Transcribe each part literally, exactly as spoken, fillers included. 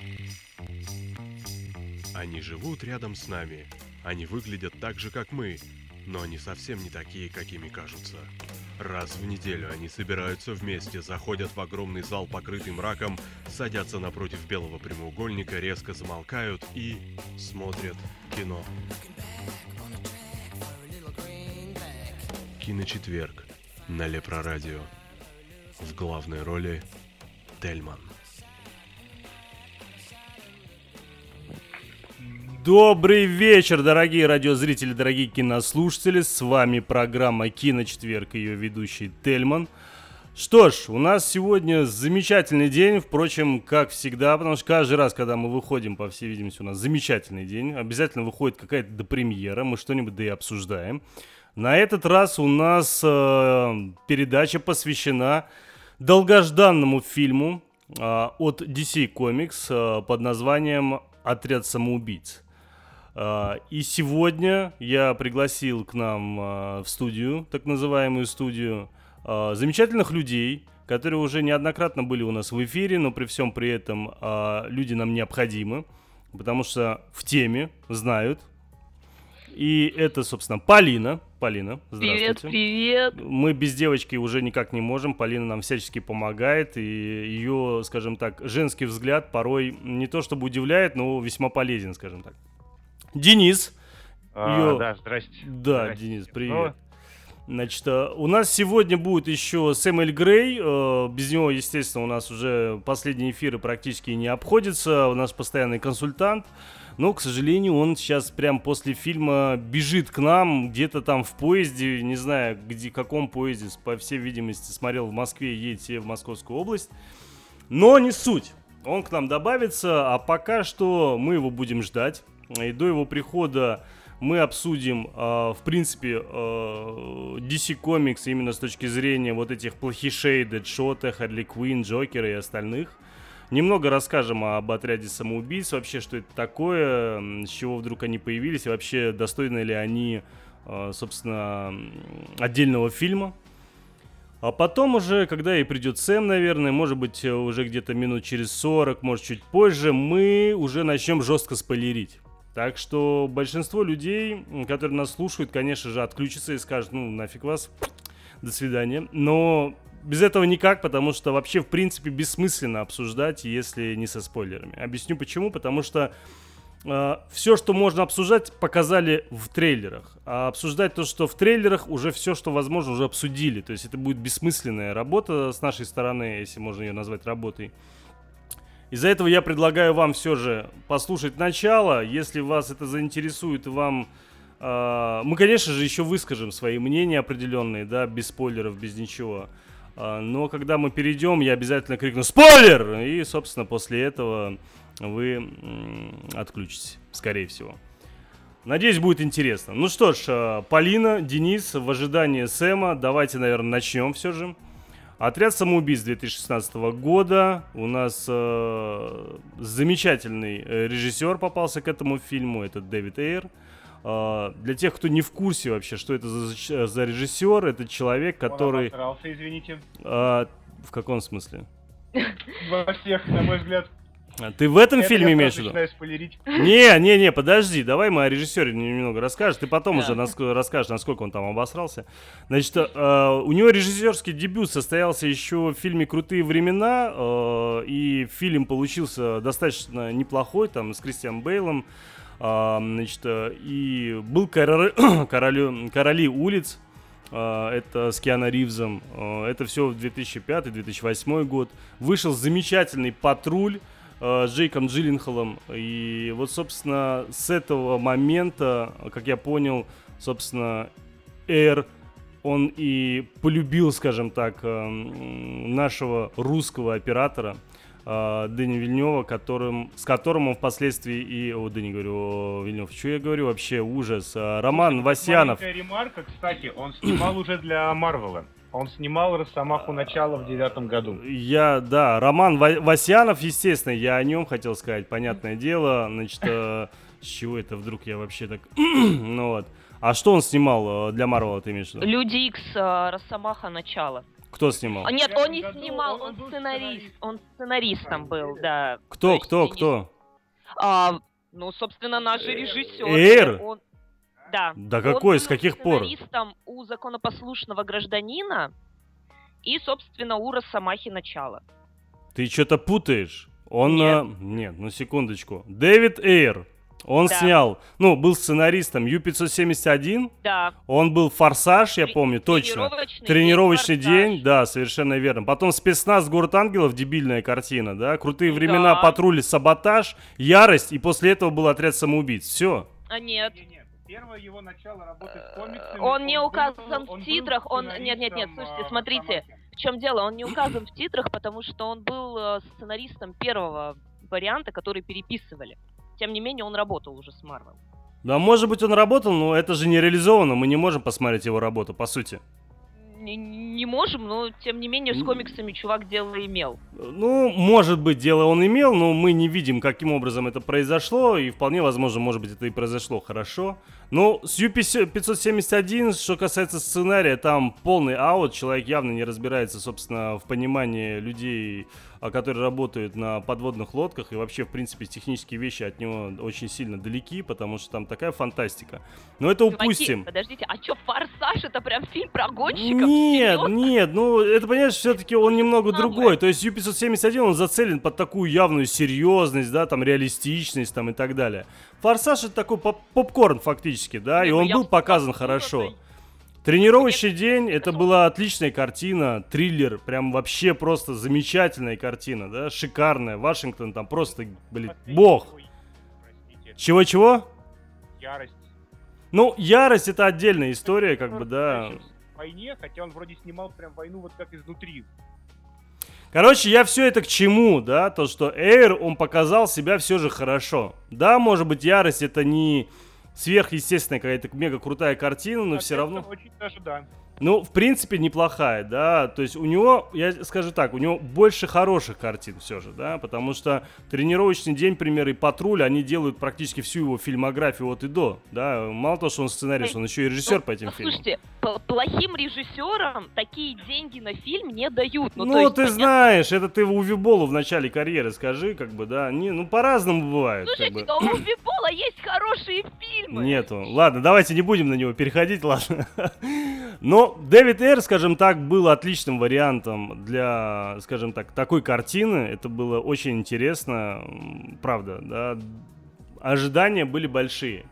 Они живут рядом с нами. Они выглядят так же, как мы, но они совсем не такие, какими кажутся. Раз в неделю они собираются вместе, заходят в огромный зал, покрытый мраком, садятся напротив белого прямоугольника, резко замолкают и смотрят кино. Киночетверг на Лепрорадио. В главной роли Тельман. Добрый вечер, дорогие радиозрители, дорогие кинослушатели. С вами программа «Киночетверг» и ее ведущий Тельман. Что ж, у нас сегодня замечательный день, впрочем, как всегда, потому что каждый раз, когда мы выходим, по всей видимости, у нас замечательный день. Обязательно выходит какая-то допремьера, мы что-нибудь да и обсуждаем. На этот раз у нас э, передача посвящена долгожданному фильму э, от ди си Comics э, под названием «Отряд самоубийц». Э, и сегодня я пригласил к нам э, в студию, так называемую студию, э, замечательных людей, которые уже неоднократно были у нас в эфире, но при всем при этом э, люди нам необходимы, потому что в теме, знают. И это, собственно, Полина. Полина, здравствуйте. Привет, привет. Мы без девочки уже никак не можем. Полина нам всячески помогает. И ее, скажем так, женский взгляд порой не то чтобы удивляет, но весьма полезен, скажем так. Денис. А, ее... Да, здрасте. Да, здрасте. Денис, привет. Значит, у нас сегодня будет еще Сэмюэль Грей. Без него, естественно, у нас уже последние эфиры практически не обходятся. У нас постоянный консультант. Но, к сожалению, он сейчас прям после фильма бежит к нам, где-то там в поезде, не знаю, где, в каком поезде, по всей видимости, смотрел в Москве, едет себе в Московскую область. Но не суть. Он к нам добавится, а пока что мы его будем ждать. И до его прихода мы обсудим, э, в принципе, э, ди си Comics именно с точки зрения вот этих плохишей, Дэдшота, Харли Квинн, Джокера и остальных. Немного расскажем об отряде самоубийц, вообще, что это такое, с чего вдруг они появились, и вообще, достойны ли они, собственно, отдельного фильма. А потом уже, когда и придет Сэм, наверное, может быть, уже где-то минут через сорок, может, чуть позже, мы уже начнем жестко спойлерить. Так что большинство людей, которые нас слушают, конечно же, отключатся и скажут, ну, нафиг вас, до свидания. Но... без этого никак, потому что вообще, в принципе, бессмысленно обсуждать, если не со спойлерами. Объясню почему. Потому что э, все, что можно обсуждать, показали в трейлерах. А обсуждать то, что в трейлерах, уже все, что возможно, уже обсудили. То есть это будет бессмысленная работа с нашей стороны, если можно ее назвать работой. Из-за этого я предлагаю вам все же послушать начало. Если вас это заинтересует, и вам... Э, мы, конечно же, еще выскажем свои мнения определенные, да, без спойлеров, без ничего. Но когда мы перейдем, я обязательно крикну «Спойлер!» И, собственно, после этого вы м- отключитесь, скорее всего. Надеюсь, будет интересно. Ну что ж, Полина, Денис, в ожидании Сэма, давайте, наверное, начнем все же. «Отряд самоубийц» две тысячи шестнадцатого года. У нас э, замечательный режиссер попался к этому фильму, это Дэвид Эйр. Uh, для тех, кто не в курсе вообще, что это за, за режиссер, это человек, который... Он обосрался, извините. Uh, в каком смысле? Во всех, на мой взгляд. А, ты в этом это фильме имеешь в виду? Не, не, не, подожди, давай мы о режиссере немного расскажешь, ты потом уже нас, расскажешь, насколько он там обосрался. Значит, uh, у него режиссерский дебют состоялся еще в фильме «Крутые времена», uh, и фильм получился достаточно неплохой, там, с Кристианом Бейлом. Uh, значит, uh, и был короли, короли, «Короли улиц», uh, это с Киану Ривзом, uh, это все две тысячи пятый - две тысячи восьмой год. Вышел замечательный «Патруль» uh, с Джейком Джилленхолом, и вот, собственно, с этого момента, как я понял, собственно, Эйр, он и полюбил, скажем так, uh, нашего русского оператора, Дэни Вильнёва, которым, с которым он впоследствии и... О, Дэни, говорю, о, Вильнёв, что я говорю вообще, ужас. Роман Васьянов. Маленькая ремарка, кстати, он снимал уже для Марвела. Он снимал «Росомаху. Начало» в девятом году. Я, да, Роман Васьянов, естественно, я о нем хотел сказать, понятное дело. Значит, с чего это вдруг я вообще так... ну вот. А что он снимал для Марвела, ты имеешь в виду? Люди Икс, Росомаха. Начало. Кто снимал? А, Нет, В пятом он не году снимал, он- он, он был сценарист. сценарист. Он сценаристом был, да. То Кто, есть кто, не- кто? А, ну, собственно, наш режиссер. Эйр? Он, да. Да он какой, с был каких пор? сценаристом у законопослушного гражданина и, собственно, у Росомахи начала. Ты что-то путаешь. Он... Нет. а, Нет, ну секундочку. Дэвид Эйр. Он Да. снял, ну, был сценаристом Ю пятьсот семьдесят один. Да. Он был «Форсаж», я Трени- помню, точно. тренировочный Тренировочный день, «Форсаж». день, да, совершенно верно. Потом «Спецназ. Город ангелов», дебильная картина, да. «Крутые времена», Да. «Патруль», «Саботаж», «Ярость», и после этого был «Отряд самоубийц». Все. А нет. Не, нет. Первое его начало работы с комиксами. Он не был- указан он в был титрах, он- нет, нет, нет, сценаристом, слушайте, а, смотрите. Росомахи. В чем дело? Он не указан в титрах, потому что он был э, сценаристом первого варианта, который переписывали. Тем не менее, он работал уже с Марвел. Да, может быть, он работал, но это же не реализовано, мы не можем посмотреть его работу, по сути. Не, не можем, но тем не менее с М. комиксами чувак дело имел. Ну, может быть, дело он имел, но мы не видим, каким образом это произошло, и вполне возможно, может быть, это и произошло хорошо. Но с Ю пятьсот семьдесят один, что касается сценария, там полный аут, человек явно не разбирается, собственно, в понимании людей, а, которые работают на подводных лодках, и вообще, в принципе, технические вещи от него очень сильно далеки, потому что там такая фантастика. Но это Чуваки, упустим. подождите, а чё, «Форсаж» это прям фильм про гонщиков? Нет, Серьёзно? нет, ну это, понимаешь, все-таки он немного самое. другой. То есть Ю пятьсот семьдесят один, он зацелен под такую явную серьезность, да, там реалистичность там и так далее. «Форсаж» это такой поп- попкорн фактически, да, Не, и ну он я был показан абсолютно- хорошо. Тренировочный Нет, день, это хорошо. была отличная картина, триллер, прям вообще просто замечательная картина, да, шикарная. Вашингтон там просто, блин, Последний бог. бой, простите, Чего-чего? Ярость. Ну, ярость это отдельная история, как бы, да. Сейчас в войне, хотя он вроде снимал прям войну вот как изнутри. Короче, я все это к чему, да, то, что Эйр, он показал себя все же хорошо. Да, может быть, ярость это не сверхъестественная какая-то мега крутая картина, но все равно... Очень даже да. Ну, в принципе, неплохая, да, то есть у него, я скажу так, у него больше хороших картин все же, да, потому что «Тренировочный день», например, и «Патруль», они делают практически всю его фильмографию от и до, да, мало того, что он сценарист, он еще и режиссер Ну, по этим ну, фильмам. Слушайте, п- плохим режиссерам такие деньги на фильм не дают. Ну, Ну, то есть, ты понятно- знаешь, это ты Уви Боллу в начале карьеры скажи, как бы, да, не, ну, по-разному бывает, как Слушайте, бы. но у Уви Болла есть хорошие фильмы. Нету. Ладно, давайте не будем на него переходить, ладно. Но Дэвид Эйр, скажем так, был отличным вариантом для, скажем так, такой картины. Это было очень интересно, м, правда, да. Ожидания были большие.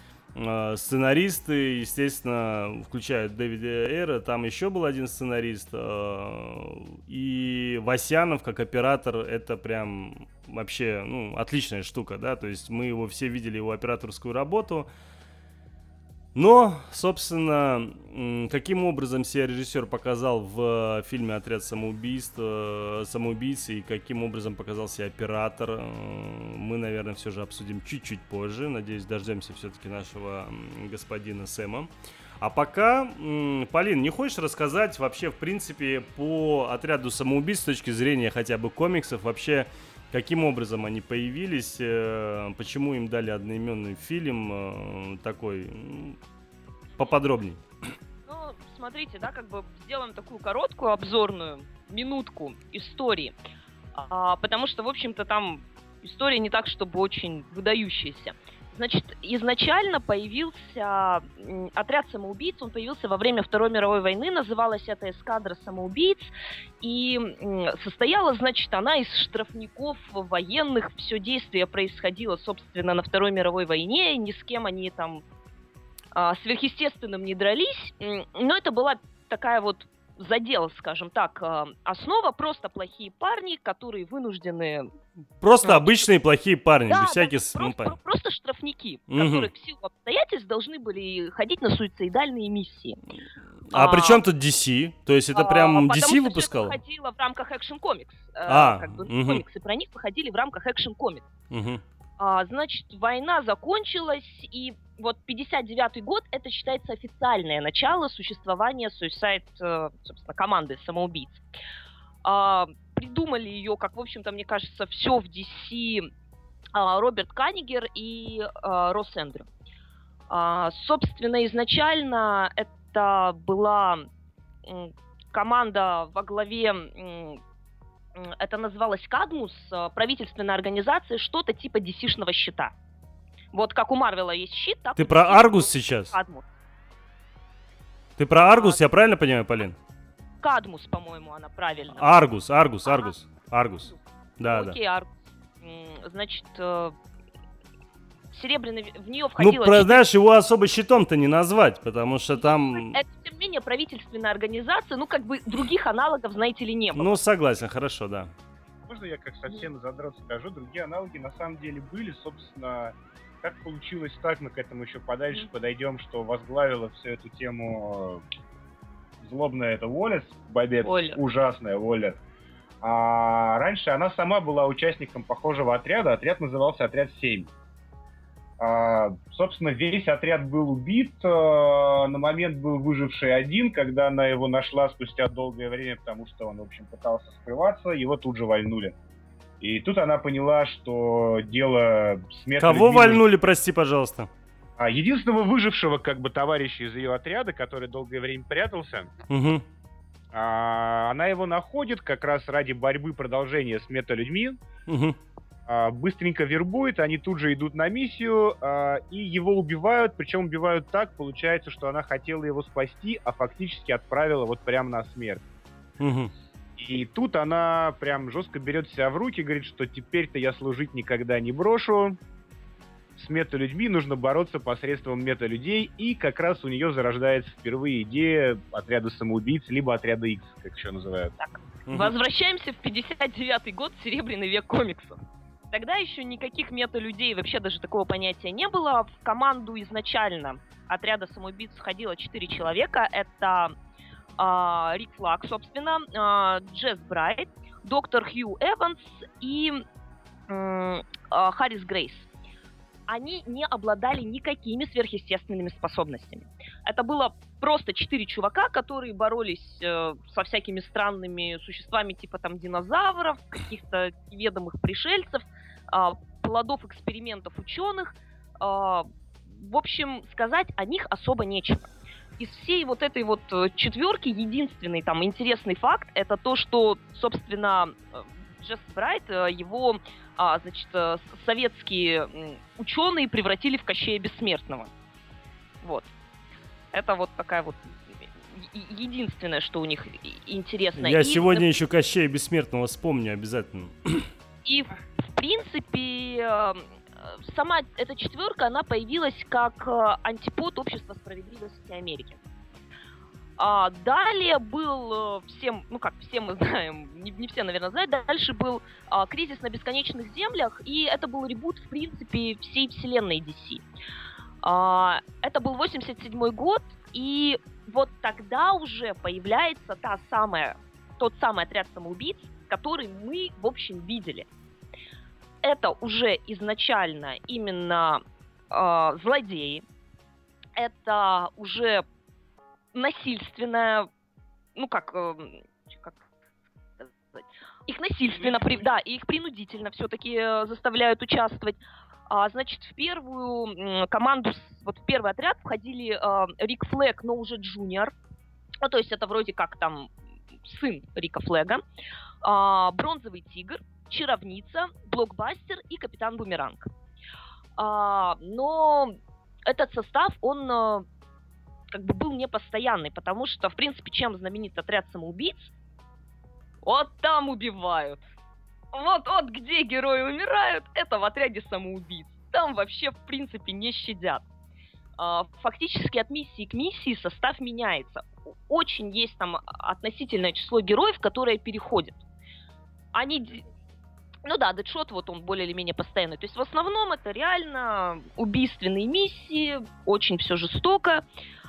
Э, Сценаристы, естественно, включая Дэвида Эйра, там еще был один сценарист. э, И Васянов, как оператор, это прям вообще, ну, отличная штука, да. То есть мы его все видели, его операторскую работу. Но, собственно, м, каким образом себя режиссер показал в фильме «Отряд самоубийств», э, самоубийцы, и каким образом показал себя оператор, э, мы, наверное, все же обсудим чуть-чуть позже. Надеюсь, дождемся все-таки нашего м, господина Сэма. А пока, м, Полин, не хочешь рассказать вообще, в принципе, по «Отряду самоубийств» с точки зрения хотя бы комиксов, вообще, каким образом они появились, э, почему им дали одноименный фильм, э, такой, м, поподробней. Ну, смотрите, да, как бы сделаем такую короткую обзорную минутку истории. А, потому что, в общем-то, там история не так, чтобы очень выдающаяся. Значит, изначально появился м, отряд самоубийц, он появился во время Второй мировой войны, называлась эта эскадра самоубийц, и м, состояла, значит, она из штрафников военных, все действие происходило, собственно, на Второй мировой войне, ни с кем они там а, сверхъестественным не дрались, м, но это была такая вот задел, скажем так, а, основа, просто плохие парни, которые вынуждены... Просто Ну, обычные плохие парни, Да, без всяких... да, с- ну, просто, понятно. просто штрафники, Мгм. которые в силу обстоятельств должны были ходить на суицидальные миссии. А, а, при чем тут ди си? То есть это А, прям потому ди си что всё выпускал? это выходило в рамках Action Comics. э, А, как бы мгм. комиксы про них выходили в рамках Action Comics. Мгм. А, значит, война закончилась, и вот пятьдесят девятый год, это считается официальное начало существования Suicide, э, собственно, команды самоубийц. А, придумали ее, как, в общем-то, мне кажется, все в ди си а, Роберт Каннигер и а, Росс Эндрю. А, собственно, изначально это была м, команда во главе, м, м, это называлось Кадмус, э, правительственная организация, что-то типа ди си-шного щита. Вот как у Марвела есть щит, так Ты у про ди си Аргус был сейчас? Кадмус. Ты про Аргус, я правильно понимаю, Полин? Кадмус, по-моему, она правильно. Аргус, Аргус, Ага. Аргус, Аргус. Да, да. Окей, Аргус. М, Значит, э, серебряный, в нее Ну, входило... про, четыре- знаешь, его особо щитом-то не назвать, потому что там... Это, тем не менее, правительственная организация, ну, как бы, других аналогов, знаете ли, не было. Ну, согласен, хорошо, да. Можно я как совсем задрот скажу? Другие аналоги на самом деле были, собственно, как получилось так, мы к этому еще подальше Мгм. подойдем, что возглавила всю эту тему э, злобная это Уоллес, Бобет, Уоллес. ужасная Уоллес. А раньше она сама была участником похожего отряда, отряд назывался Отряд семь. А, собственно, весь отряд был убит, а, на момент был выживший один, когда она его нашла спустя долгое время, потому что он, в общем, пытался скрываться, его тут же вальнули. И тут она поняла, что дело с металлом... Кого вальнули, прости, пожалуйста? А, единственного выжившего, как бы, товарища из ее отряда, который долгое время прятался, Угу. а, она его находит как раз ради борьбы продолжения с мета-людьми, Угу. а, быстренько вербует, они тут же идут на миссию, а, и его убивают, причем убивают так, получается, что она хотела его спасти, а фактически отправила вот прямо на смерть. Угу. И тут она прям жестко берет себя в руки, говорит, что теперь-то я служить никогда не брошу, с мета-людьми нужно бороться посредством мета-людей, и как раз у нее зарождается впервые идея отряда самоубийц, либо отряда X, как еще называют. Так, Мгм. возвращаемся в пятьдесят девятый год, серебряный век комиксов. Тогда еще никаких мета-людей, вообще даже такого понятия не было. В команду изначально отряда самоубийц входило четыре человека. Это а, Рик Флаг, собственно, а, Джесс Брайт, доктор Хью Эванс и м, а, Харрис Грейс. Они не обладали никакими сверхъестественными способностями. Это было просто четыре чувака, которые боролись э, со всякими странными существами, типа там динозавров, каких-то неведомых пришельцев, э, плодов экспериментов ученых. Э, в общем, сказать о них особо нечего. Из всей вот этой вот э, четверки единственный там интересный факт — это то, что, собственно, э, Джесс Брайт, э, его а, значит, э, с- советские м, ученые превратили в Кощея Бессмертного. Вот. Это вот такая вот е- е- единственное, что у них и- интересно. Я И, сегодня еще Кощея Бессмертного вспомню обязательно. И, в принципе, э, сама эта четверка, она появилась как э, антипод общества справедливости Америки. А далее был э, всем, ну как, все мы знаем, не, не все, наверное, знают, дальше был а, «Кризис на бесконечных землях», и это был ребут, в принципе, всей вселенной ди си. А, это был восемьдесят седьмой год, и вот тогда уже появляется та самая, тот самый отряд самоубийц, который мы, в общем, видели. Это уже изначально именно э, злодеи, это уже насильственная, ну как, э, как сказать, их насильственно, при, да, и их принудительно все-таки э, заставляют участвовать. А, значит, в первую м, команду, с- вот в первый отряд входили э, Рик Флэг, но уже джуниор, ну то есть это вроде как там сын Рика Флэга, а, Бронзовый тигр, Чаровница, Блокбастер и Капитан Бумеранг. А, но этот состав, он э, как бы был непостоянный, потому что, в принципе, чем знаменит отряд самоубийц? Вот там убивают. Вот, вот где герои умирают, это в отряде самоубийц. Там вообще, в принципе, не щадят. А, фактически от миссии к миссии состав меняется. Очень есть там относительное число героев, которые переходят. Они... д- Ну да, Дэдшот, вот он более или менее постоянный. То есть в основном это реально убийственные миссии, очень все жестоко.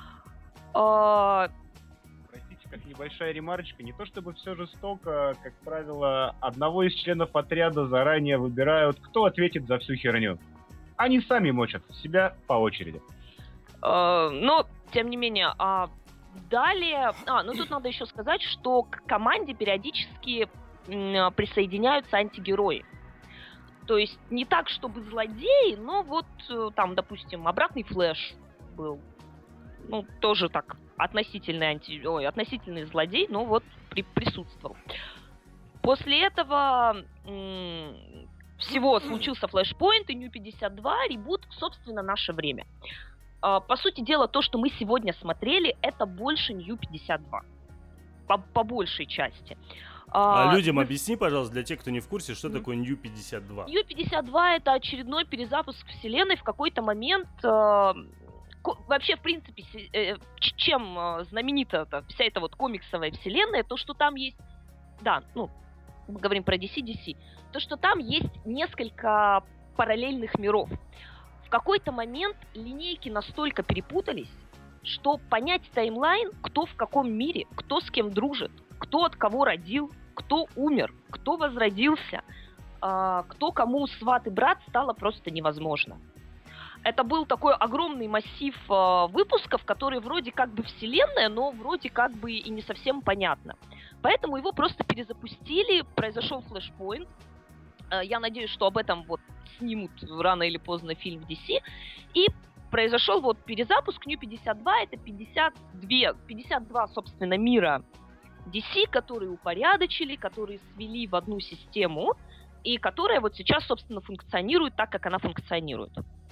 А, Простите, как небольшая ремарочка, не то чтобы все жестоко, как правило, одного из членов отряда заранее выбирают, кто ответит за всю херню. Они сами мочат себя по очереди. а, но, тем не менее, а, далее... А, ну тут надо еще сказать, что к команде периодически м, присоединяются антигерои. То есть не так, чтобы злодеи, но вот э, там, допустим, обратный Флэш был. Ну, тоже так относительный, анти... Ой, относительный злодей, но вот при... присутствовал. После этого м- всего случился Flashpoint и Нью пятьдесят два, ребут, собственно, наше время. А, по сути дела, то, что мы сегодня смотрели, это больше Нью пятьдесят два. По, по большей части. А, а людям мы... объясни, пожалуйста, для тех, кто не в курсе, что mm-hmm. такое Нью пятьдесят два. Нью пятьдесят два это очередной перезапуск вселенной. В какой-то момент э, ко- вообще, в принципе, э, чем э, знаменита вся эта вот комиксовая вселенная, то, что там есть, да, ну, мы говорим про ди си, ди си, то, что там есть несколько параллельных миров. В какой-то момент линейки настолько перепутались, что понять таймлайн, кто в каком мире, кто с кем дружит, кто от кого родил, кто умер, кто возродился, э, кто кому сват и брат, стало просто невозможно. Это был такой огромный массив э, выпусков, которые вроде как бы вселенная, но вроде как бы и не совсем понятно. Поэтому его просто перезапустили, произошел флешпоинт. Э, я надеюсь, что об этом вот снимут рано или поздно фильм в ди си. И произошел вот перезапуск Нью пятьдесят два, это пятьдесят два, пятьдесят два, собственно, мира ди си, которые упорядочили, которые свели в одну систему, и которая вот сейчас, собственно, функционирует так, как она функционирует.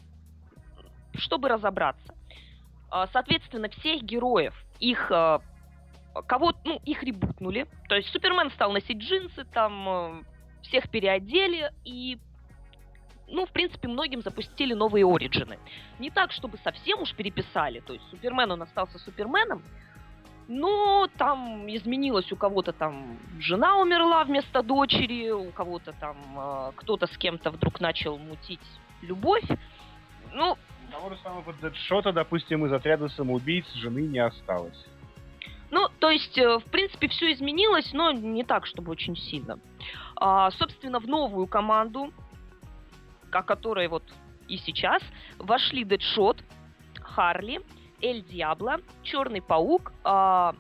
Чтобы разобраться. Соответственно, всех героев, их кого, ну, их ребутнули. То есть Супермен стал носить джинсы, там всех переодели, и, ну, в принципе, многим запустили новые ориджины. Не так, чтобы совсем уж переписали. То есть Супермен, он остался Суперменом, но там изменилось, у кого-то там жена умерла вместо дочери, у кого-то там э, кто-то с кем-то вдруг начал мутить любовь. Ну, того же самого Дэдшота, допустим, из отряда самоубийц жены не осталось. Ну, то есть, э, в принципе, все изменилось, но не так, чтобы очень сильно. А, собственно, в новую команду, о которой вот и сейчас, вошли Дэдшот, Харли, Эль Диабло, Черный Паук, а,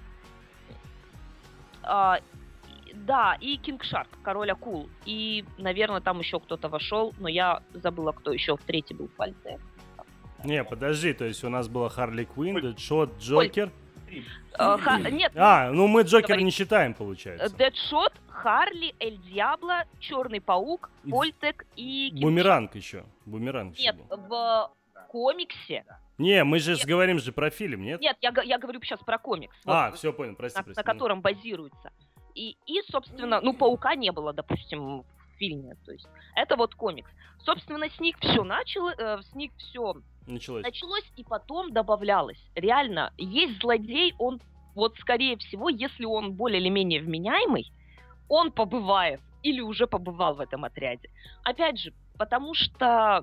а, да, и Кинг Шарк, Король Акул. И, наверное, там еще кто-то вошел, но я забыла, кто еще в третий был в пальце. Не, подожди, то есть у нас была Харли Квинн, Дэдшот, Джокер. А, ха- нет. А, ну мы Джокера говорит, не считаем, получается. Дэдшот, Харли, Эль Диабло, Черный Паук, Вольтек и Кинг Бумеранг еще. Бумеранг еще Нет, был. в комиксе. Не, мы же Нет. говорим же про фильм, нет? Нет, я, г- я говорю сейчас про комикс. А, вот, все, понял, прости, на, прости. на котором базируется. И, и, собственно, ну, Паука не было, допустим, в фильме. То есть это вот комикс. Собственно, с них все начало, э, с них все Началось. началось и потом добавлялось. Реально, есть злодей, он вот, скорее всего, если он более или менее вменяемый, он побывает или уже побывал в этом отряде. Опять же, потому что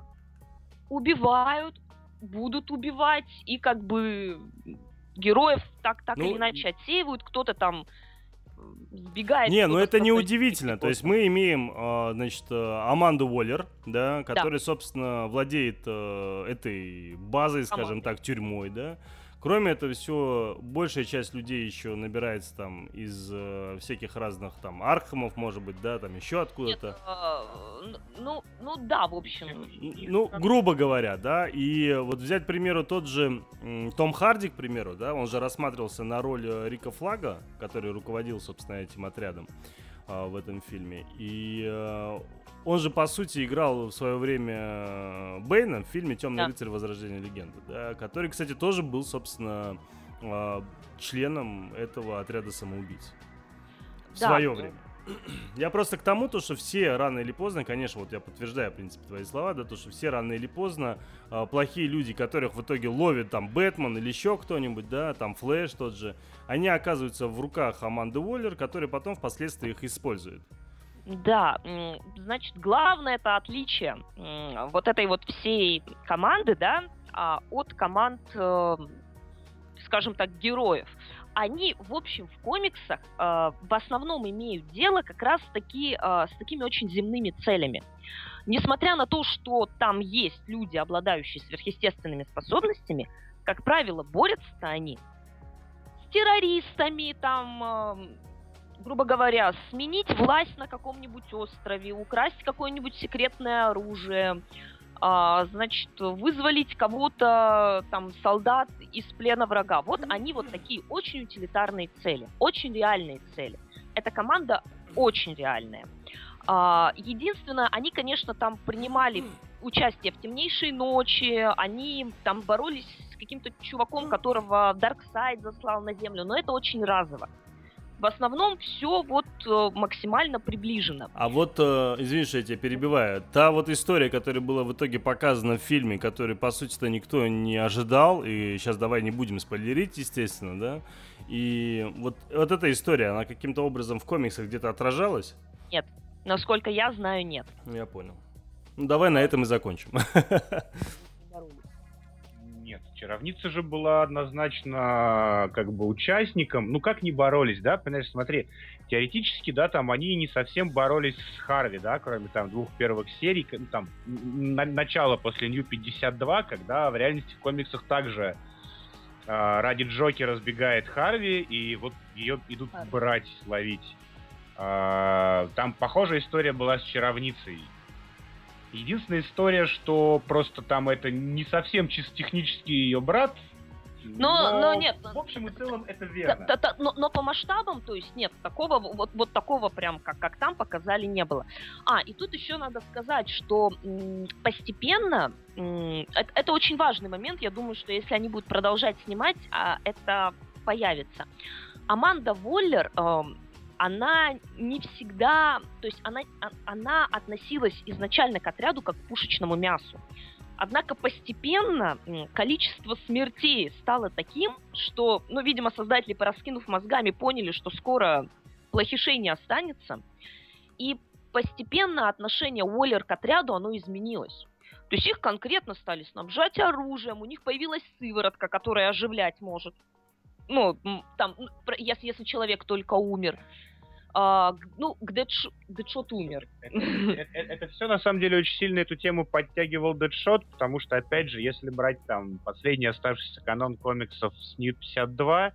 убивают, будут убивать, и как бы героев так, так Ну, или иначе отсеивают, кто-то там сбегает. Не, ну кто-то это не становится удивительно. То есть мы имеем, э, значит, э, Аманду Уоллер, да, которая, собственно, владеет э, этой базой, скажем Командой. так, тюрьмой, да. Кроме этого всего, большая часть людей еще набирается там из э, всяких разных там Аркхемов, может быть, да, там еще Нет, откуда-то. э, ну, ну да, в общем. Ну, грубо говоря, да, и вот взять, к примеру, тот же м, Том Харди, к примеру, да, он же рассматривался на роль э, Рика Флага, который руководил, собственно, этим отрядом э, в этом фильме, и э, он же, по сути, играл в свое время э, Бэйна в фильме «Темный Да. рыцарь. Возрождение легенды», да, который, кстати, тоже был, собственно, э, членом этого отряда самоубийц в Да. свое время. Я просто к тому, то, что все рано или поздно, конечно, вот я подтверждаю, в принципе, твои слова, да, то, что все рано или поздно э, плохие люди, которых в итоге ловит там Бэтмен или еще кто-нибудь, да, там Флэш тот же, они оказываются в руках Аманды Уоллер, которые потом впоследствии их используют. Да, м, значит, главное это отличие м, вот этой вот всей команды, да, а, от команд, э, скажем так, героев. Они, в общем, в комиксах э, в основном имеют дело как раз таки э, с такими очень земными целями. Несмотря на то, что там есть люди, обладающие сверхъестественными способностями, как правило, борются они с террористами, там, э, грубо говоря, сменить власть на каком-нибудь острове, украсть какое-нибудь секретное оружие, а, значит, вызволить кого-то, там, солдат из плена врага. Вот они вот такие очень утилитарные цели, очень реальные цели. Эта команда очень реальная. А, единственное, они, конечно, там принимали участие в темнейшей ночи, они там боролись с каким-то чуваком, которого Дарксайд заслал на землю, но это очень разово. В основном все вот э, максимально приближено. А вот, э, извини, что я тебя перебиваю, та вот история, которая была в итоге показана в фильме, который, по сути-то, никто не ожидал, и сейчас давай не будем спойлерить, естественно, да, и вот, вот эта история, она каким-то образом в комиксах где-то отражалась? Нет, насколько я знаю, нет. Я понял. Ну, давай на этом и закончим. Нет, Чаровница же была однозначно как бы участником. Ну как не боролись, да? Понимаешь, смотри, теоретически, да, там они не совсем боролись с Харви, да, кроме там двух первых серий, там на- начало после Нью пятьдесят два, когда в реальности в комиксах также э, ради Джокера сбегает Харви, и вот ее идут брать, ловить. Э, там похожая история была с Чаровницей. Единственная история, что просто там это не совсем чисто технически ее брат. Но, но, но нет. В общем и целом это верно. Да, да, да, но, но по масштабам, то есть нет, такого вот, вот такого прям, как, как там показали, не было. А, и тут еще надо сказать, что м, постепенно, м, это, это очень важный момент, я думаю, что если они будут продолжать снимать, а, это появится. Аманда Воллер, э, она не всегда, то есть она, она относилась изначально к отряду как к пушечному мясу. Однако постепенно количество смертей стало таким, что, ну, видимо, создатели, пораскинув мозгами, поняли, что скоро плохишей не останется. И постепенно отношение Уоллер к отряду, оно изменилось. То есть их конкретно стали снабжать оружием, у них появилась сыворотка, которая оживлять может. Ну, там, если, если человек только умер. Uh, ну, Дэдш... Дэдшот умер. Это, это, это, это все, на самом деле, очень сильно эту тему подтягивал Дэдшот, потому что, опять же, если брать там последний оставшийся канон комиксов с Нью пятьдесят два,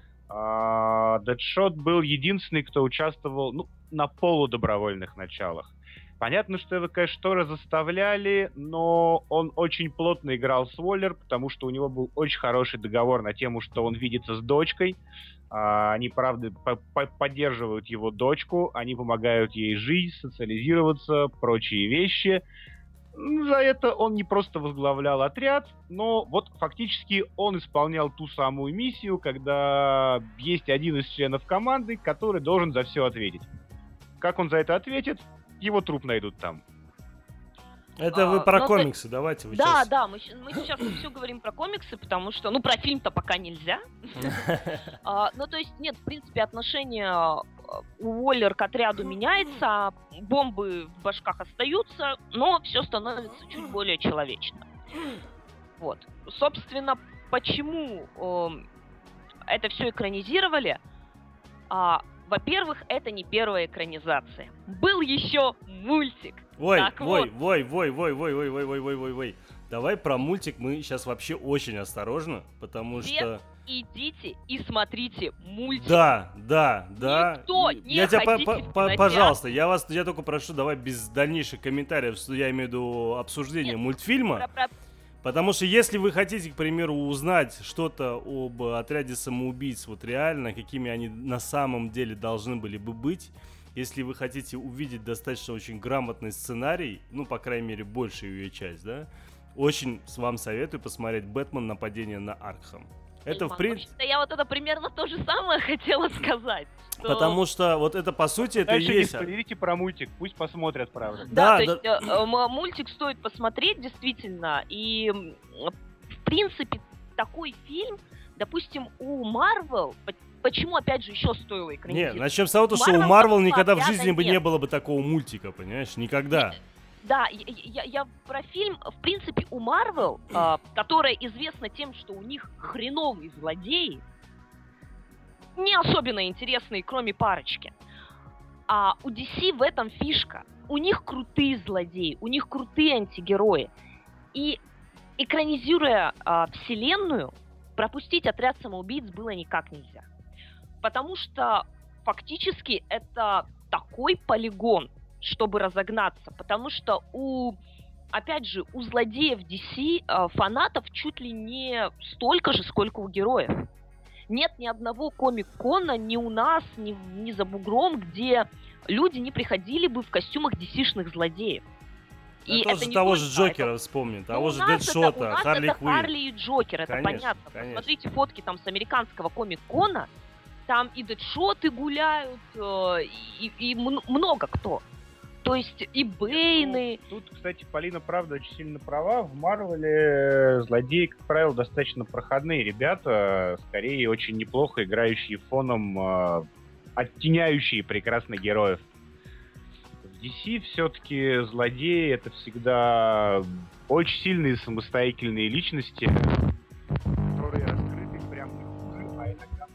uh, Дэдшот был единственный, кто участвовал, ну, на полудобровольных началах. Понятно, что его, конечно, тоже заставляли, но он очень плотно играл с Уоллер, потому что у него был очень хороший договор на тему, что он видится с дочкой. А, они, правда, по- по- поддерживают его дочку, они помогают ей жить, социализироваться, прочие вещи. За это он не просто возглавлял отряд, но вот фактически он исполнял ту самую миссию, когда есть один из членов команды, который должен за все ответить. Как он за это ответит? Его труп найдут там. Это А, вы про ну, комиксы, ты... давайте вы Да, сейчас... да, мы, мы сейчас все говорим про комиксы, потому что, ну, про фильм-то пока нельзя. а, ну, то есть, нет, в принципе, отношение Уоллер к отряду меняется, бомбы в башках остаются, но все становится чуть более человечно. Вот. Собственно, почему э, это все экранизировали? А, во-первых, это не первая экранизация. Был еще мультик. Ой, так ой, вот. ой, ой, ой, ой, ой, ой, ой, ой, ой, ой. Давай про мультик мы сейчас вообще очень осторожно, потому Все что... идите и смотрите мультик. Да, да, да. Никто И- не я тебя, по- ходите по- в по- кинотеатр. пожалуйста, я вас, я только прошу, давай без дальнейших комментариев, что я имею в виду обсуждение Нет, мультфильма. Про- про- Потому что если вы хотите, к примеру, узнать что-то об отряде самоубийц, вот реально, какими они на самом деле должны были бы быть, если вы хотите увидеть достаточно очень грамотный сценарий, ну, по крайней мере, большую ее часть, да, очень с вам советую посмотреть «Бэтмен. Нападение на Аркхем». Это, в принципе... Вообще-то я вот это примерно то же самое хотела сказать. что- Потому что вот это, по сути, это и Дальше не есть... спойлерите про мультик, пусть посмотрят, правда. Да, Да, то есть э, э, м- мультик стоит посмотреть, действительно. И, м, в принципе, такой фильм, допустим, у Марвел, почему, опять же, еще стоило Не, экранизировать? начнем с того, что у Marvel Марвел такого никогда в отряда жизни бы не нет. было бы такого мультика, понимаешь? Никогда. Да, я, я- я про фильм, в принципе, у Марвел, э, которая известна тем, что у них хреновые злодеи, не особенно интересные, кроме парочки. А у ди си в этом фишка. У них крутые злодеи, у них крутые антигерои. И экранизируя а, вселенную, пропустить отряд самоубийц было никак нельзя. Потому что фактически это такой полигон, чтобы разогнаться. Потому что у опять же, у злодеев ди си э, фанатов чуть ли не столько же, сколько у героев. Нет ни одного комик-кона ни у нас, ни, ни за бугром, где люди не приходили бы в костюмах ди си-шных злодеев. И это тоже того же Джокера это... вспомнит, того же Дэдшота, Харли Квинн. Харли и Джокер, это конечно, понятно. Конечно. Посмотрите фотки там с американского комик-кона, там и Дэдшоты гуляют, э, и, и м- много кто. То есть и Бэйны. Ну, тут, кстати, Полина, правда, очень сильно права. В Марвеле злодеи, как правило, достаточно проходные ребята, скорее очень неплохо играющие фоном, э, оттеняющие прекрасных героев. В ди си все-таки злодеи — это всегда очень сильные самостоятельные личности, которые раскрыты прям не хуже, а иногда...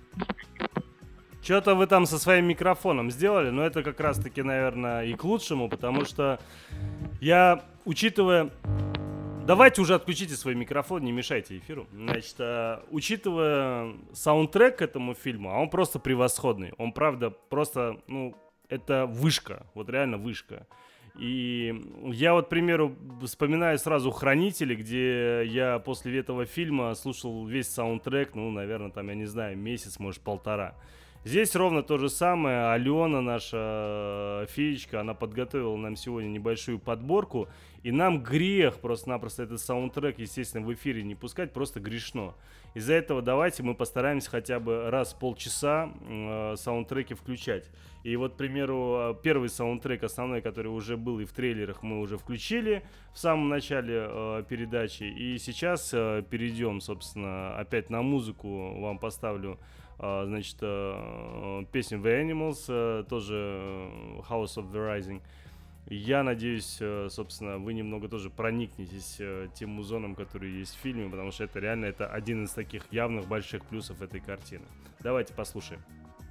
Что-то вы там со своим микрофоном сделали, но это как раз-таки, наверное, и к лучшему, потому что я, учитывая... Давайте уже отключите свой микрофон, не мешайте эфиру. Значит, а, учитывая саундтрек к этому фильму, а он просто превосходный. Он, правда, просто, ну, это вышка, вот реально вышка. И я вот, к примеру, вспоминаю сразу «Хранители», где я после этого фильма слушал весь саундтрек, ну, наверное, там, я не знаю, месяц, может, полтора. Здесь ровно то же самое. Алена, наша феечка, она подготовила нам сегодня небольшую подборку. И нам грех просто-напросто этот саундтрек, естественно, в эфире не пускать, просто грешно. Из-за этого давайте мы постараемся хотя бы раз в полчаса э, саундтреки включать. И вот, к примеру, первый саундтрек основной, который уже был и в трейлерах, мы уже включили в самом начале э, передачи. И сейчас э, перейдем, собственно, опять на музыку. Вам поставлю Uh, значит, uh, песню The Animals, uh, тоже uh, House of the Rising. Я надеюсь, uh, собственно, вы немного тоже проникнетесь uh, тем музоном, который есть в фильме, потому что это реально это один из таких явных больших плюсов этой картины. Давайте послушаем.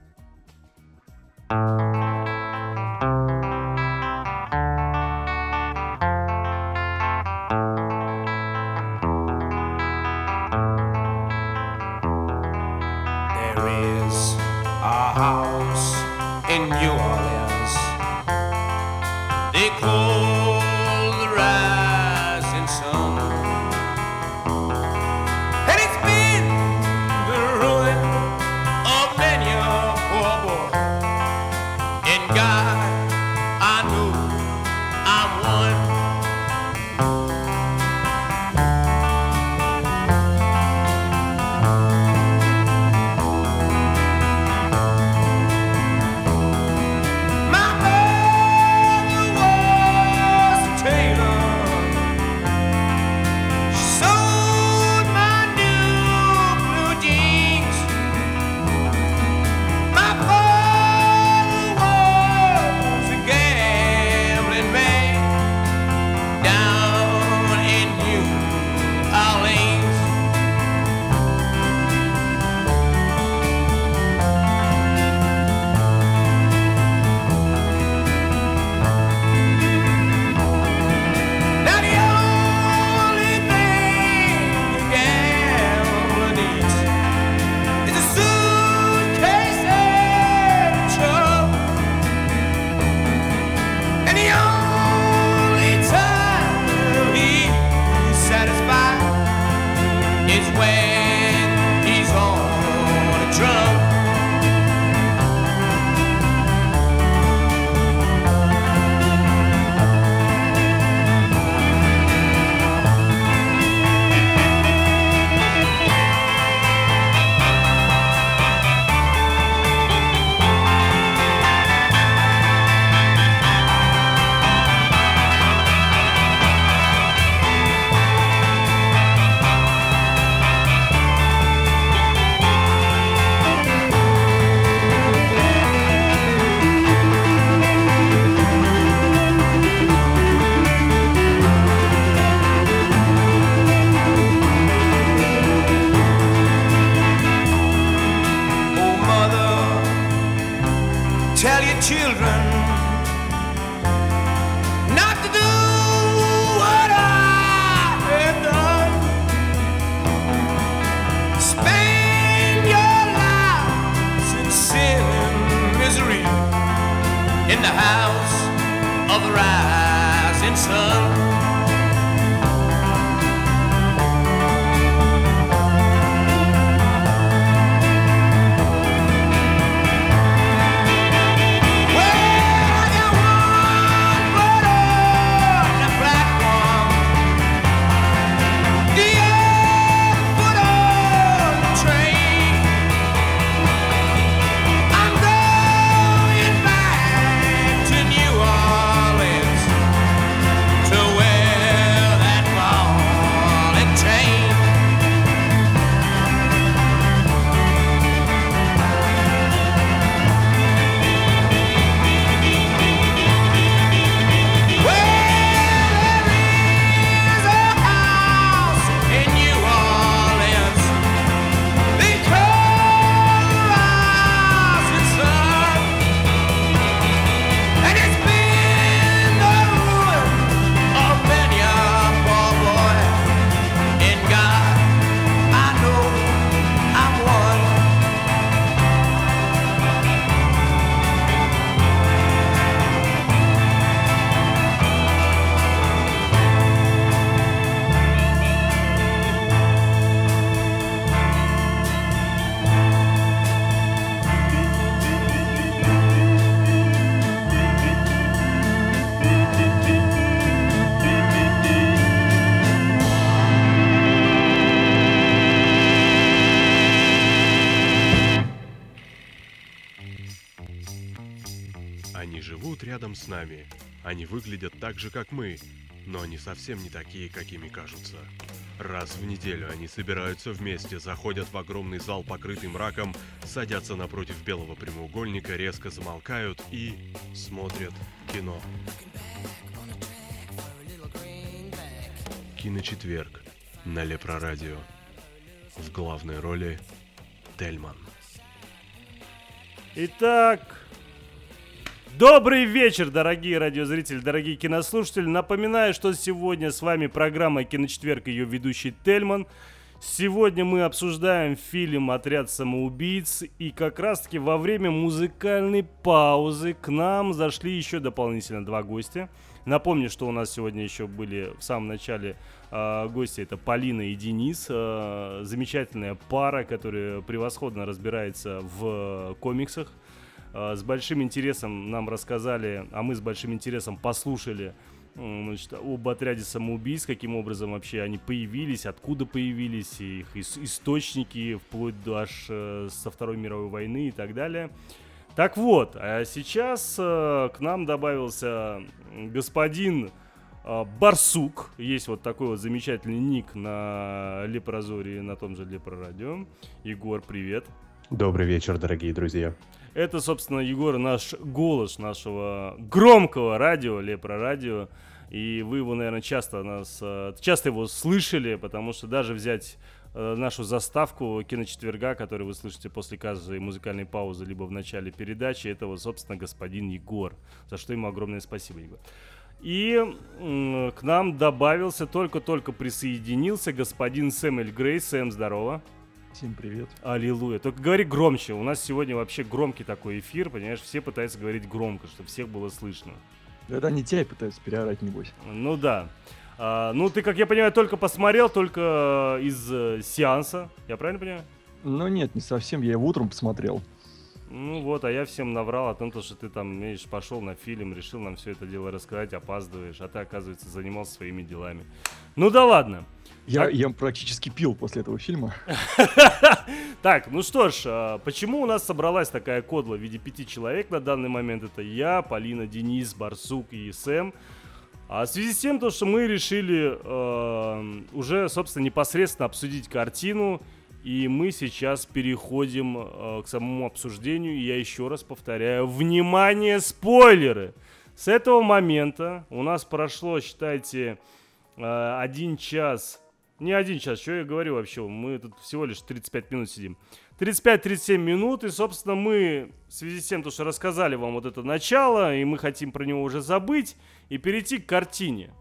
House in New Orleans they call the rising sun, and it's been the ruin of many a poor boy. And God, I know I'm one. In the house of the rising sun. нами. Они выглядят так же, как мы, но они совсем не такие, какими кажутся. Раз в неделю они собираются вместе, заходят в огромный зал, покрытый мраком, садятся напротив белого прямоугольника, резко замолкают и смотрят кино. Киночетверг на Лепрорадио. В главной роли Тельман. Итак, добрый вечер, дорогие радиозрители, дорогие кинослушатели. Напоминаю, что сегодня с вами программа «Киночетверг», ее ведущий Тельман. Сегодня мы обсуждаем фильм «Отряд самоубийц». И как раз-таки во время музыкальной паузы к нам зашли еще дополнительно два гостя. Напомню, что у нас сегодня еще были в самом начале э, гости. Это Полина и Денис. Э, замечательная пара, которая превосходно разбирается в комиксах. Э, с большим интересом нам рассказали, а мы с большим интересом послушали э, значит, об отряде самоубийц, каким образом вообще они появились, откуда появились, их ис- источники, вплоть до аж э, со Второй мировой войны и так далее. Так вот, а сейчас э, к нам добавился господин э, Барсук. Есть вот такой вот замечательный ник на Лепрозоре, на том же Лепрорадио. Егор, привет. Добрый вечер, дорогие друзья. Это, собственно, Егор, наш голос нашего громкого радио, Лепрорадио. И вы его, наверное, часто нас, э, часто его слышали, потому что даже взять нашу заставку киночетверга, которую вы слышите после каждой музыкальной паузы, либо в начале передачи, это вот, собственно, господин Егор. За что ему огромное спасибо, Егор. И м- к нам добавился, только-только присоединился господин Сэмюэль Грей. Сэм, здорово. Всем привет. Аллилуйя. Только говори громче. У нас сегодня вообще громкий такой эфир, понимаешь? Все пытаются говорить громко, чтобы всех было слышно. Это они тебя пытаются переорать, небось. Ну да. А, ну, ты, как я понимаю, только посмотрел, только из э, сеанса. Я правильно понимаю? Ну нет, не совсем. Я его утром посмотрел. Ну вот, а я всем наврал о том, что ты там, видишь, пошел на фильм, решил нам все это дело рассказать, опаздываешь, а ты, оказывается, занимался своими делами. Ну да ладно. Я, Так. я практически пил после этого фильма. Так, ну что ж, а, почему у нас собралась такая кодла в виде пяти человек на данный момент? Это я, Полина, Денис, Барсук и Сэм. А в связи с тем, то, что мы решили э, уже, собственно, непосредственно обсудить картину, и мы сейчас переходим э, к самому обсуждению, и я еще раз повторяю, внимание, спойлеры! С этого момента у нас прошло, считайте, э, один час, не один час, что я говорю вообще, мы тут всего лишь тридцать пять минут сидим. тридцать пять тридцать семь минут, и, собственно, мы в связи с тем, что рассказали вам вот это начало, и мы хотим про него уже забыть, и перейти к картине.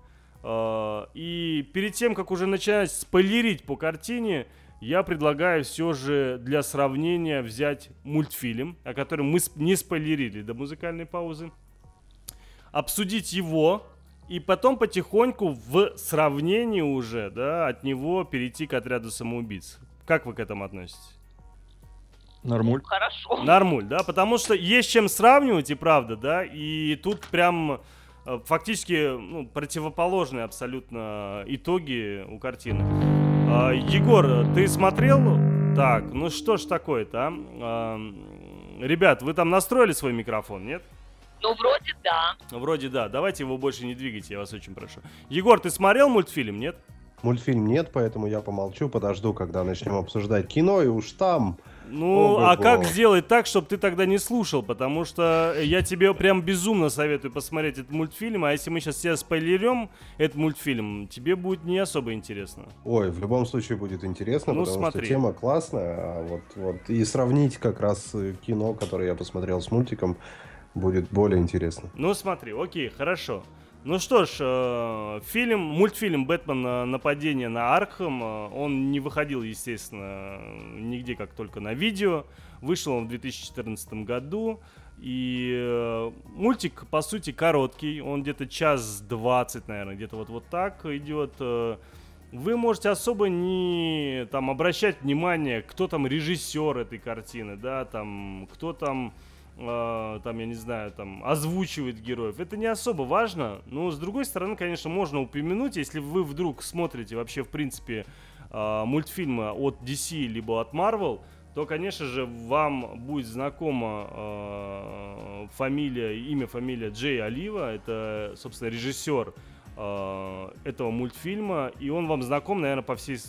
И перед тем, как уже начать спойлерить по картине, я предлагаю все же для сравнения взять мультфильм, о котором мы не спойлерили до музыкальной паузы, обсудить его, и потом потихоньку в сравнении уже, да, от него перейти к отряду самоубийц. Как вы к этому относитесь? Нормуль. Хорошо. Нормуль, да, потому что есть чем сравнивать, и правда, да, и тут прям э, фактически ну, противоположные абсолютно итоги у картины. Э, Егор, ты смотрел? Так, ну что ж такое-то, а? Э, ребят, вы там настроили свой микрофон, нет? Ну, вроде да. Вроде да, давайте его больше не двигайте, я вас очень прошу. Егор, ты смотрел мультфильм, нет? Мультфильм нет, поэтому я помолчу, подожду, когда начнем обсуждать кино, и уж там... Ну, Ого-го. а как сделать так, чтобы ты тогда не слушал? Потому что я тебе прям безумно советую посмотреть этот мультфильм, а если мы сейчас тебя спойлерем, этот мультфильм, тебе будет не особо интересно. Ой, в любом случае будет интересно, Ну, потому смотри. что тема классная, а вот, вот и сравнить как раз кино, которое я посмотрел с мультиком, будет более интересно. Ну, смотри, окей, хорошо. Ну что ж, э, фильм, мультфильм «Бэтмен. э, Нападение на Аркхэм», э, он не выходил, естественно, нигде, как только на видео. Вышел он в две тысячи четырнадцатом году. И э, мультик, по сути, короткий. Он где-то час двадцать, наверное, где-то вот, вот так идет. Э, вы можете особо не там, обращать внимание, кто там режиссер этой картины, да, там, кто там... там, я не знаю, там, озвучивает героев. Это не особо важно, но, с другой стороны, конечно, можно упомянуть, если вы вдруг смотрите вообще, в принципе, мультфильмы от ди си либо от Marvel, то, конечно же, вам будет знакома э, фамилия, имя, фамилия Джей Олива. Это, собственно, режиссер э, этого мультфильма. И он вам знаком, наверное, по всей,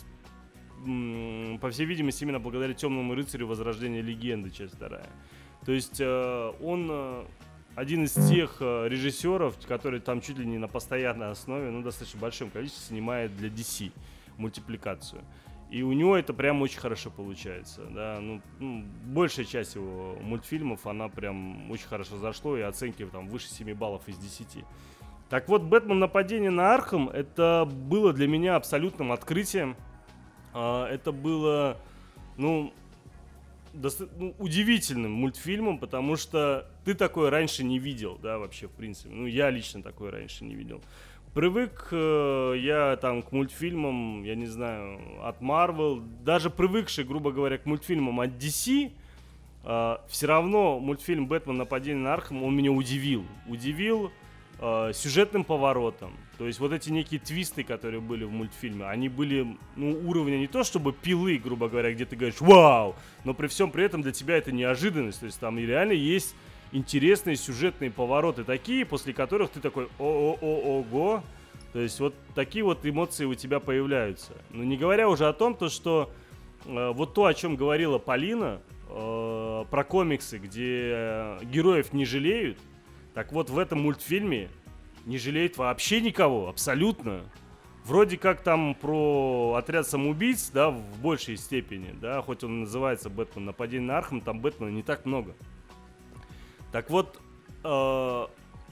м, по всей видимости, именно благодаря «Темному рыцарю. Возрождение легенды», часть вторая. То есть э, он э, один из тех э, режиссеров, который там чуть ли не на постоянной основе, ну, достаточно большом количестве снимает для ди си мультипликацию. И у него это прям очень хорошо получается, да, ну, ну, большая часть его мультфильмов, она прям очень хорошо зашло, и оценки там выше семи баллов из десяти. Так вот, «Бэтмен. Нападение на Арkham» — это было для меня абсолютным открытием. Это было, ну, доста- ну, удивительным мультфильмом, потому что ты такое раньше не видел, да, вообще, в принципе. Ну, я лично такое раньше не видел. Привык э, я там к мультфильмам, я не знаю, от Marvel, даже привыкший, грубо говоря, к мультфильмам от ди си, э, все равно мультфильм «Бэтмен. Нападение на Арkham», он меня удивил. Удивил э, сюжетным поворотом. То есть вот эти некие твисты, которые были в мультфильме, они были, ну, уровня не то чтобы «Пилы», грубо говоря, где ты говоришь «Вау!», но при всем при этом для тебя это неожиданность. То есть там реально есть интересные сюжетные повороты такие, после которых ты такой о-о-о-ого. То есть вот такие вот эмоции у тебя появляются. Но не говоря уже о том, то, что э, вот то, о чем говорила Полина, э, про комиксы, где героев не жалеют, так вот в этом мультфильме не жалеют вообще никого, абсолютно. Вроде как там про отряд самоубийц, да, в большей степени, да, хоть он называется «Бэтмен. Нападение на Арkham», там Бэтмена не так много. Так вот, э,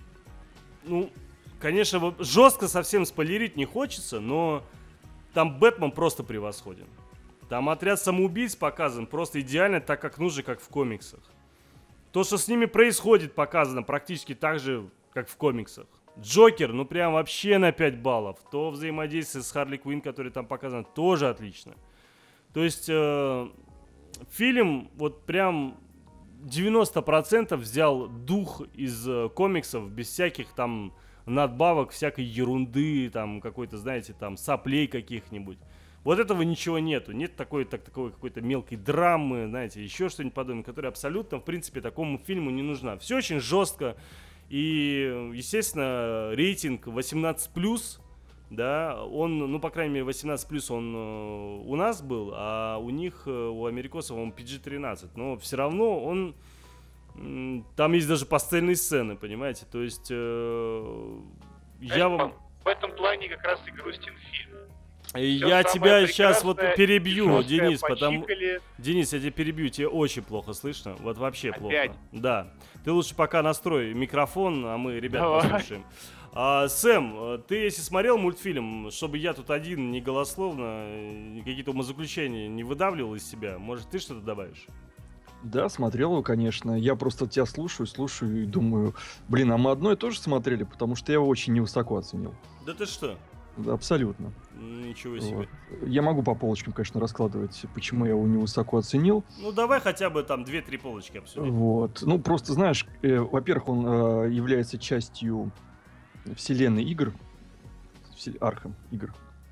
ну, конечно, жестко совсем спойлерить не хочется, но там Бэтмен просто превосходен. Там отряд самоубийц показан просто идеально, так как нужно, как в комиксах. То, что с ними происходит, показано практически так же, как в комиксах. Джокер, ну прям вообще на пять баллов. То взаимодействие с Харли Квинн, который там показано, тоже отлично. То есть э, фильм вот прям девяносто процентов взял дух из э, комиксов без всяких там надбавок, всякой ерунды, там какой-то, знаете, там соплей каких-нибудь. Вот этого ничего нету. Нет такой, так, такой какой-то мелкой драмы, знаете, еще что-нибудь подобное, которое абсолютно, в принципе, такому фильму не нужна. Все очень жестко. И, естественно, рейтинг восемнадцать плюс, да, он, ну, по крайней мере, восемнадцать плюс он э, у нас был, а у них, э, у америкосов, он пи джи тринадцать. Но все равно он... Э, там есть даже постельные сцены, понимаете? То есть... Э, я вам... В этом плане как раз и грустен фильм. Я тебя сейчас вот перебью, жесткое, Денис, потому... почикали. Денис, я тебя перебью, тебе очень плохо слышно, вот вообще Опять? плохо. Да, ты лучше пока настрой микрофон, а мы ребят Давай. послушаем. А, Сэм, ты если смотрел мультфильм, чтобы я тут один не голословно, какие-то умозаключения не выдавливал из себя, может ты что-то добавишь? Да, смотрел его, конечно. Я просто тебя слушаю, слушаю и думаю, блин, а мы одно и то же смотрели, потому что я его очень невысоко оценил. Да ты что? Да, абсолютно. Ничего себе. Вот. Я могу по полочкам, конечно, раскладывать, почему я его невысоко оценил. Ну давай хотя бы там две-три полочки обсудим. Вот. Ну, просто, знаешь, э, во-первых, он э, является частью вселенной игр, всел- Арkham игр.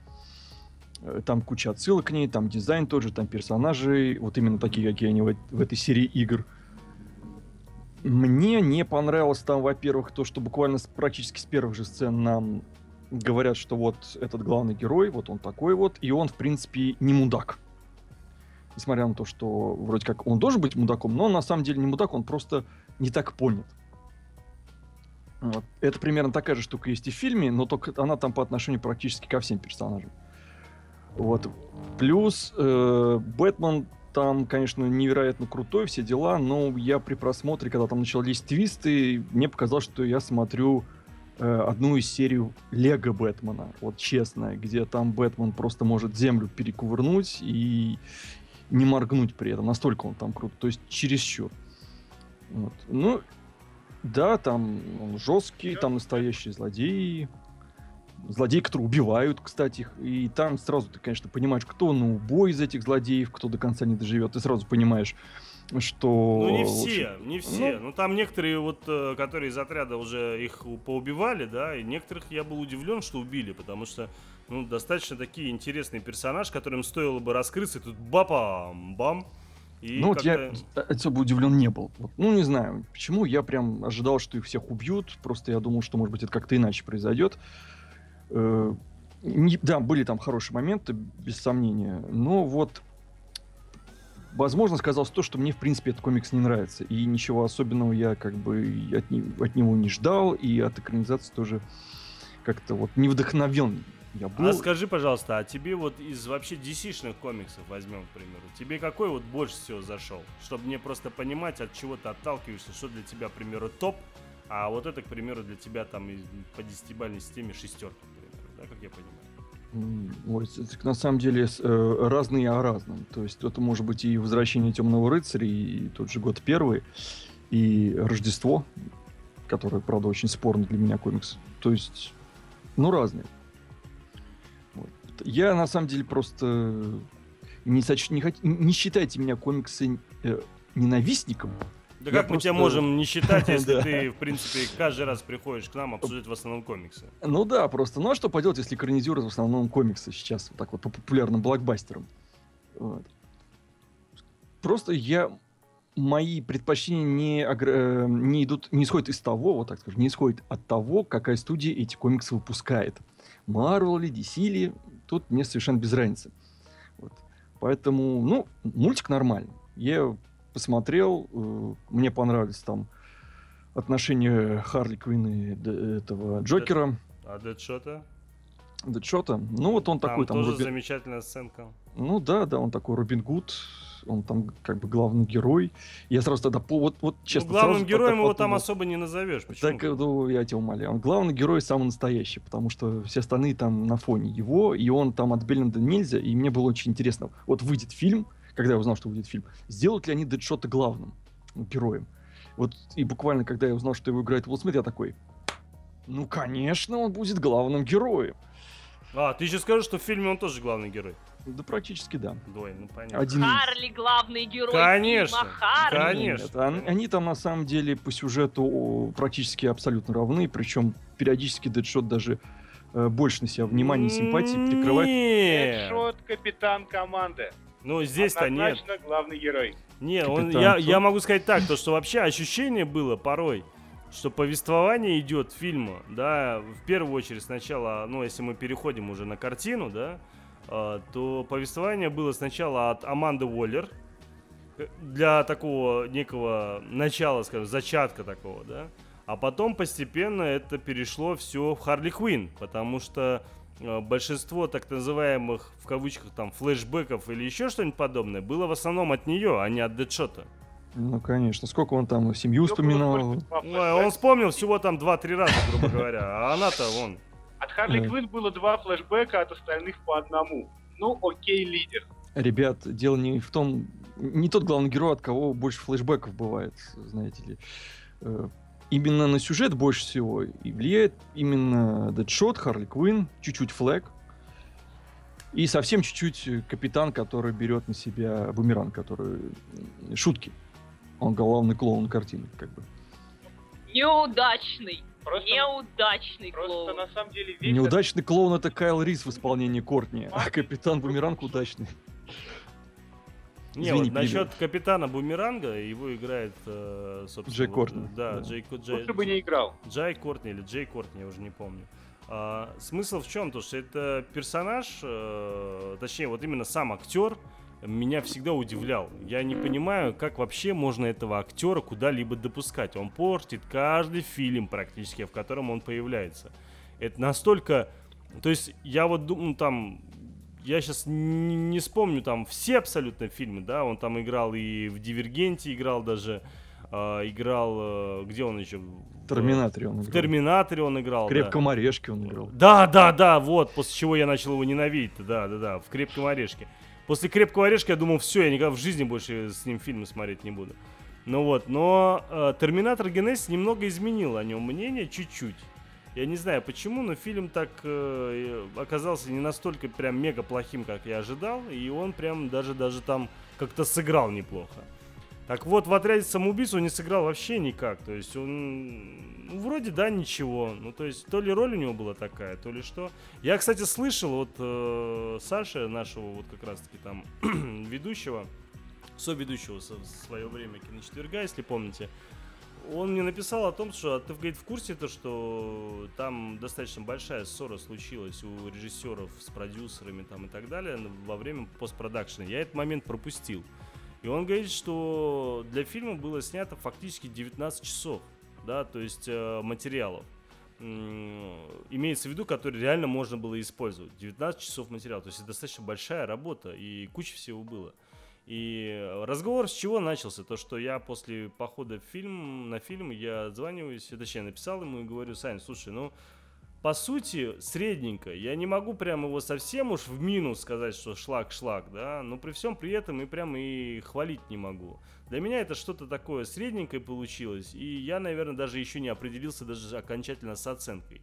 Э, Там куча отсылок к ней, там дизайн тоже, там персонажи, вот именно такие, какие они в, в этой серии игр. Мне не понравилось там, во-первых, то, что буквально с- практически с первых же сцен нам говорят, что вот этот главный герой, вот он такой вот, и он, в принципе, не мудак. Несмотря на то, что вроде как он должен быть мудаком, но он на самом деле не мудак, он просто не так понят. Вот. Это примерно такая же штука есть и в фильме, но только она там по отношению практически ко всем персонажам. Вот. Плюс э, Бэтмен там, конечно, невероятно крутой, все дела, но я при просмотре, когда там начались твисты, мне показалось, что я смотрю одну из серий Лего Бэтмена, вот честно, где там Бэтмен просто может землю перекувырнуть и не моргнуть при этом, настолько он там крут, то есть чересчур. Вот. Ну, да, там он жесткий, там настоящие злодеи, злодеи, которые убивают, кстати, их, и там сразу ты, конечно, понимаешь, кто на убой из этих злодеев, кто до конца не доживет, ты сразу понимаешь, что... Ну не в все, общем, не все. ну, Ну там некоторые вот, э, которые из отряда уже их поубивали, да, и некоторых я был удивлен, что убили, потому что, ну, достаточно такие интересные персонажи, которым стоило бы раскрыться, и тут бапам-бам, И ну вот я как-то- особо удивлен не был. Вот, ну не знаю, почему я прям ожидал, что их всех убьют. Просто я думал, что может быть это как-то иначе произойдет. Э, не- да, были там хорошие моменты, без сомнения. Но вот, возможно, сказалось то, что мне в принципе этот комикс не нравится. И ничего особенного я как бы и от, не- от него не ждал. И от экранизации тоже как-то вот не вдохновен я был. А скажи, пожалуйста, а тебе вот из вообще ди си-шных комиксов возьмем, к примеру, тебе какой вот больше всего зашел? Чтобы мне просто понимать, от чего ты отталкиваешься, что для тебя, к примеру, топ, а вот это, к примеру, для тебя там из- по десятибалльной системе шестерка, к примеру, да, как я понимаю? М, Ой, с- с- на самом деле с- э, разные о разном. То есть это может быть и «Возвращение темного рыцаря», и тот же «Год первый», и «Рождество», которое, правда, очень спорный для меня комикс. То есть, ну, разные. Вот. Я, на самом деле, просто не, соч... не, хот- не считайте меня комиксы э, ненавистником. Да Я как мы тебя просто- можем не считать, если Да. ты, в принципе, каждый раз приходишь к нам обсуждать в основном комиксы? Ну да, просто, ну а что поделать, если экранизируют в основном комиксы сейчас, вот так вот по популярным блокбастерам. Вот. Просто я... Мои предпочтения не, огр- э, не идут, не исходят из того, вот так скажем, не исходят от того, какая студия эти комиксы выпускает. Marvel ли, ди си ли, тут мне совершенно без разницы. Вот. Поэтому, ну, мультик нормальный. Я посмотрел, э, мне понравились там отношения Харли Квинн и д- этого Джокера, А Дэдшота? Дэдшота. Ну, вот он Там такой там... тоже Робин- замечательная сценка. Ну да, да, он такой Робин Гуд, он там как бы главный герой. Я сразу тогда, по, вот, вот честно, Ну, главным сразу героем тогда его там подумал, особо не назовешь. Почему? Так, ну, я тебя умоляю. Он главный герой самый настоящий, потому что все остальные там на фоне его, и он там отбелен до нельзя, и мне было очень интересно. Вот выйдет фильм, когда я узнал, что выйдет фильм, сделают ли они Дэдшота главным героем? Вот, и буквально, когда я узнал, что его играет Уилл Смит, я такой, ну, конечно, он будет главным героем. А, ты еще скажешь, что в фильме он тоже главный герой. Да практически да. Двое, ну понятно. Один из- Харли главный герой Конечно, фильма Харли. конечно. Нет, они, они там на самом деле по сюжету о, практически абсолютно равны, причем периодически Дэдшот даже э, больше на себя внимания и симпатии прикрывает. Нет. Эдшот, капитан команды. Ну, здесь-то нет. Однозначно главный герой. Не, он, Капитан я, Цо- я могу сказать так, то, что вообще ощущение было порой, что повествование идет фильма, да, в первую очередь сначала, ну, если мы переходим уже на картину, да, а, то повествование было сначала от Аманды Уоллер, э, для такого некого начала, скажем, зачатка такого, да, а потом постепенно это перешло все в Харли Квинн, потому что э, большинство так называемых, в кавычках, там, флешбеков или еще что-нибудь подобное было в основном от нее, а не от Дэдшота. Ну, конечно. Сколько он там семью вспоминал. Ой, он вспомнил всего там два-три раза, грубо говоря, а она-то вон. От Харли Да. Квинн было два флешбека, от остальных по одному. Ну, окей, лидер. Ребят, дело не в том... Не тот главный герой, от кого больше флешбеков бывает, знаете ли. Э, Именно на сюжет больше всего и влияет именно Дэдшот, Харли Квинн, чуть-чуть Флэг. И совсем чуть-чуть э, капитан, который берет на себя бумеранг, который... м, Шутки. Он главный клоун картины, как бы. Неудачный. Просто, Неудачный просто клоун. на самом деле весь Неудачный клоун — это Кайл Рис в исполнении Кортни, а капитан Бумеранг удачный. Не, Извини, вот насчет перебил. капитана Бумеранга, его играет, э, собственно... Джей вот, Кортни, Да, да. Джей, Ко- этот Джей, лучше бы не играл. Джай Кортни или Джей Кортни, я уже не помню. А, смысл в чем? То, что это персонаж, э, точнее, вот именно сам актер меня всегда удивлял. Я не понимаю, как вообще можно этого актера куда-либо допускать. Он портит каждый фильм практически, в котором он появляется. Это настолько... То есть я вот думаю, там... Я сейчас не, не вспомню там все абсолютно фильмы, да, он там играл и в «Дивергенте», играл даже, э, играл, э, где он еще? В Терминаторе он В играл. «Терминаторе» он играл, В да. Крепком орешке он играл. Да, да, да, вот, после чего я начал его ненавидеть, да, да, да, в «Крепком орешке». После «Крепкого орешка» я думал, все, я никогда в жизни больше с ним фильмы смотреть не буду. Ну вот, но э, «Терминатор Генезис» немного изменил о нем мнение, чуть-чуть. Я не знаю почему, но фильм так э, оказался не настолько прям мега плохим, как я ожидал, и он прям даже, даже там как-то сыграл неплохо. Так вот, в «Отряде самоубийц» он не сыграл вообще никак, то есть он, ну, вроде да, ничего, ну, то есть то ли роль у него была такая, то ли что. Я, кстати, слышал от э, Саши, нашего вот как раз-таки там ведущего, соведущего со- в свое время киночетверга, если помните, он мне написал о том, что а ты, говорит, в курсе то, что там достаточно большая ссора случилась у режиссеров с продюсерами там и так далее во время постпродакшена. Я этот момент пропустил. И он говорит, что для фильма было снято фактически девятнадцать часов, да, то есть э, материалов. М, Имеется в виду, который реально можно было использовать. девятнадцать часов материала, то есть это достаточно большая работа и куча всего было. И разговор с чего начался? То, что я после похода в фильм, на фильм, я отзваниваюсь, точнее написал ему и говорю: Сань, слушай, ну по сути средненько, я не могу прям его совсем уж в минус сказать, что шлак-шлак, да, но при всем при этом и прям и хвалить не могу. Для меня это что-то такое средненькое получилось, и я, наверное, даже еще не определился даже окончательно с оценкой.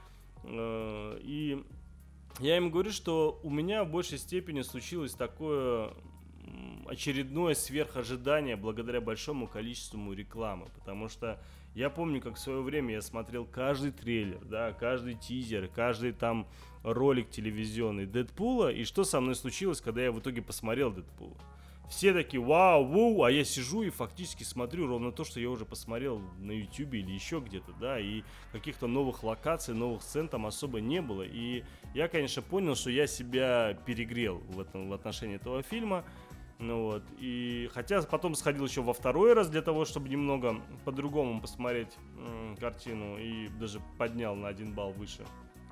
Э, И я им говорю, что у меня в большей степени случилось такое м, очередное сверхожидание благодаря большому количеству рекламы, потому что я помню, как в свое время я смотрел каждый трейлер, да, каждый тизер, каждый там ролик телевизионный Дэдпула, и что со мной случилось, когда я в итоге посмотрел Дэдпула. Все такие: вау, вау, а я сижу и фактически смотрю ровно то, что я уже посмотрел на ютубе или еще где-то, да, и каких-то новых локаций, новых сцен там особо не было, и я, конечно, понял, что я себя перегрел в, этом, в отношении этого фильма. Ну вот, и хотя потом сходил еще во второй раз для того, чтобы немного по-другому посмотреть м, картину, и даже поднял на один балл выше.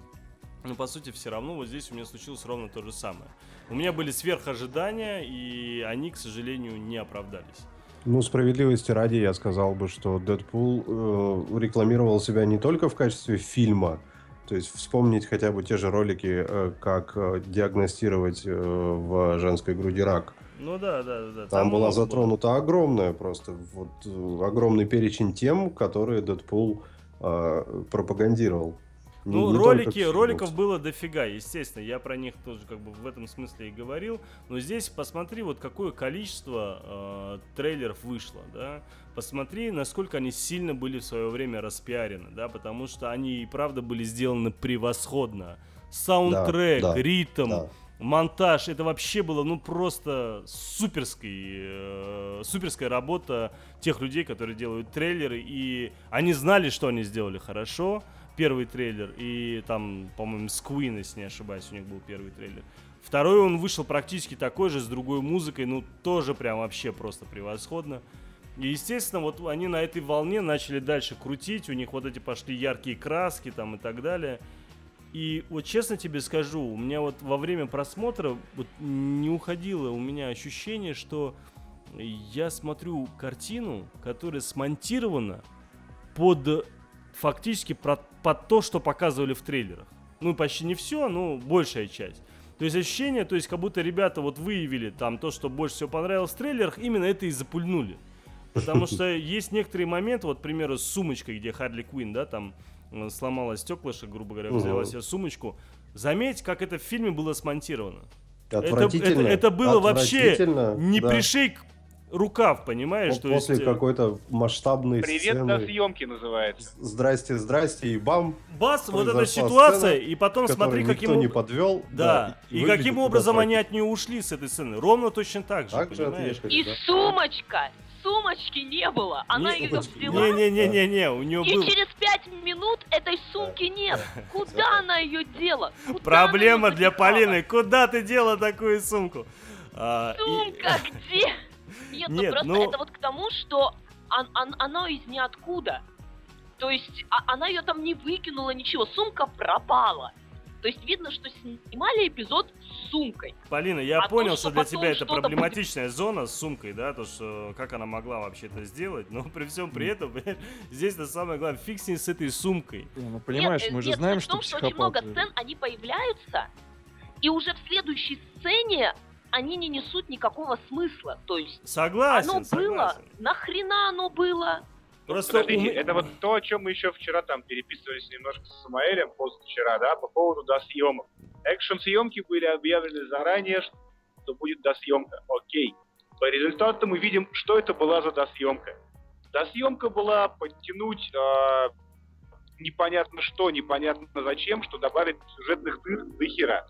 Но по сути все равно вот здесь у меня случилось ровно то же самое. У меня были сверхожидания, и они, к сожалению, не оправдались. Ну, справедливости ради, я сказал бы, что Дэдпул э, рекламировал себя не только в качестве фильма, то есть вспомнить хотя бы те же ролики, э, как э, диагностировать э, в женской груди рак. Ну да, да, да. Там, там была много было. затронута огромная просто, вот, э, огромный перечень тем, которые Дэдпул э, пропагандировал. Не- Ну, не ролики, только роликов фильм. было дофига, естественно, я про них тоже как бы в этом смысле и говорил, но здесь посмотри, вот какое количество э, трейлеров вышло, да, посмотри, насколько они сильно были в свое время распиарены, да, потому что они и правда были сделаны превосходно, саундтрек, Да, да, ритм, да. монтаж, это вообще было, ну, просто суперский, э, суперская работа тех людей, которые делают трейлеры, и они знали, что они сделали хорошо. Первый трейлер, и там, по-моему, с Queen, если не ошибаюсь, у них был первый трейлер. Второй он вышел практически такой же, с другой музыкой, ну, тоже прям вообще просто превосходно. И, естественно, вот они на этой волне начали дальше крутить, у них вот эти пошли яркие краски там и так далее. И вот честно тебе скажу, у меня вот во время просмотра вот не уходило у меня ощущение, что я смотрю картину, которая смонтирована под... фактически про, под то, что показывали в трейлерах. Ну, почти не все, но большая часть. То есть ощущение, то есть как будто ребята вот выявили там то, что больше всего понравилось в трейлерах, именно это и запульнули. Потому что есть некоторые моменты, вот, к примеру, с сумочкой, где Харли Квинн, да, там э, сломала стеклышко, грубо говоря, взяла себе сумочку. Заметь, как это в фильме было смонтировано. Это, это, Отвратительно. это было вообще Отвратительно, не да. пришей рукав, понимаешь? Вот то после есть, э, какой-то масштабной Привет сцены. на съемки называется. Здрасте, здрасте, и бам. Бас, вот эта произошла ситуация, сцена, и потом смотри, которую каким никто не об- подвел. Да, и, выглядит каким это образом они отвратительно. от нее ушли с этой сцены. Ровно точно так же, Так же понимаешь? отъехали, И да. сумочка! Сумочки не было. Она Не- ее взяла. Не-не-не-не-не, у нее И был... через пять минут этой сумки нет. Куда она ее дела? Куда Проблема она её для запихала? Полины. Куда ты дела такую сумку? А, и- Сумка где? Нет, ну Нет, просто ну- это вот к тому, что он- он- оно из ниоткуда. То есть а- она ее там не выкинула, ничего. Сумка пропала. То есть видно, что снимали эпизод с сумкой. Полина, я А то, понял, что что для потом тебя это что-то проблематичная зона с сумкой, да, то, что как она могла вообще это сделать, но при всем при этом, понимаешь, здесь-то самое главное, фиг с ней с этой сумкой. Не, ну понимаешь, Нет, мы же нет, знаем, суть в что том, что очень много психопаты... сцен, они появляются, и уже в следующей сцене они не несут никакого смысла. То есть Согласен, оно было, согласен. нахрена оно было? Просто у Подождите, ме- это вот то, о чем мы еще вчера там переписывались немножко с Самаэлем, позавчера, да, по поводу досъемок. Экшн-съемки были объявлены заранее, что будет досъемка. Окей. По результату мы видим, что это была за досъемка. Досъемка была подтянуть э, непонятно что, непонятно зачем, что добавить сюжетных дыр до хера.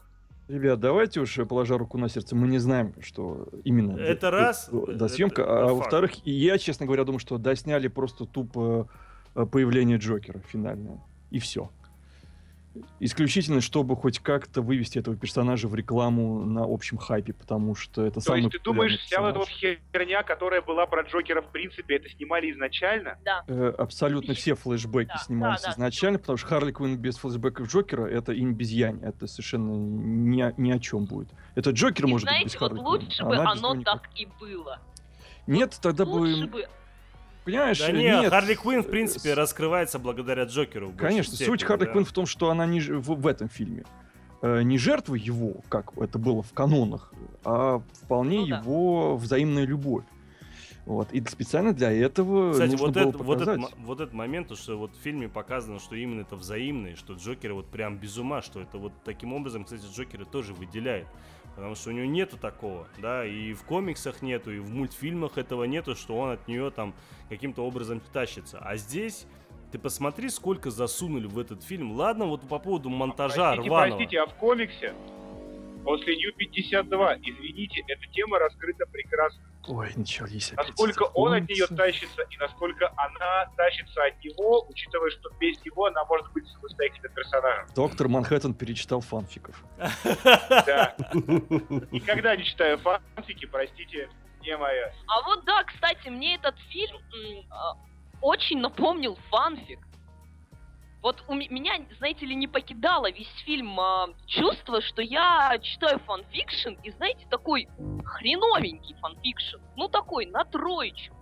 Ребят, давайте уж, положа руку на сердце, мы не знаем, что именно... Это д- раз, д- Да, это- съемка. это А факт. во-вторых, и я, честно говоря, думаю, что досняли просто тупо э, появление Джокера финальное. И все. Исключительно, чтобы хоть как-то вывести этого персонажа в рекламу на общем хайпе, потому что это То самый есть ты думаешь, популярный вся вот эта вот персонаж. херня, которая была про Джокера, в принципе, это снимали изначально? Да. Э, Абсолютно все флешбеки Да, снимались да, да. изначально, потому что Харли Квинн без флешбеков Джокера — это инь без янь, это совершенно ни, о- ни о чем будет. Это Джокер И может быть знаете, без вот Харли лучше Квинн, бы а она без оно него никак. так и было. Нет, тогда Лучше бы, бы. понимаешь, Да не, нет. Харли Квинн, в принципе, С- раскрывается благодаря Джокеру. в большей Конечно, степени, суть Харли да. Квинн в том, что она не ж- в, в этом фильме э, не жертва его, как это было в канонах, а вполне Ну да. его взаимная любовь. Вот. И специально для этого Кстати, нужно вот, было это, вот, этот, показать. мо- вот этот момент, то, что вот в фильме показано, что именно это взаимно, и что Джокер вот прям без ума, что это вот таким образом, кстати, Джокера тоже выделяет. Потому что у него нету такого, да, и в комиксах нету, и в мультфильмах этого нету, что он от нее там каким-то образом тащится. А здесь ты посмотри, сколько засунули в этот фильм. Ладно, вот по поводу монтажа Простите, рваного. простите, а в комиксе после Нью пятьдесят два, извините, эта тема раскрыта прекрасно. Ой, начались опять Насколько эти он от нее комиксы. тащится и насколько она тащится от него, учитывая, что без него она может быть самостоятельным персонажем. Доктор Манхэттен перечитал фанфиков. Да. Никогда не читаю фанфики, простите, не моя. А вот да, кстати, мне этот фильм м, а, очень напомнил фанфик. Вот у ме- меня, знаете ли, не покидало весь фильм а, чувство, что я читаю фанфикшн, и, знаете, такой хреновенький фанфикшн. Ну, такой, на троечку.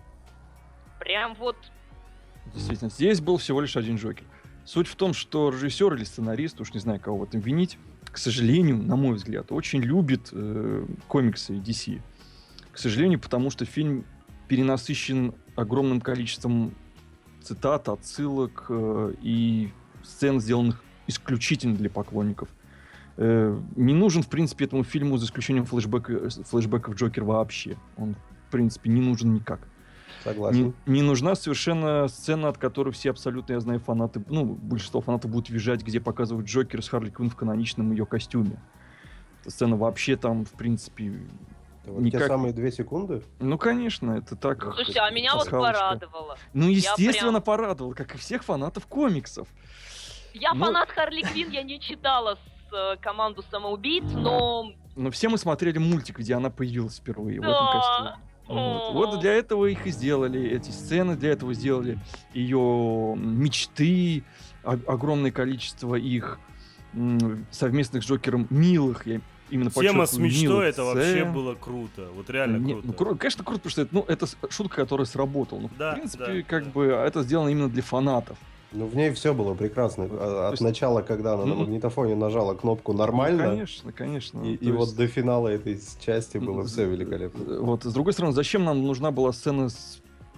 Прям вот... Действительно, здесь был всего лишь один Джокер. Суть в том, что режиссер или сценарист, уж не знаю, кого в этом винить, к сожалению, на мой взгляд, очень любит э, комиксы ди си. К сожалению, потому что фильм перенасыщен огромным количеством цитат, отсылок э, и сцен, сделанных исключительно для поклонников. Э, не нужен, в принципе, этому фильму, за исключением флешбека, флешбеков, Джокер вообще. Он, в принципе, не нужен никак. Согласен. Не, не нужна совершенно сцена, от которой все абсолютно, я знаю, фанаты, ну, большинство фанатов будут визжать, где показывают Джокера с Харли Квинн в каноничном ее костюме. Эта сцена вообще там, в принципе, Это вот никак- те самые две секунды. ну, конечно, это так. Слушайте, а меня вот пасхалочка. порадовало. Ну, Я естественно, прям- порадовал, как и всех фанатов комиксов. Я Ну- фанат Харли Квинн, я не читала с э, команду самоубийц, но... Но все мы смотрели мультик, где она появилась впервые в этом Да. костюме. Вот. Вот для этого их и сделали, эти сцены для этого сделали, ее мечты, о- огромное количество их м, совместных с Джокером милых, я именно Тема с подчеркиваю, мечтой, милых это вообще сцен. было круто. Вот реально Не, круто. ну, кру- конечно, круто, потому что это, ну, это с- шутка, которая сработала. Ну, Да, в принципе, да, как да. бы это сделано именно для фанатов. Ну, в ней все было прекрасно. А- От есть- начала, когда она на Мгм. магнитофоне нажала кнопку Ну, нормально, конечно, конечно. и, То и вот есть- до финала этой части было М, все великолепно. Э, Вот, с другой стороны, зачем нам нужна была сцена с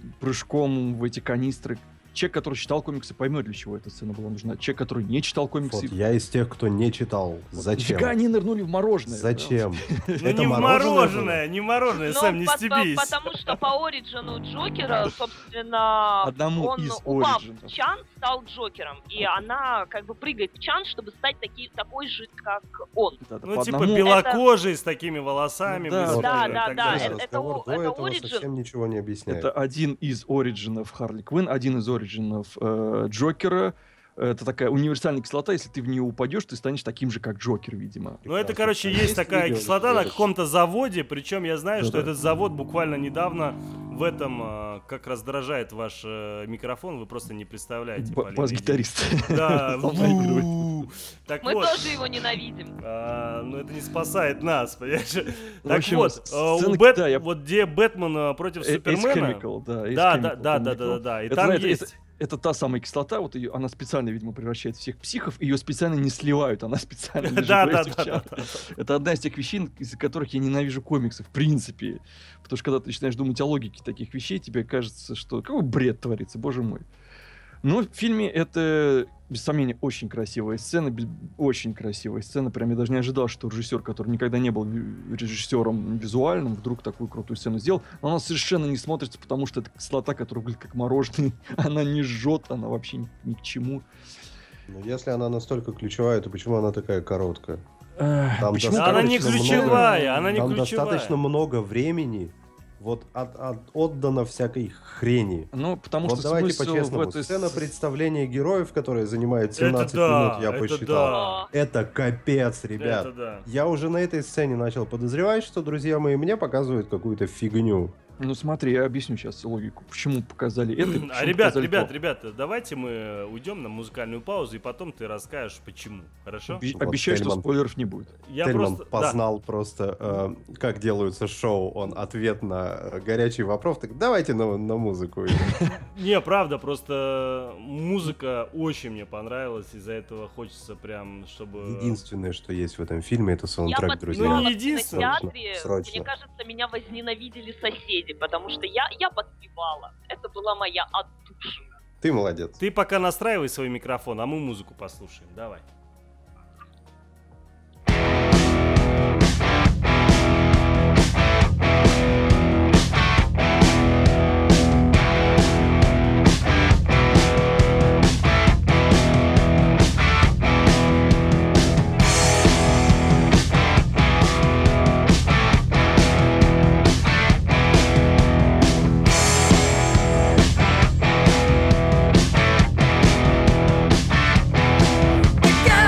прыжком в эти канистры? Человек, который читал комиксы, поймет, для чего эта сцена была нужна. Человек, который не читал комиксы, Вот, я из тех, кто не читал. Зачем? нифига они нырнули в мороженое. Зачем? Ну Это не в мороженое мороженое, не мороженое, Ну, Сэм, не по- по- стебись. потому что по Ориджину Джокера, собственно, Одному он, из упав Ориджинов. в чан, стал Джокером. И она как бы прыгает в чан, чтобы стать таки, такой же, как он. Да-да, Ну, по типа одному- белокожий с такими волосами. Ну да, высокими да, и да, так да, далее. это- Разговор это до это этого Origin. совсем ничего не объясняет. Это один из оригинов Харли Квинн, один из оригинов э, Джокера. Это такая универсальная кислота, если ты в нее упадешь, ты станешь таким же, как Джокер, видимо. Ну, это, Прекрасно. короче, есть Есть такая видео, кислота на видео. каком-то заводе, причем я знаю, что Да-да. этот завод буквально недавно в этом, а, как раздражает ваш э, микрофон, вы просто не представляете. Б- Полина, Бас-гитарист. Да, Сам наигрывает. ву. Так Мы вот, тоже его ненавидим. а, но это не спасает нас, понимаешь? В Так общем, вот, а, у сцена- Бэт- да, я- вот где Бэтмен а, против Э, Ace Супермена, Chemical, да, Ace да, Chemical, да, да, да, да, да, Chemical. да, и Это, там знаете, есть. это- Это та самая кислота, вот ее, она специально, видимо, превращает всех психов, ее специально не сливают, она специально лежит Да, в да, этих да, чанах. да, да. Это одна из тех вещей, из-за которых я ненавижу комиксы, в принципе. Потому что когда ты начинаешь думать о логике таких вещей, тебе кажется, что какой бред творится, боже мой. Но в фильме это, без сомнения, очень красивая сцена, без- очень красивая сцена. Прям я даже не ожидал, что режиссер, который никогда не был ви- режиссером визуальным, вдруг такую крутую сцену сделал. Но она совершенно не смотрится, потому что это кислота, которая выглядит как мороженое. Она не жжет, она вообще ни, ни к чему. Ну, если она настолько ключевая, то почему она такая короткая? Эх, Там почему достаточно Она не много- ключевая, она не Там ключевая. достаточно много времени вот от- от- отдано всякой хрени. Ну, потому Вот что давайте смысл в по-честному. этой... Сцена с- представления героев, которая занимает Это семнадцать да, минут, я это посчитал. да. Это капец, ребят. Это да. Я уже на этой сцене начал подозревать, что друзья мои мне показывают какую-то фигню. Ну смотри, я объясню сейчас логику, почему показали это. и почему А, ребят, показали ребят, то. ребята, давайте мы уйдем на музыкальную паузу, и потом ты расскажешь, почему. Хорошо? Оби- Вот Обещаю, что Тельман- спойлеров не будет. Я Тельман просто... да. познал просто, э, как делаются шоу. Он ответ на э, горячий вопрос. Так давайте на, на музыку. Не, правда, просто музыка очень мне понравилась, из-за этого хочется прям, чтобы... Единственное, что есть в этом фильме, это Я саундтрек, друзья. подпевала Ну, в единственное. кинотеатре. Срочно. Мне кажется, меня возненавидели соседи, потому что я, я подпевала. Это была моя отдушина. Ты молодец. Ты пока настраивай свой микрофон, а мы музыку послушаем. Давай. You got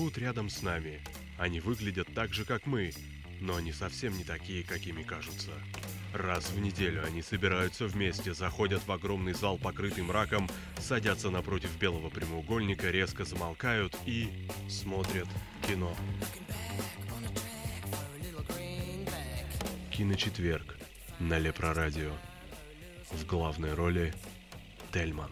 живут рядом с нами. Они выглядят так же, как мы, но они совсем не такие, какими кажутся. Раз в неделю они собираются вместе, заходят в огромный зал, покрытый мраком, садятся напротив белого прямоугольника, резко замолкают и смотрят кино. Киночетверг на Лепрорадио. В главной роли Тельман.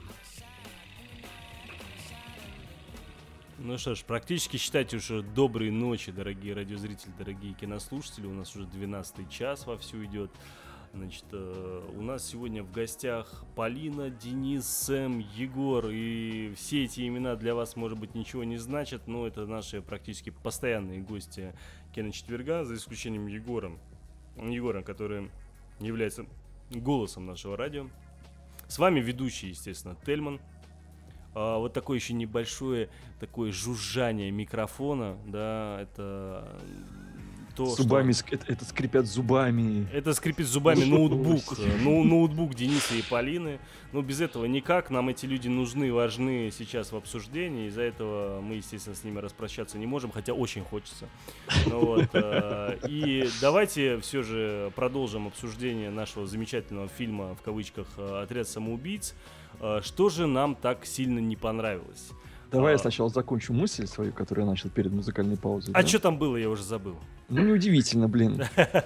Ну что ж, практически считайте уже доброй ночи, дорогие радиозрители, дорогие кинослушатели. У нас уже двенадцатый час вовсю идет. Значит, э, у нас сегодня в гостях Полина, Денис, Сэм, Егор. И все эти имена для вас, может быть, ничего не значат, но это наши практически постоянные гости киночетверга, за исключением Егора. Егора, который является голосом нашего радио. С вами ведущий, естественно, Тельман. А, вот такое еще небольшое такое жужжание микрофона, да, это то, зубами, что... это, это скрипят зубами. Это скрипит зубами ноутбук, ну, ноутбук Дениса и Полины. Но без этого никак, нам эти люди нужны, важны сейчас в обсуждении, из-за этого мы, естественно, с ними распрощаться не можем, хотя очень хочется. Ну, вот, э, и давайте все же продолжим обсуждение нашего замечательного фильма, в кавычках, «Отряд самоубийц». Что же нам так сильно не понравилось? Давай а... я сначала закончу мысль свою, которую я начал перед музыкальной паузой. А да? что там было, я уже забыл. Ну, неудивительно, блин.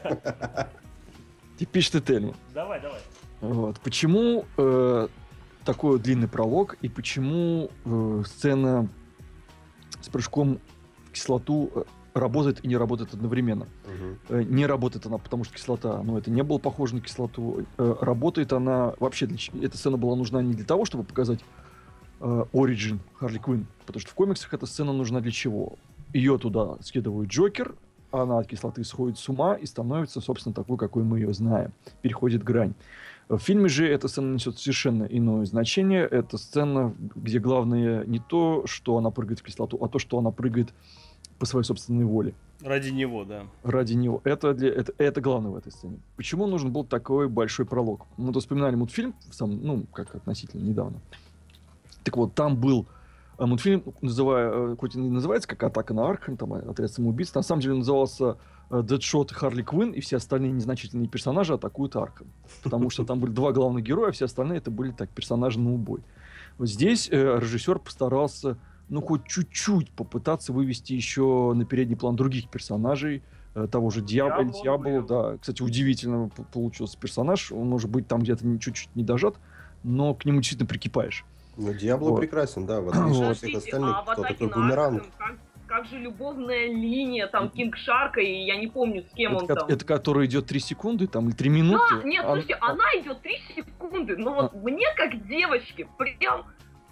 Типичный Тельман. Давай, давай. Вот. Почему э, такой вот длинный пролог, и почему э, сцена с прыжком в кислоту э, работает и не работает одновременно? Угу. Э, не работает она, потому что кислота, ну, это не было похоже на кислоту. Э, работает она вообще, для, эта сцена была нужна не для того, чтобы показать Origin Харли Квинн, потому что в комиксах эта сцена нужна для чего? Ее туда скидывает Джокер, она от кислоты сходит с ума и становится, собственно, такой, какой мы ее знаем. Переходит грань. В фильме же эта сцена несет совершенно иное значение. Это сцена, где главное не то, что она прыгает в кислоту, а то, что она прыгает по своей собственной воле. Ради него, да. Ради него. Это, для, это, это главное в этой сцене. Почему нужен был такой большой пролог? Мы тут вспоминали мультфильм, сам, ну, как относительно недавно. Так вот, там был э, мультфильм, называя, э, хоть и не называется как «Атака на Аркхем», там «Отряд самоубийц», на самом деле назывался э, «Дэдшот» и «Харли Квинн», и все остальные незначительные персонажи атакуют Аркхем. Потому что там были два главных героя, а все остальные это были так персонажи на убой. Вот здесь э, режиссер постарался, ну, хоть чуть-чуть попытаться вывести еще на передний план других персонажей, э, того же Диабло, Диабло, да. Кстати, удивительно получился персонаж, он может быть там где-то чуть-чуть не дожат, но к нему действительно прикипаешь. Ну, Диабло вот. Прекрасен, да, в отличие от всех остальных. А кто такой Бумеранг? Как, как же любовная линия, там, Кинг Шарка, и я не помню, с кем это, он там. Это которая идет три секунды, там, или три минуты. Да, нет, а, слушайте, а... она идет три секунды, но вот а... мне, как девочке, прям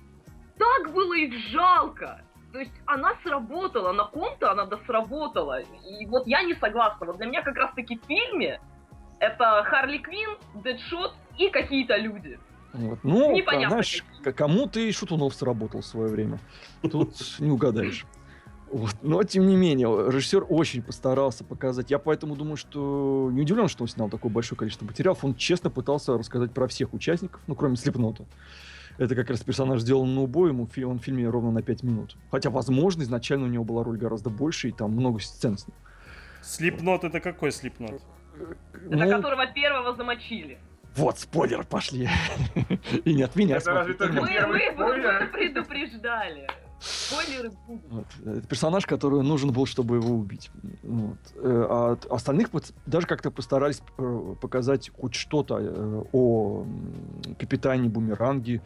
так было их жалко. То есть она сработала, на ком-то она досработала. И вот я не согласна. Вот для меня как раз-таки в фильме это Харли Квинн, Дэдшот и какие-то люди. Вот. Ну, знаешь, кому-то и Шатунов сработал в свое время. Тут не угадаешь. Вот. Но, тем не менее, режиссер очень постарался показать. Я поэтому думаю, что не удивлен, что он снял такое большое количество материалов. Он честно пытался рассказать про всех участников, ну, кроме Слипнота. Это как раз персонаж сделан на убой, ему он в фильме ровно на пять минут. Хотя, возможно, изначально у него была роль гораздо больше, и там много сцен с ним. Слипнот — это какой Слипнот? Это ну... которого первого замочили. Вот, спойлер, пошли. И не от меня. Это разве только мы, первый мы, спойлер? Мы предупреждали. Спойлеры будут. Вот. Это персонаж, который нужен был, чтобы его убить. Вот. А остальных даже как-то постарались показать хоть что-то о капитане Бумеранге.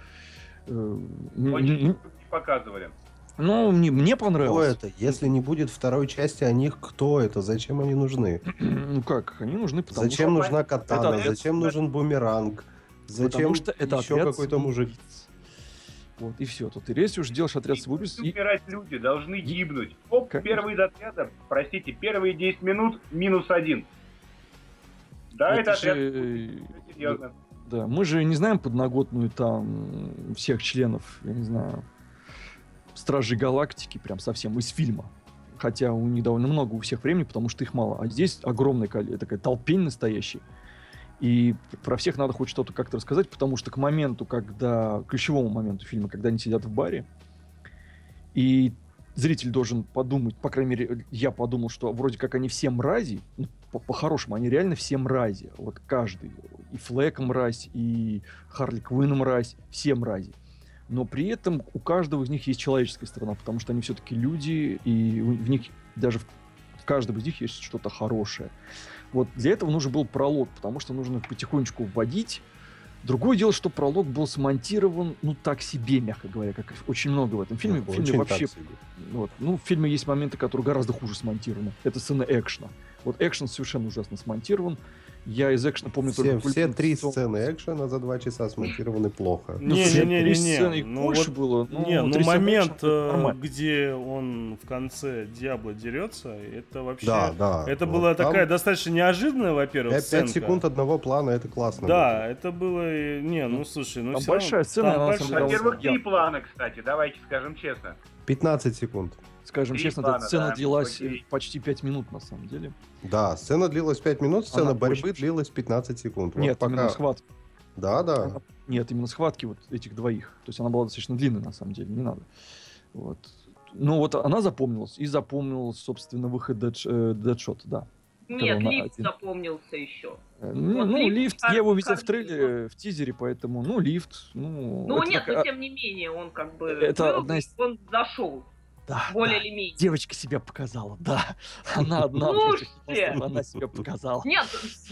Очень не показывали. Ну, мне, мне понравилось. Кто это? Если не будет второй части о них, кто это? Зачем они нужны? Ну как, они нужны, потому зачем что... нужна катана? Это... Зачем нужен Бумеранг? Зачем что это еще какой-то мужик? Вот, и все. Тут и если уж делаешь отряд самоубийц... И... Умирать люди должны гибнуть. Оп, как? Первый из отряда, простите, первые десять минут минус один. Да, это, это отряд... Же... Серьезно. Да, да, мы же не знаем подноготную там всех членов, я не знаю... Стражи Галактики, прям совсем из фильма. Хотя у них довольно много у всех времени, потому что их мало. А здесь огромная такая толпень настоящая. И про всех надо хоть что-то как-то рассказать, потому что к моменту, когда... К ключевому моменту фильма, когда они сидят в баре, и зритель должен подумать, по крайней мере, я подумал, что вроде как они все мрази, ну, по- по-хорошему, они реально все мрази. Вот каждый. И Флэк мразь, и Харли Квинн мразь, все мрази. Но при этом у каждого из них есть человеческая сторона, потому что они все-таки люди, и у- в них даже в, в каждом из них есть что-то хорошее. Вот для этого нужен был пролог, потому что нужно потихонечку вводить. Другое дело, что пролог был смонтирован, ну, так себе, мягко говоря, как и очень много в этом фильме. В фильме Очень вообще... так себе. Вот. Ну, в фильме есть моменты, которые гораздо хуже смонтированы. Это сцена экшена. Вот экшен совершенно ужасно смонтирован. Я из экшена помню Все, только... все культурный три сон. сцены экшена за два часа смонтированы плохо. Ну, все три Не-не-не-не-не. сцены, их Ну больше вот было. Ну, Не, ну три сцены момент, экшена, это э, нормально. где он в конце Диабло дерется, это вообще... Да, да. Это Вот была там такая достаточно неожиданная, во-первых, пять, пять сценка. секунд одного плана, это классно. Да, это было... э, Не, ну слушай, ну Там всё большая равно- сцена, там она, на большая самом деле, сцена. Во-первых, три Я- плана, кстати, давайте скажем честно. пятнадцать секунд. Скажем Три честно, плана, эта сцена да, длилась э, окей. почти пять минут, на самом деле. Да, сцена длилась пять минут, сцена Она борьбы очень- длилась пятнадцать секунд. Вот Нет, пока... именно схватки. Да, да. Она- Нет, именно схватки вот этих двоих. То есть она была достаточно длинная, на самом деле, не надо. Вот. Ну вот она запомнилась. И запомнилась, собственно, выход Дэдш- э, Дэдшота, да. Нет, Когда он лифт один. запомнился еще. Э, Ну, Вот ну, лифт, лифт, кар- я его видел в картина. трейлере, в тизере, поэтому, ну, лифт, ну... Ну это нет, как- но а, тем не менее, он как бы Это был, одна из- он зашел, да, более да. или менее. Девочка себя показала, да. Она одна Слушайте. против монстров, она себя показала. Нет,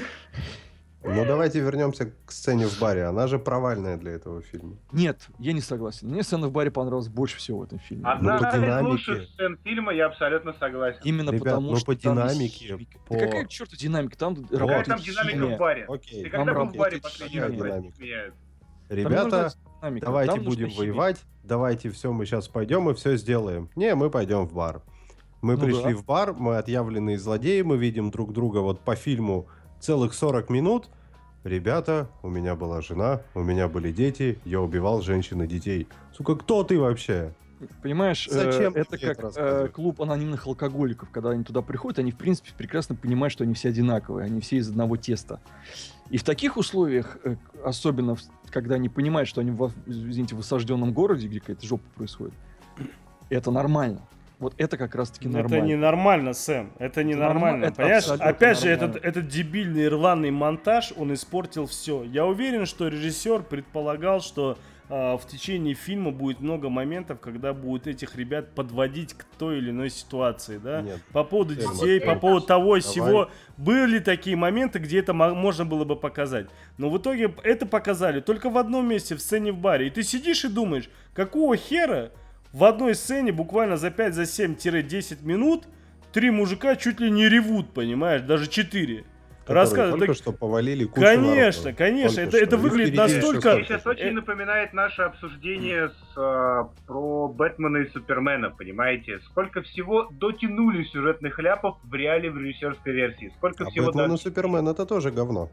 Ну давайте вернемся к сцене в баре. Она же провальная для этого фильма. Нет, я не согласен. Мне сцена в баре понравилась больше всего в этом фильме. Одна по из динамике. лучших сцен фильма, я абсолютно согласен. Именно Ребят, потому ну, что по там есть динамике, химика. по- Да какая к черту динамика? Там Какая работает там динамика химия. в баре? Окей. Ты Там когда был в баре работает последний раз? химия. простите меня? Там не Ребята, нужна динамика, давайте там нужна будем химия. воевать, давайте все, мы сейчас пойдем и все сделаем. Не, мы пойдем в бар. Мы Ну пришли да. в бар, мы отъявленные злодеи, мы видим друг друга вот по фильму целых сорок минут. Ребята, у меня была жена, у меня были дети, я убивал женщин и детей. Сука, кто ты вообще? Понимаешь, э, Зачем ты это мне это как э, рассказываешь? клуб анонимных алкоголиков. Когда они туда приходят, они, в принципе, прекрасно понимают, что они все одинаковые, они все из одного теста. И в таких условиях, э, особенно в- когда они понимают, что они, в, извините, в осажденном городе, где какая-то жопа происходит, это нормально. Вот это как раз-таки нормально. Это ненормально, Сэм. Это ненормально. это Понимаешь, абсолютно опять же, нормально. этот, этот дебильный рваный монтаж, он испортил все. Я уверен, что режиссер предполагал, что а, в течение фильма будет много моментов, когда будут этих ребят подводить к той или иной ситуации, да? Нет. По поводу Сэм, детей, вот по это- поводу того и Давай. сего. Были такие моменты, где это мо- можно было бы показать. Но в итоге это показали только в одном месте, в сцене в баре. И ты сидишь и думаешь, какого хера в одной сцене буквально за пять-семь-десять минут три мужика чуть ли не ревут, понимаешь, даже четыре. Которые Рассказывают. только Так- что повалили кучу Конечно, народу. конечно, Только это- что. это И выглядит впереди еще настолько- столько. Мне сейчас очень Э, напоминает наше обсуждение с, а, про Бэтмена и Супермена, понимаете? Сколько всего дотянули сюжетных ляпов в реале в режиссерской версии. Сколько А всего... Бэтмен до- и Супермен это тоже говно.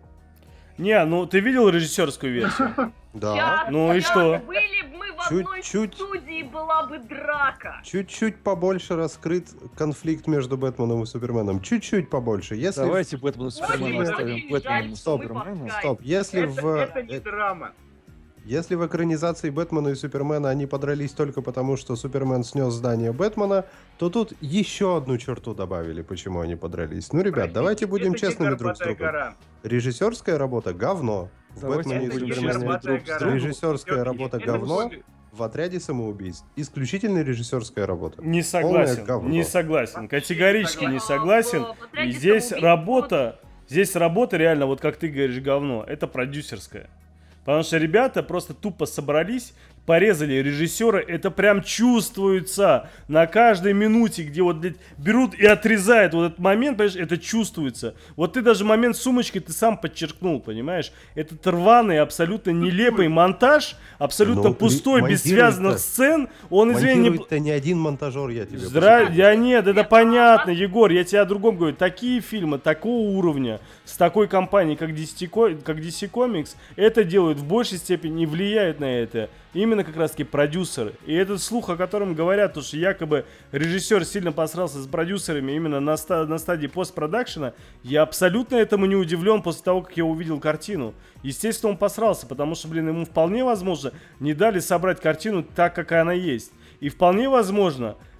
Не, ну ты видел режиссерскую версию? Да. сейчас, Ну и что? были бы мы в одной Чуть-чуть. студии, была бы драка. Чуть-чуть побольше раскрыт конфликт между Бэтменом и Суперменом. Чуть-чуть побольше. Если... Давайте Бэтмена Очень, Супермена оставим очень Бэтменом жаль, и что мы Суперменом. подкаст. Стоп, если Это, в... это не э, драма. Если в экранизации Бэтмена и Супермена они подрались только потому, что Супермен снес здание Бэтмена, то тут еще одну черту добавили, почему они подрались. Ну, ребят, Простите, давайте будем это честными не друг с «Горбатая другом. гора». Режиссерская работа — говно. В Давайте Бэтмене и Это не будем Супермене «Горбатая друг с гора». другом. режиссерская работа Это говно. будет- В отряде самоубийц исключительно режиссерская работа. Не Полное согласен, говно. не согласен, Вообще категорически не А, согласен. в- в И «Отряде здесь самоубийц» работа, здесь работа реально, вот как ты говоришь, говно, это продюсерская. Потому что ребята просто тупо собрались, порезали режиссера, это прям чувствуется на каждой минуте, где вот блядь, берут и отрезают вот этот момент, понимаешь, это чувствуется. Вот ты даже момент с сумочкой ты сам подчеркнул, понимаешь? Этот рваный, абсолютно нелепый монтаж, абсолютно Ну, пустой, ли- без связанных монтирует-то- сцен, он, извини, не... Монтирует-то не один монтажер, я тебе Здра... пошутил. Я нет, это понятно, Егор, я тебе о другом говорю. Такие фильмы, такого уровня, с такой компанией, как ди си, Ко- как ди си Comics, это делают в большей степени и влияют на это. Именно как раз таки продюсеры. И этот слух, о котором говорят, то, что якобы режиссер сильно посрался с продюсерами именно на, ста- на стадии постпродакшена, я абсолютно этому не удивлен после того, как я увидел картину. Естественно, он посрался, потому что, блин, ему вполне возможно не дали собрать картину так, как она есть. И вполне возможно,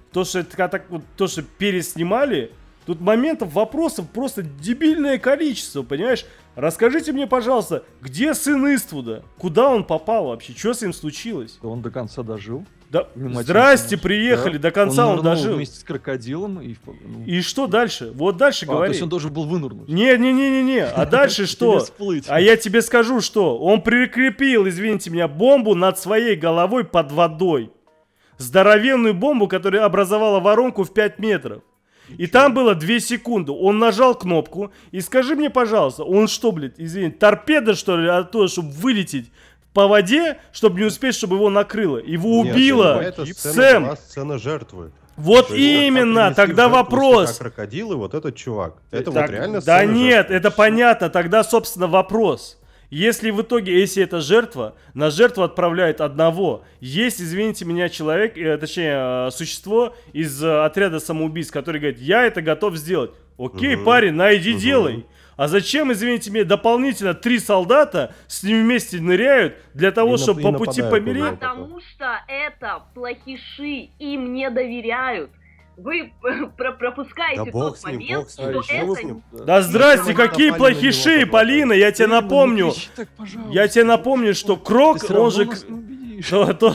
то, что это так вот, то, что переснимали, тут моментов, вопросов просто дебильное количество, понимаешь? Расскажите мне, пожалуйста, где сын Иствуда? Куда он попал вообще? Что с ним случилось? Он до конца дожил. Да, Внимательно здрасте, слушай. приехали, Да. до конца он, нырнул дожил. вместе с крокодилом. И, ну, И что дальше? Вот дальше а, говори. то есть он должен был вынырнуть. Не-не-не-не-не, а дальше что? Или всплыть. А я тебе скажу, что он прикрепил, извините меня, бомбу над своей головой под водой. Здоровенную бомбу, которая образовала воронку в пять метров. И там было две секунды. Он нажал кнопку. И скажи мне, пожалуйста, он что, блядь, извини, торпеда, что ли, от того, чтобы вылететь по воде, чтобы не успеть, чтобы его накрыло? Его Нет, убило эта сцена Сэм. была сцена жертвы. Вот То есть, именно, как принесли тогда в жертву вопрос. себя крокодилы, вот этот чувак. Это Так, вот реально да сцена нет, жертвы. это понятно. Тогда, собственно, вопрос. Если в итоге, если это жертва, на жертву отправляют одного. Есть, извините меня, человек, э, точнее, э, существо из э, отряда самоубийц, который говорит, я это готов сделать. Окей, Мгм. парень, на иди Мгм. делай. А зачем, извините меня, дополнительно три солдата с ним вместе ныряют для того, И чтобы нап- по и пути нападают на помереть? него. Потому что это плохиши, им не доверяют. Вы про- пропускаете Да бог тот с ним, момент, бог с ним, что чего вы с это... ним? Да здрасте, Если вы какие напали на него, плохиши, потом Полина, я тебе Блин, ну не напомню. кричи так, пожалуйста. Я тебе напомню, что Крок, Ты всё он равно же... нас не убедишь. То- то-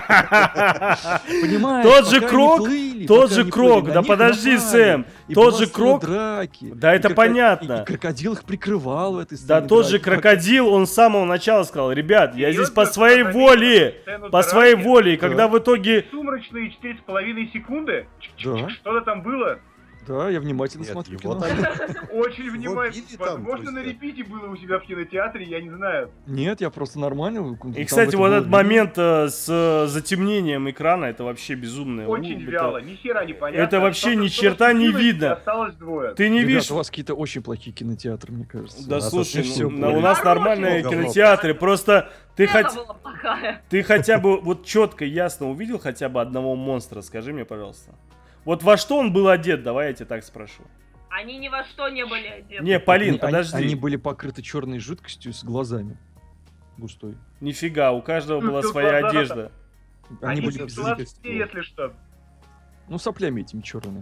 Понимаешь, Тот же пока они Крок, плыли, тот пока же они Крок, плыли, да на них подожди, напали, Сэм, и тот была же сцена Крок- драки, Да, и это кроко- понятно. И, и крокодил их прикрывал в этой Да сцене тот же драки. крокодил, он с самого начала сказал, ребят, я здесь Серьезно, по своей заметил воле, сцену по своей драки? воле, и когда в итоге... Сумрачные четыре с половиной секунды? Да. Что-то там было? Да, я внимательно Нет, смотрю его кино. там- Очень Его внимательно. били там Возможно, на просто. репите было у себя в кинотеатре, я не знаю. Нет, я просто нормально. И, кстати, вот этот момент э, с э, затемнением экрана, это вообще безумное. Очень У, это- вяло, ни хера не понятно. это вообще Что-то- ни что-то черта не случилось, видно. и Осталось двое. Ты не Ребят, видишь... у вас какие-то очень плохие кинотеатры, мне кажется. Да нас слушай, вообще всё ну, было. у нас Хорошего нормальные говно. кинотеатры, просто ты, Это хоть, была плохая. ты хотя бы вот четко, ясно увидел хотя бы одного монстра, скажи мне, пожалуйста. Вот во что он был одет, давай я тебя так спрошу. Они ни во что не были одеты. Не, Полин, Они- подожди. Они, они были покрыты черной жидкостью с глазами. Густой. Нифига, у каждого Ну, была тут своя глаза-то- одежда. Они, Они были без без- пластики, если что. ну, соплями этими черными.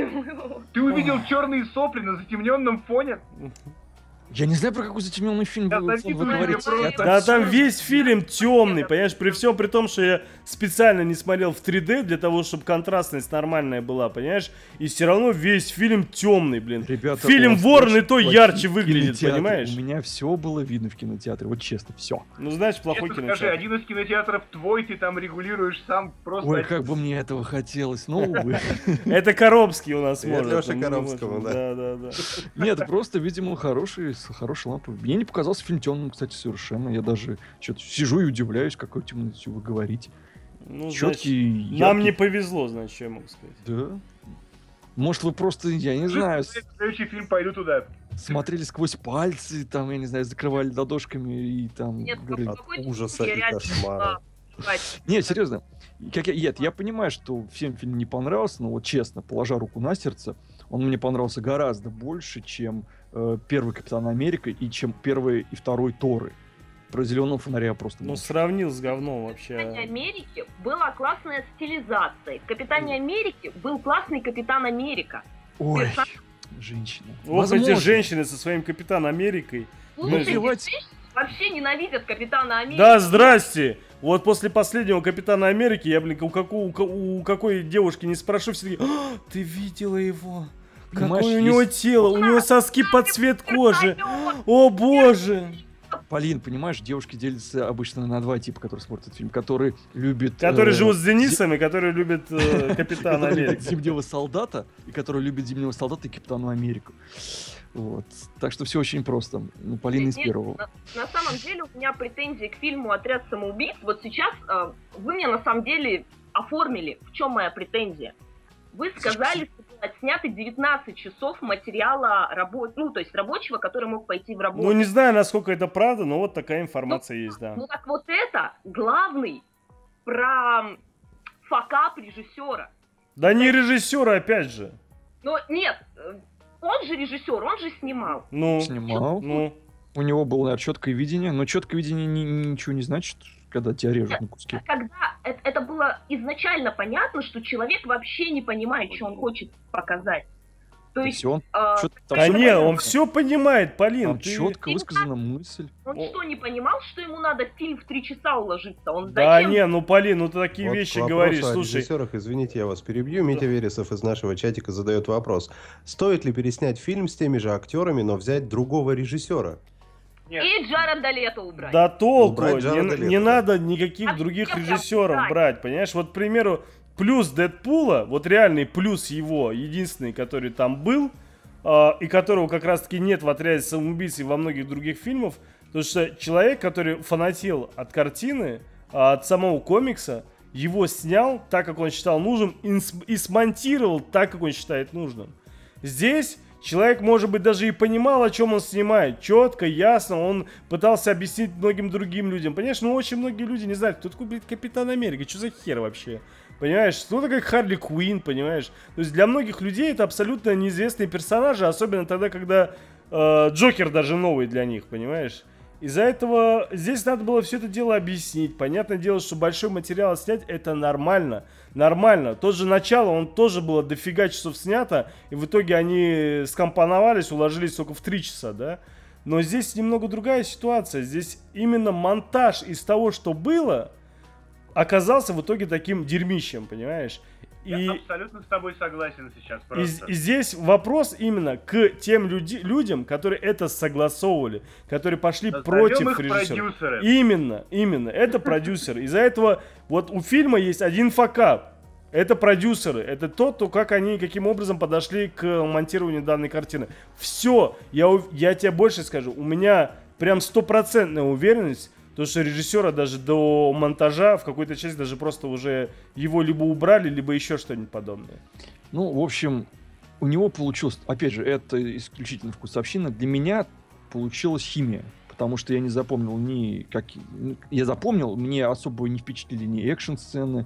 Ты увидел черные сопли на затемненном фоне? Я не знаю, про какой затемненный фильм Да, вы, вы записывай, говорите. я Я просто- там Да всё там раз- весь фильм темный, понимаешь, при всем при том, что я специально не смотрел в три дэ для того, чтобы контрастность нормальная была, понимаешь, и все равно весь фильм темный, блин. Ребята, Фильм у вас «Ворон» и очень то плохие ярче выглядит, кинотеатры. понимаешь? У меня все было видно в кинотеатре, вот честно, все. Ну, знаешь, плохой Честно скажи, кинотеатр. один из кинотеатров твой, ты там регулируешь сам просто... Ой, как бы мне этого хотелось, но увы. Это Коробский у нас Привет, может. Лёше мы не Коробскому, можем. да. Да, да, да. Нет, просто, видимо, хороший, с хорошей лампой. Мне не показался фильм темным, кстати, совершенно. Я даже что-то сижу и удивляюсь, какой темностью вы говорите. Ну, значит, Четкий, нам яркий. не повезло, значит, что я могу сказать. Да. Может, вы просто, я не знаю, с- В следующий фильм пойду туда. смотрели сквозь пальцы, там, я не знаю, закрывали ладошками и там... Нет, говорили. в какой-то ужаса я и реально кошмара. была плевать. Нет, серьезно. Как я, нет, я понимаю, что всем фильм не понравился, но вот честно, положа руку на сердце, он мне понравился гораздо больше, чем э, первый Капитан Америка и чем первый и второй Торы. Про зеленого фонаря я просто... Ну, молчу. сравнил с говном В Капитане вообще. Америки была классная стилизация. В Капитане Америки был классный Капитан Америка. Ой, персонаж- женщина. Ох, эти Возможно. женщины со своим Капитаном Америкой. Слушайте, плевать. женщины вообще ненавидят Капитана Америки. Да, здрасте! Вот после последнего Капитана Америки я, блин, у, какой, у, ко- у какой девушки не спрошу, все таки «А, ты видела его? Понимаешь, Какое у него есть- тело? У него соски под цвет кожи. О боже! Полин, понимаешь, девушки делятся обычно на два типа, которые смотрят этот фильм. Которые любят... Которые э, живут с зе- Денисом и которые любят э, Капитана которые любят Америки. Зимнего солдата, и которые любят Зимнего солдата и Капитану Америку. Вот. Так что все очень просто. Ну, Полина из Нет, первого. На, на самом деле у меня претензии к фильму «Отряд самоубийц». Вот сейчас э, вы мне на самом деле оформили, в чем моя претензия. Вы сказали, что было отснято девятнадцать часов материала рабо... ну, то есть рабочего, который мог пойти в работу. Ну, не знаю, насколько это правда, но вот такая информация есть, да. Ну так вот это главный про факап режиссера. Да не режиссера, опять же. Но нет, э, он же режиссер, он же снимал. Ну, Снимал. ну. У него было, наверное, четкое видение, но четкое видение ни- ни- ничего не значит. когда тебя режут на куски. Когда это, это было изначально понятно, что человек вообще не понимает, что он хочет показать. То И есть, всё, он э, чё-то так Да там не, понятно. он все понимает, Полин. Там ты- четко ты- высказана мысль. Он О. что, не понимал, что ему надо в фильм в три часа уложиться? Он Да зачем? не, ну Полин, ну ты такие Вот вещи к вопросу говоришь, о слушай. режиссерах, извините, я вас перебью. Митя Вересов из нашего чатика задает вопрос. Стоит ли переснять фильм с теми же актерами, но взять другого режиссера? Нет. И Джареда Лето убрать. Да толку, Убрать не, Джареда не Лето. надо никаких А других всех прям режиссеров убрать. брать, понимаешь? Вот, к примеру, плюс Дэдпула, вот реальный плюс его, единственный, который там был, а, и которого как раз-таки нет в «Отряде самоубийц» и во многих других фильмах, потому что человек, который фанател от картины, а, от самого комикса, его снял так, как он считал нужным, и, см- и смонтировал так, как он считает нужным. Здесь человек, может быть, даже и понимал, о чем он снимает. Четко, ясно, он пытался объяснить многим другим людям. Понимаешь, ну очень многие люди не знают, кто такой, блядь, Капитан Америка, что за хер вообще? Понимаешь, что такое Харли Квинн, понимаешь? То есть для многих людей это абсолютно неизвестные персонажи, особенно тогда, когда э, Джокер даже новый для них, понимаешь? Из-за этого здесь надо было все это дело объяснить. Понятное дело, что большой материал снять это нормально. Нормально. Тот же начало, он тоже было дофига часов снято. И в итоге они скомпоновались, уложились только в три часа, да? Но здесь немного другая ситуация. Здесь именно монтаж из того, что было, оказался в итоге таким дерьмищем, понимаешь? Я И... абсолютно с тобой согласен сейчас И, просто. и здесь вопрос именно к тем люди, людям, которые это согласовывали, которые пошли Назовем против их режиссера. продюсеры. Именно, именно, это продюсеры. Из-за этого вот у фильма есть один факап. Это продюсеры, это то, то, как они, каким образом подошли к монтированию данной картины. Все, я, ув- я тебе больше скажу, у меня прям стопроцентная уверенность, то, что режиссера даже до монтажа в какой-то части даже просто уже его либо убрали, либо еще что-нибудь подобное. Ну, в общем, у него получилось, опять же, это исключительно вкусовщина. Для меня получилась химия, потому что я не запомнил ни как... Я запомнил, мне особо не впечатлили ни экшн-сцены,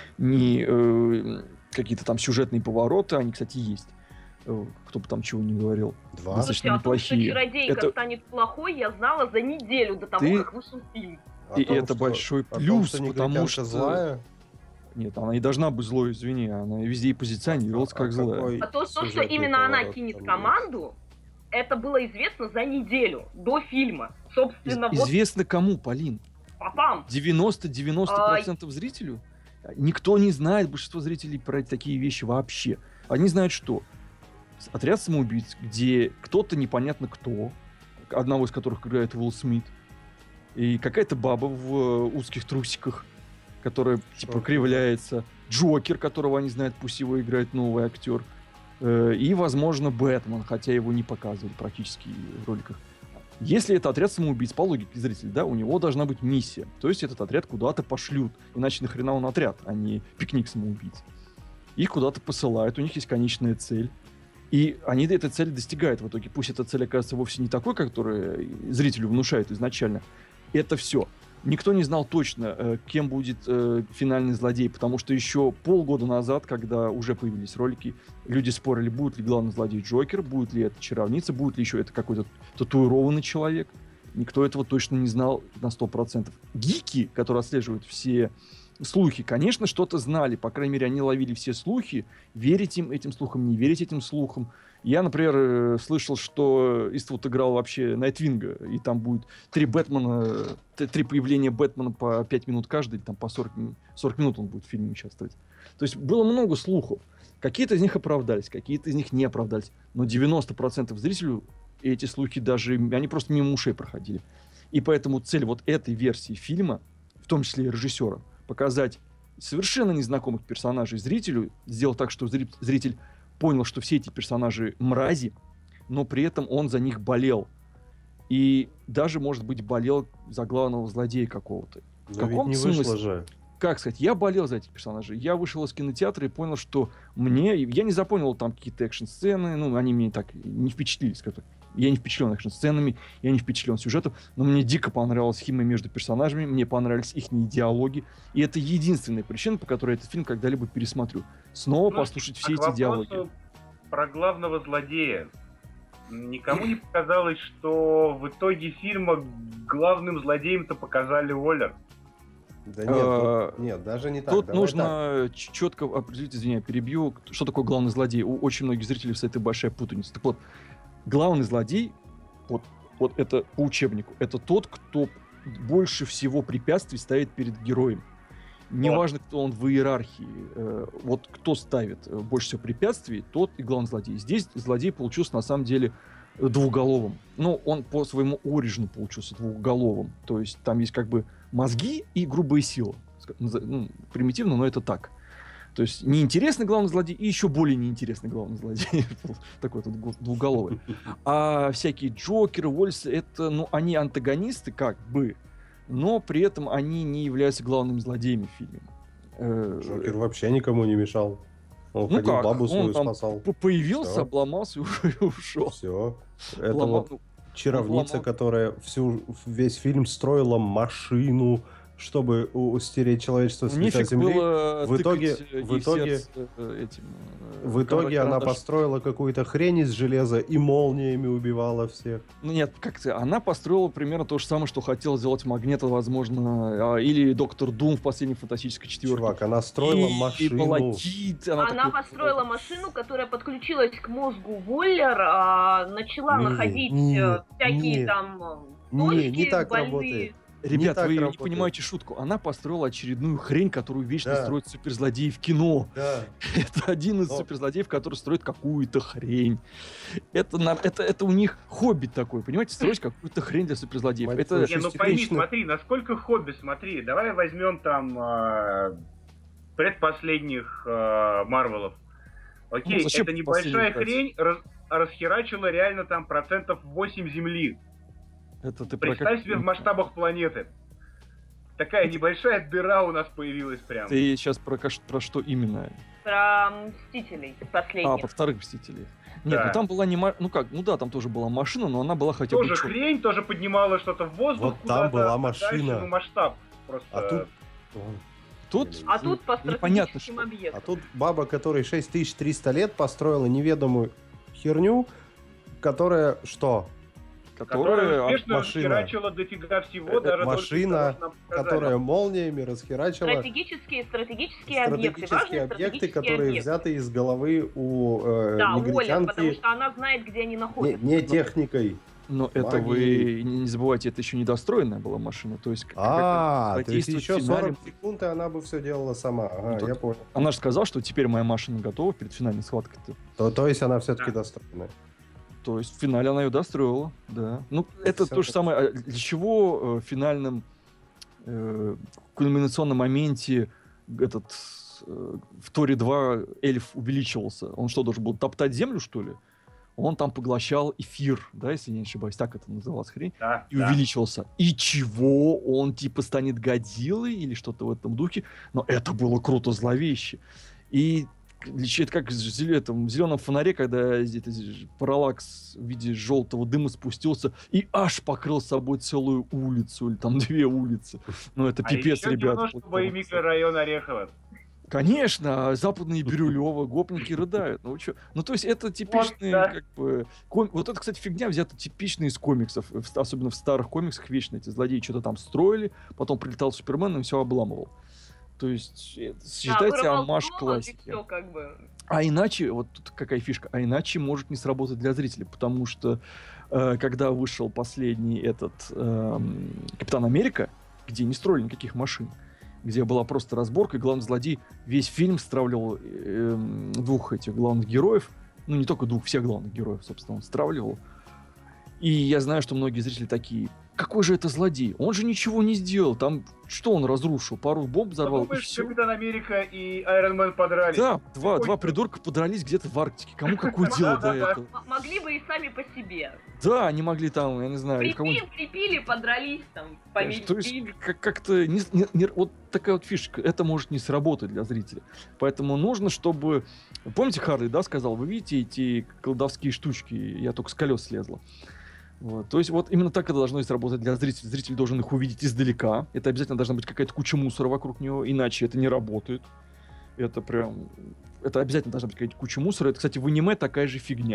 ни э, какие-то там сюжетные повороты. Они, кстати, есть. Э, Кто бы там чего не говорил. Два. Достаточно Слушайте, о том, что неплохие. чародейка Это- станет плохой, я знала за неделю до того, Ты- как вышел фильм. О И том, это что- большой о том, плюс, что потому негритянка что- злая. Нет, она и должна быть злой, извини. Она везде и позиционировалась А как злая. какой А то, то, что сюжетный именно она поворот кинет там команду, это было известно за неделю до фильма. Из- Собственно, вот Известно кому, Полин? попам. девяносто-девяносто процентов зрителю? Никто не знает, большинство зрителей, про такие вещи вообще. Они знают что? С- Отряд самоубийц, где кто-то непонятно кто, одного из которых играет Уилл Смит, и какая-то баба в э, узких трусиках, которая типа Джокер. кривляется, Джокер, которого они знают, пусть его играет новый актер, э, и, возможно, Бэтмен, хотя его не показывали практически в роликах. Если это отряд самоубийц, по логике зрителя, да, у него должна быть миссия. То есть этот отряд куда-то пошлют. Иначе нахрена он отряд, а не пикник самоубийц. Их куда-то посылают, у них есть конечная цель. И они этой цели достигают в итоге. Пусть эта цель окажется вовсе не такой, которая зрителю внушают изначально. Это все. Никто не знал точно, э, кем будет э, финальный злодей, потому что еще полгода назад, когда уже появились ролики, люди спорили, будет ли главный злодей Джокер, будет ли это чаровница, будет ли еще это какой-то татуированный человек. Никто этого точно не знал на сто процентов. Гики, которые отслеживают все слухи, конечно, что-то знали. По крайней мере, они ловили все слухи. Верить им этим слухам, не верить этим слухам. Я, например, э, слышал, что Иствуд играл вообще Найтвинга, и там будет три Бэтмена, т- три появления Бэтмена по пять минут каждый, там по сорок, ми- сорок минут он будет в фильме участвовать. То есть было много слухов. Какие-то из них оправдались, какие-то из них не оправдались. Но девяносто процентов зрителю эти слухи даже, они просто мимо ушей проходили. И поэтому цель вот этой версии фильма, в том числе и режиссера, показать совершенно незнакомых персонажей зрителю, сделать так, что зри- зритель понял, что все эти персонажи мрази, но при этом он за них болел. И даже, может быть, болел за главного злодея какого-то. В Но ведь каком не вышло смысле? же. Как сказать, я болел за этих персонажей. Я вышел из кинотеатра и понял, что мне... Я не запомнил там какие-то экшн-сцены, ну, они мне так не впечатлили, скажем так. Я не впечатлен экшн-сценами, я не впечатлен сюжетом, но мне дико понравилась химия между персонажами, мне понравились их диалоги, и это единственная причина, по которой этот фильм когда-либо пересмотрю. Снова Ну, послушать все а к эти вопросу диалоги. про главного злодея. Никому не показалось, что в итоге фильма главным злодеем-то показали Уоллер. Да нет, А, тут- нет, даже не так. Тут Давай так. нужно четко определить, извиняюсь, перебью, что такое главный злодей. У очень многих зрителей в это большая путаница. Так вот, главный злодей, вот, вот это по учебнику, это тот, кто больше всего препятствий ставит перед героем. Неважно, кто он в иерархии, э, вот кто ставит э, больше всего препятствий, тот и главный злодей. Здесь злодей получился на самом деле э, двуголовым. Ну, он по своему оригину получился двуголовым. То есть там есть как бы мозги и грубая сила. Ска- наза- ну, примитивно, но это так. То есть неинтересный главный злодей и еще более неинтересный главный злодей. Такой вот гу- двуголовый. А всякие Джокеры, Уоллесы, это, ну, они антагонисты как бы, но при этом они не являются главными злодеями в фильме. Э, Джокер вообще никому не мешал. Он Ну ходил, как, бабу он свою там спасал. п- появился, Всё. обломался и ушел. Все. Это Ломал- вот чаровница, ломал. которая всю, весь фильм строила машину, чтобы у- стереть человечество с лица Нефиг земли. было В итоге- тыкать, э, в ей итоге- сердце, э, этим, э, В итоге она карандашом. построила какую-то хрень из железа и молниями убивала всех. Ну нет, как ты, она построила примерно то же самое, что хотел сделать Магнето, возможно, а, или Доктор Дум в последней фантастической четверке. Чувак, она строила и, машину. И Малахит, она, Она такой- построила машину, которая подключилась к мозгу Воллер, а, начала Не, находить не, э, всякие не. там э, Не, точки не так больные. работает. Ребят, так вы не работает. понимаете шутку. Она построила очередную хрень, которую вечно Да. строят суперзлодеи в кино. Да. Это один из Но- суперзлодеев, который строит какую-то хрень. Это, на- это, это у них хобби такой, понимаете, строить какую-то хрень для суперзлодеев. Мать Это твою, Не, ну Шестиконечный. пойми, смотри, насколько хобби, смотри. Давай возьмем там э, предпоследних э, Марвелов. Окей, Ну, зачем это небольшая предпоследних брать? хрень раз- расхерачила реально там процентов восемь Земли. это ты про Представь как- себе в масштабах планеты. Такая небольшая дыра у нас появилась прям. Ты сейчас про, каш- про что именно? Про Мстителей А, последних. про вторых Мстителей. Нет, Да. ну там была не ма- ну как, ну да, там тоже была машина, но она была хотя бы Тоже чёрная. хрень, тоже поднимала что-то в воздух. Вот там куда-то, была а дальше, машина. ну, масштаб просто. А тут... Тут А тут по непонятно, стратегическим что. А объектам. тут баба, которой шесть тысяч триста лет, построила неведомую херню, которая что? Которая Которая успешно машина. расхерачила дофига всего, Э, даже машина, только того, что нам показали. Которая молниями расхерачила Стратегические, стратегические объекты. стратегические Важные объекты, стратегические которые объекты. взяты из головы у э, Да, Уоллер, потому негритянки что она знает, где они не, находятся. не техникой. Но это Магией. вы не не забывайте, это еще недостроенная была машина. То есть, как- А, как то есть задействовать еще в финале. сорок секунд, и она бы все делала сама. Ага, Ну, так- я понял. Она же сказала, что теперь моя машина готова перед финальной схваткой. То, то есть она все-таки Да. достроенная. То есть в финале она ее достроила, да. Ну, это всё то же так. самое. А для чего э, в финальном э, кульминационном моменте этот э, в Торе два эльф увеличивался? Он что, должен был топтать землю, что ли? Он там поглощал эфир, да, если я не ошибаюсь, так это называлась хрень, Да, и да. увеличивался. И чего? Он типа станет Годзиллой или что-то в этом духе? Но это было круто зловеще. И это как в зеле- этом, в зеленом фонаре, когда это, параллакс в виде желтого дыма спустился и аж покрыл собой целую улицу или там две улицы. Ну это А пипец, еще ребят. немножко бои микрорайон Орехово. Конечно, западные Бирюлево, гопники рыдают. Ну, чё? Ну, то есть, это типичные, да. как бы... ком- Вот это, кстати, фигня взята типично из комиксов. В- Особенно в старых комиксах вечно эти злодеи что-то там строили, потом прилетал Супермен и все обламывал. То есть, это Да, считайте вырывал амаш провод, и классики. всё, как бы. А иначе, вот тут какая фишка, а иначе может не сработать для зрителей, потому что э, когда вышел последний этот эм, Капитан Америка, где не строили никаких машин, где была просто разборка, и главный злодей весь фильм стравливал эм, двух этих главных героев, ну не только двух, всех главных героев, собственно, он стравливал. И я знаю, что многие зрители такие: какой же это злодей? Он же ничего не сделал. Там что он разрушил? Пару бомб взорвал, и Подумаешь, все. Капитан Америка и Айрон Мэн подрались. Да, два, Ой, два что? придурка подрались где-то в Арктике. Кому какое дело до Да-да-да. этого? М- могли бы и сами по себе. Да, они могли там, я не знаю, Припили, кого-нибудь... припили, подрались там, То есть помирили. как- как-то... не- не- не- вот такая вот фишка. Это может не сработать для зрителя. Поэтому нужно, чтобы... Помните, Харли, да, сказал, вы видите эти колдовские штучки? Я только с колес слезла. Вот. То есть вот именно так это должно и сработать для зрителя. Зритель должен их увидеть издалека. Это обязательно должна быть какая-то куча мусора вокруг него, иначе это не работает. Это прям... Это обязательно должна быть какая-то куча мусора. Это, кстати, в аниме такая же фигня.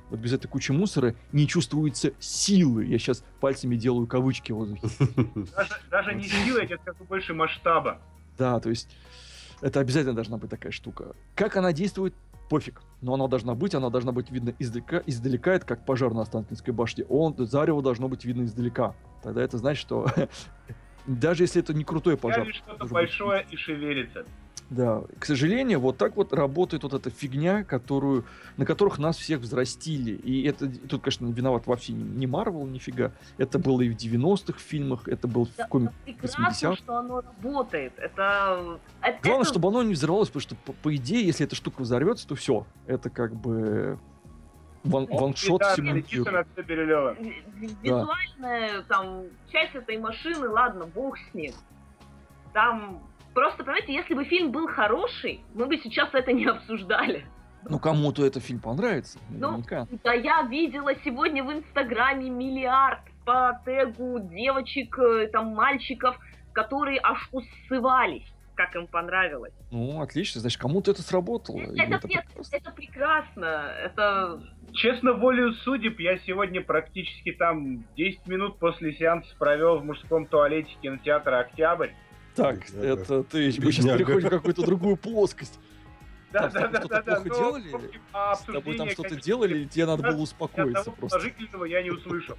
вот без этой кучи мусора не чувствуется силы. Я сейчас пальцами делаю кавычки в воздухе. Даже, даже не сила, я скажу, больше масштаба. Да, то есть это обязательно должна быть такая штука. Как она действует, пофиг. Но она должна быть, она должна быть видна издалека. Издалека это как пожар на Останкинской башне. Он, зарево должно быть видно издалека. Тогда это значит, что даже если это не крутой пожар. Реально что-то большое и шевелится. Да, к сожалению, вот так вот работает вот эта фигня, которую, на которых нас всех взрастили. И это, тут, конечно, виноват вовсе не Марвел, нифига. Это было и в девяностых фильмах, это был Да, в комик прекрасно, восьмидесятых. что оно работает. Это... это- Главное, это- чтобы оно не взорвалось, потому что, по, по идее, если эта штука взорвется, то все. Это как бы ван- ваншот Да, всему летишь миру. над Берилёвым. ви- ви- Визуальная там часть этой машины, ладно, бог с ним. Там просто, понимаете, если бы фильм был хороший, мы бы сейчас это не обсуждали. Ну, кому-то этот фильм понравится, Ну, наверняка. Да я видела сегодня в Инстаграме миллиард по тегу девочек, э, там, мальчиков, которые аж усывались, как им понравилось. Ну, отлично, значит, кому-то это сработало. и Это, это нет, прекрасно. это прекрасно, это... Честно, волею судеб, я сегодня практически там десять минут после сеанса провел в мужском туалете кинотеатра «Октябрь». Так, Бедняга. это ты, мы сейчас Бедняга. переходим в какую-то другую плоскость. Да, Там с да, тобой да, что-то да, да. плохо но, делали? в общем, а С тобой там обсуждение, что-то конечно, делали, или тебе надо было ни успокоиться одного просто? положительного я не услышал.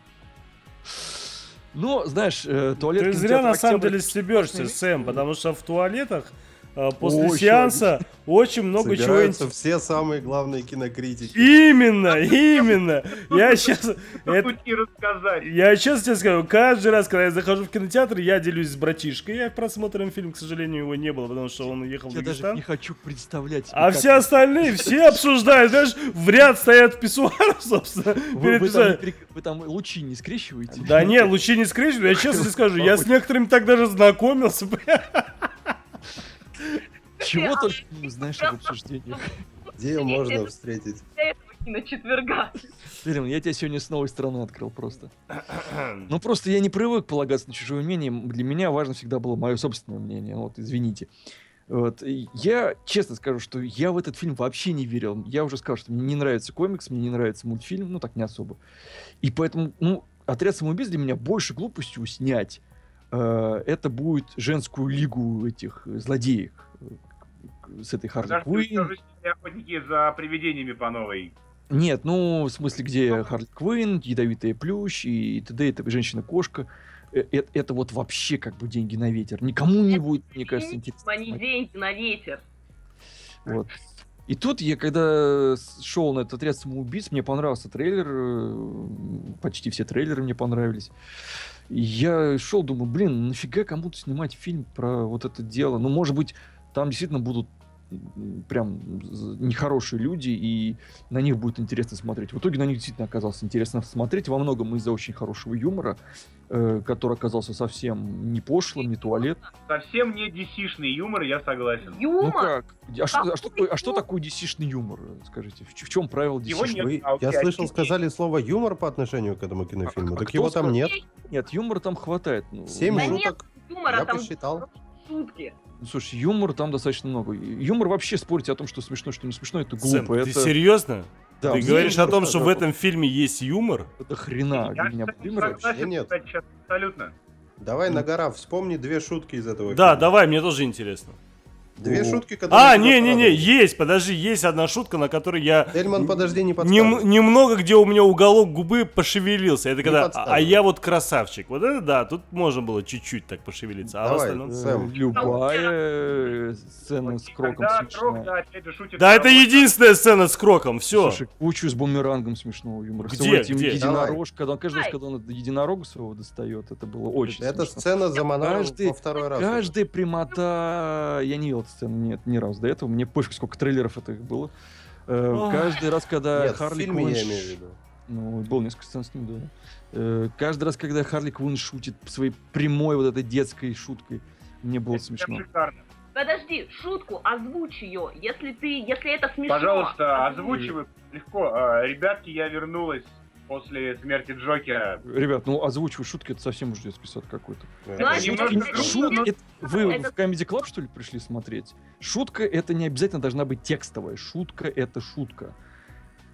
Ну, знаешь, э, туалет Ты зря кинотеатра на самом «Октябрь» деле стебешься, классный. Сэм, потому что в туалетах э, после Ой, сеанса очень много чего Собираются интересного. все самые главные кинокритики. Именно, именно. Я сейчас, Что это, тут не рассказать? я честно тебе скажу, каждый раз, когда я захожу в кинотеатр, я делюсь с братишкой. Я просмотрим фильм, к сожалению, его не было, потому что он уехал в Я даже Дагестан. не хочу представлять. себе, А как все это. остальные, все обсуждают, знаешь, в ряд стоят в писсуарах, собственно, Вы, перед вы там, не писсуаром. перек- вы там лучи не скрещиваете? Да не, лучи не скрещиваю, я честно тебе скажу, я с некоторыми так даже знакомился. Чего только не знаешь об обсуждениях. Где ее можно встретить? Для этого кино четверга. Блин, я тебя сегодня с новой стороны открыл просто. Ну просто я не привык полагаться на чужое мнение. Для меня важно всегда было мое собственное мнение. Вот, извините. Вот. и Я честно скажу, что я в этот фильм вообще не верил. Я уже сказал, что мне не нравится комикс, мне не нравится мультфильм, ну так не особо. И поэтому, ну, «Отряд самоубийц» для меня больше глупостью снять. Э, Это будет женскую лигу этих э, злодеев э, с этой Харли Подожди, Квинн. тоже сняли охотники за привидениями по новой. Нет, ну, в смысле, где Харли Квинн, ядовитая плющ и т.д. Это женщина-кошка. Э, э, Это вот вообще как бы деньги на ветер. Никому не будет, мне кажется, интересно. А не деньги на ветер. Вот. И тут я, когда с- шел на этот «Отряд самоубийц», мне понравился трейлер, э, почти все трейлеры мне понравились. И я шел, думаю, блин, нафига кому-то снимать фильм про вот это дело? Ну, может быть, там действительно будут м, прям з- нехорошие люди, и на них будет интересно смотреть. В итоге на них действительно оказалось интересно смотреть, во многом из-за очень хорошего юмора, э, который оказался совсем не пошлым, не туалет. Совсем не ди си-шный юмор, я согласен. Ну Юмор? как? А что, а что Какой такое, а что юмор? такое ди си-шный юмор, скажите? В, ч- в чем правило ди Его си? нет. Вы- а у я тебя слышал, есть? сказали слово юмор по отношению к этому кинофильму. А Так кто его там сказал? нет. Нет, юмора там хватает. Ну, Семь Да ну, нет. шуток. Юмора Я там посчитал. шутки. ну, слушай, юмора там достаточно много. Юмор вообще спорить о том, что смешно, что не смешно, это Сэм, глупо. ты это, серьезно? да, Ты мне говоришь о юмор, том, да, что да, в этом фильме есть юмор? Это хрена. Для Я меня кстати, юмор вообще. согласен, нет. кстати, сейчас абсолютно. Давай, Нагора, вспомни две шутки из этого Да, фильма. давай, мне тоже интересно. Две О. шутки, которые... А, тебя не-не-не, порадуют. есть, подожди, есть одна шутка, на которой я Эльман, подожди, не нем- подсказывай. немного, где у меня уголок губы пошевелился. Это Не когда, а, подсказывай. а я вот красавчик. Вот это да, тут можно было чуть-чуть так пошевелиться. А в Давай. остальном... Э, Сэм. Любая э, сцена с кроком Когда Крок, смешная. да, опять же, шутит. Да, это про- единственная сцена с кроком, все. Слушай, кучу с бумерангом смешного юмора. Где? С этим Где? единорож, когда он каждый раз, Давай. когда он единорога своего достает, это было очень Это смешно. сцена за Монаром Каждый- во второй раз. уже. Каждая прямота... Я не видел эту сцену, нет, ни разу до этого. Мне пофиг, сколько трейлеров это их было. Э, Ой. Каждый раз, когда Нет, в Харли фильме Квинн... я ш- имею в виду. Ну, было несколько сцен с ним, да. Э, Каждый раз, когда Харли Квинн шутит своей прямой вот этой детской шуткой, мне было Это прям смешно. шикарно. Подожди, шутку, озвучь ее. Если ты, если это смешно. Пожалуйста, озвучь. озвучивай легко. А, Ребятки, я вернулась после смерти Джокера. Ребят, ну озвучивать шутки, это совсем уж детский сад какой-то. Да. Ну, а немножко это- это- Шут- это- это- Вы это- в Comedy Club, что ли, пришли смотреть? Шутка — это не обязательно должна быть текстовая. Шутка — это шутка.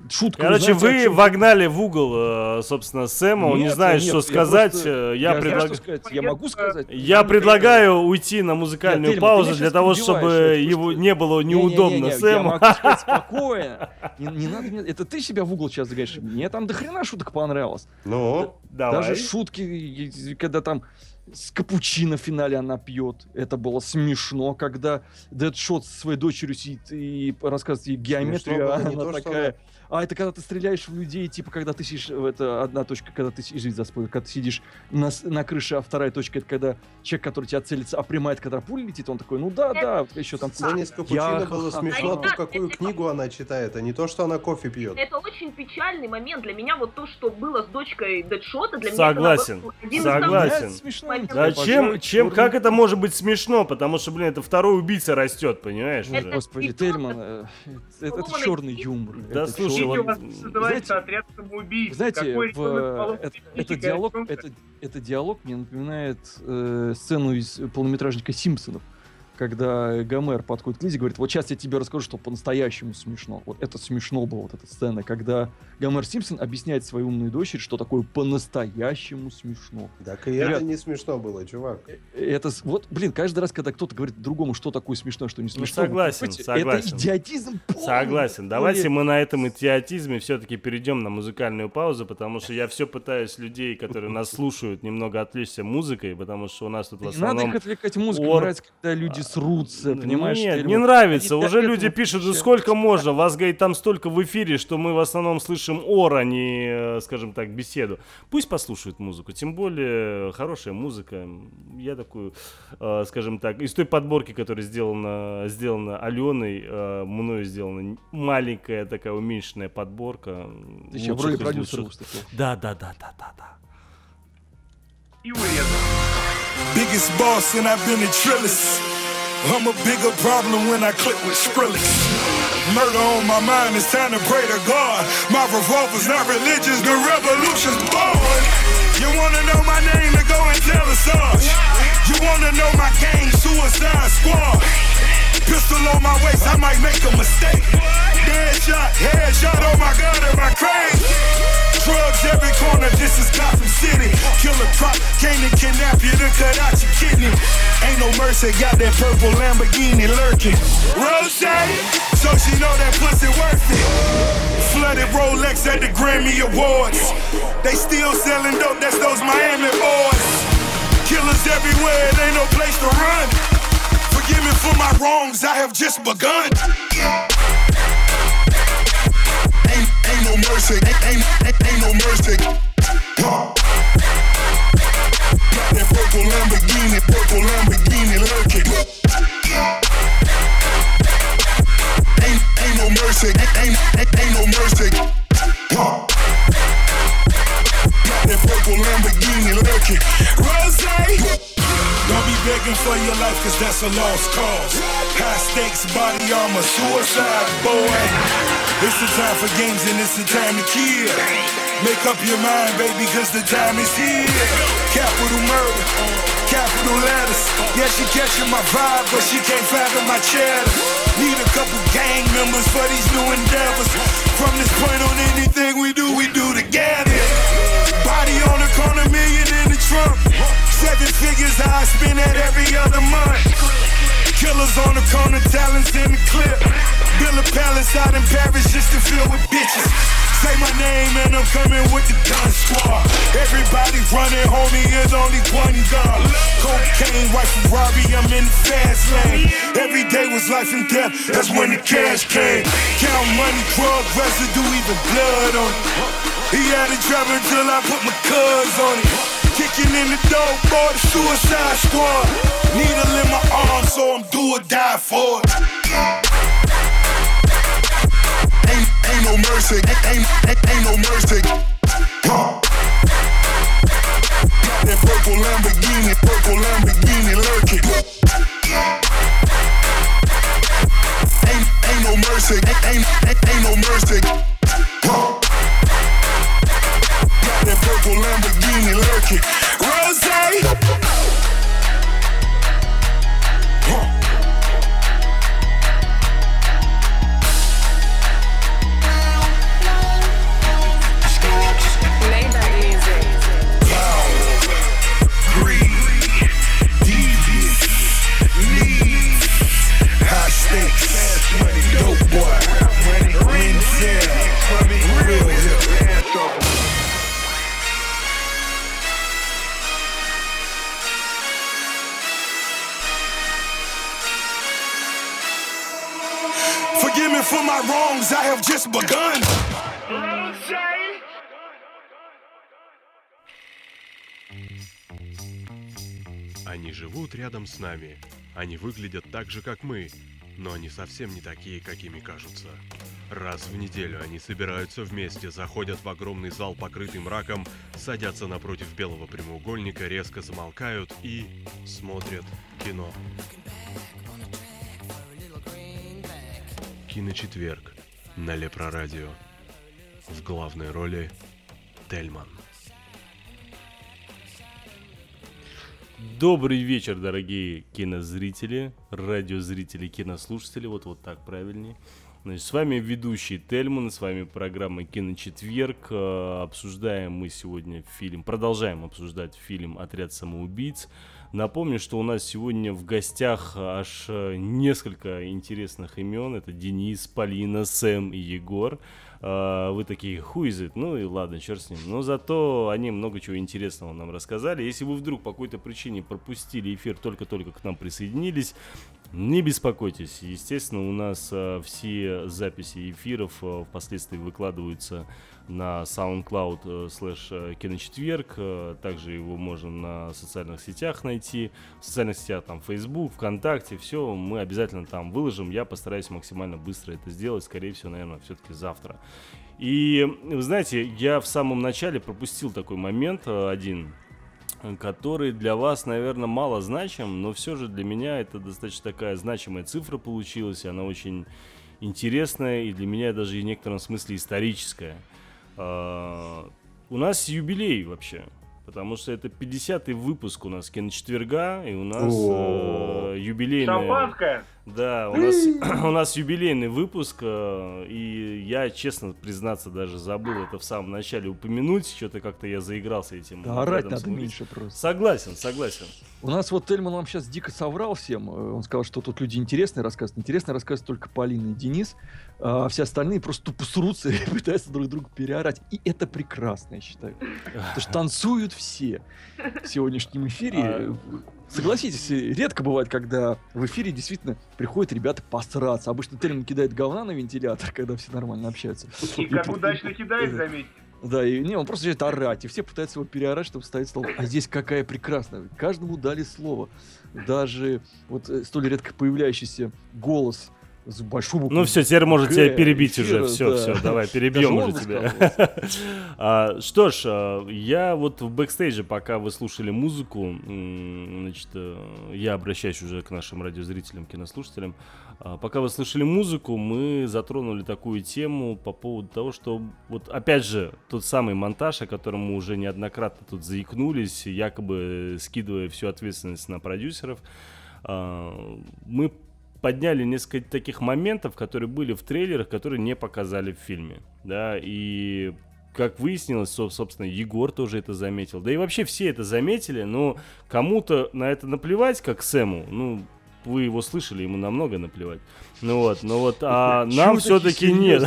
шутка. Короче, знаете, о вы чём? вогнали в угол, э, собственно, Сэма, он не Нет, знает, нет, что я сказать. просто- э, Я, Я, предлаг- знаю, что сказать. Я могу сказать. Я предлагаю уйти на музыкальную Нет, Тельма, паузу ты меня для щас того, перебиваешь, чтобы я его просто- не было неудобно Не-не-не-не, Я Сэму. могу сказать спокойно. Не, не надо мне... Это ты себя в угол сейчас загоняешь. Мне там до хрена шуток понравилось. Ну, Давай. Даже шутки, и- когда там с капучино в финале она пьет. Это было смешно, когда Дэдшот со своей дочерью сидит и рассказывает ей геометрию, было а не она то, что такая... А это когда ты стреляешь в людей, типа, когда ты сидишь... в Это одна точка, когда ты... Извините за спойлер. Когда ты сидишь на, с- на крыше, а вторая точка — это когда человек, который тебя целится, опримает, когда пуля летит, он такой, ну да, да, еще там... в сцене с Капучино Я было ха-ха. смешно то, А, какую это- книгу она читает, а не то, что она кофе пьет. Это очень печальный момент. Для меня вот то, что было с дочкой Дэдшота, для Согласен. меня это наоборот, один из Согласен. самых Да, смешно. моментов. Да, Пожалуй, чем, чем, черный- как это может быть смешно? Потому что, блин, это второй убийца растет, понимаешь? Это- уже? Господи, ребёнок, Тельман, э, это, это поломанный черный кит. юмор. Да, это слушай, чёрный- вот- У вас называется знаете- отряд самоубийц. Знаете, Какой в, ребенок поломанной это, психикой, это о диалог, чём ты? это, это диалог мне напоминает э, сцену из полнометражника «Симпсонов», когда Гомер подходит к Лизе и говорит, вот сейчас я тебе расскажу, что по-настоящему смешно. Вот это смешно было, вот эта сцена, когда Гомер Симпсон объясняет своей умной дочери, что такое по-настоящему смешно. Так и Ребят, это не смешно было, чувак. Э, Это, с- вот, блин, каждый раз, когда кто-то говорит другому, что такое смешно, что не смешно, вы согласен, понимаете, согласен. это идиотизм полный. Согласен. Ну, Давайте я- мы на этом идиотизме все-таки перейдем на музыкальную паузу, потому что я все пытаюсь людей, которые нас слушают, немного отвлечься музыкой, потому что у нас тут в Не надо основном... их отвлекать музыку, ор- нравится, когда люди срутся, понимаешь? Нет, Тельман? не нравится. Они Уже для люди этого пишут, ну включают. сколько можно. Вас, говорит, там столько в эфире, что мы в основном слышим ор, а не, э, скажем так, беседу. Пусть послушают музыку. Тем более, хорошая музыка. Я такую, э, скажем так, из той подборки, которая сделана, сделана Аленой, э, мною сделана маленькая такая уменьшенная подборка. Ты еще в лучших роли из продюсера лучших. выступил. Да, да, да, да, да, да. И урезал. Biggest boss and I've been a trillist. I'm a bigger problem when I click with Skrillex. Murder on my mind, it's time to pray to God. My revolver's not religious, the revolution's born. You wanna know my name, then go and tell the Sarge. You wanna know my gang, Suicide Squad. Pistol on my waist, I might make a mistake. Dead shot, headshot, oh my God, am I crazy? Drugs every corner, this is Gotham City. Killer cop, came to kidnap you to cut out your kidney. Ain't no mercy, got that purple Lamborghini lurking. Rose, so she know that pussy worth it. Flooded Rolex at the Grammy Awards. They still selling dope, that's those Miami boys. Killers everywhere, it ain't no place to run. Forgive me for my wrongs, I have just begun. Ain't, ain't no mercy, ain't, ain't, ain't, ain't no mercy. Huh. Got that purple Lamborghini, purple Lamborghini lurking. Ain't, ain't no mercy, ain't, ain't, ain't, ain't no mercy. Huh. Got that purple Lamborghini lurking. Rose. Don't be begging for your life, cause that's a lost cause. High stakes, body armor, suicide, boy. It's the time for games and it's the time to kill. Make up your mind, baby, cause the time is here. Capital murder, capital letters. Yeah, she catching my vibe, but she can't fathom my cheddar. Need a couple gang members for these new endeavors. From this point on, anything we do, we do together. Body on the corner, million in the trunk. Seven figures, I spend that every other month. Killers on the corner, talents in the clip. Build a palace out in Paris just to fill with bitches. Say my name and I'm coming with the gun squad. Everybody running, homie, there's only one gun. Cocaine, white Ferrari, I'm in the fast lane. Every day was life and death, that's when the cash came. Count money, drug residue, even blood on it. He had it driving till I put my cuz on it. Kicking in the door, boy, the Suicide Squad. Needle in my arm, so I'm do or die for it. Ain't, ain't no mercy, ain't, ain't, ain't, ain't no mercy. Huh. Got that purple Lamborghini, purple Lamborghini lurking. Ain't, ain't no mercy, ain't, ain't, ain't, ain't no mercy. Huh. Got that purple Lamborghini lurking. Rose. Huh. And for my wrongs, I have just begun. Они живут рядом с нами. Они выглядят так же, как мы, но они совсем не такие, какими кажутся. Раз в неделю они собираются вместе, заходят в огромный зал, покрытый мраком, садятся напротив белого прямоугольника, резко замолкают и смотрят кино. Киночетверг на Лепрорадио. В главной роли Тельман. Добрый вечер, дорогие кинозрители, радиозрители, кинослушатели, вот вот так правильнее. Значит, с вами ведущий Тельман, с вами программа «Киночетверг». Обсуждаем мы сегодня фильм, продолжаем обсуждать фильм «Отряд самоубийц». Напомню, что у нас сегодня в гостях аж несколько интересных имен. Это Денис, Полина, Сэм и Егор. Вы такие, who is it? Ну и ладно, черт с ним. Но зато они много чего интересного нам рассказали. Если вы вдруг по какой-то причине пропустили эфир, только-только к нам присоединились, не беспокойтесь. Естественно, у нас а, все записи эфиров а, впоследствии выкладываются на SoundCloud слэш киночетверг. А, также его можно на социальных сетях найти. В социальных сетях там Facebook, ВКонтакте. Все мы обязательно там выложим. Я постараюсь максимально быстро это сделать. Скорее всего, наверное, все-таки завтра. И, вы знаете, я в самом начале пропустил такой момент один, который для вас, наверное, мало значим, но все же для меня это достаточно такая значимая цифра получилась, и она очень интересная, и для меня даже в некотором смысле историческая. А, у нас юбилей вообще, потому что это пятидесятый выпуск у нас киночетверга, и у нас э, юбилейная... Шампанское! Да, у нас, у нас юбилейный выпуск, э, и я, честно признаться, даже забыл это в самом начале упомянуть, что-то как-то я заигрался этим. Да, орать надо меньше просто. Согласен, согласен. У нас вот Тельман нам сейчас дико соврал всем. Он сказал, что тут люди интересные рассказывают. Интересные рассказывают только Полина и Денис. А все остальные просто тупо срутся и пытаются друг друга переорать. И это прекрасно, я считаю. Потому что танцуют все в сегодняшнем эфире. Согласитесь, редко бывает, когда в эфире действительно приходят ребята посраться. Обычно Тельман кидает говна на вентилятор, когда все нормально общаются. И как удачно кидает, заметьте. Да, и не, он просто начинает орать, и все пытаются его переорать, чтобы ставить стол. А здесь какая прекрасная. Каждому дали слово. Даже вот столь редко появляющийся голос с большой буквы. Ну все, теперь может Г, тебя перебить эфира, уже. Все, да. все, давай, перебьем уже тебя. а, что ж, а, я вот в бэкстейдже, пока вы слушали музыку, значит, я обращаюсь уже к нашим радиозрителям, кинослушателям. А, пока вы слушали музыку, мы затронули такую тему по поводу того, что вот опять же тот самый монтаж, о котором мы уже неоднократно тут заикнулись, якобы скидывая всю ответственность на продюсеров, а, мы подняли несколько таких моментов, которые были в трейлерах, которые не показали в фильме, да, и как выяснилось, собственно, Егор тоже это заметил, да и вообще все это заметили, но кому-то на это наплевать, как Сэму, ну, вы его слышали, ему намного наплевать, ну вот, но вот, а нам все-таки нет.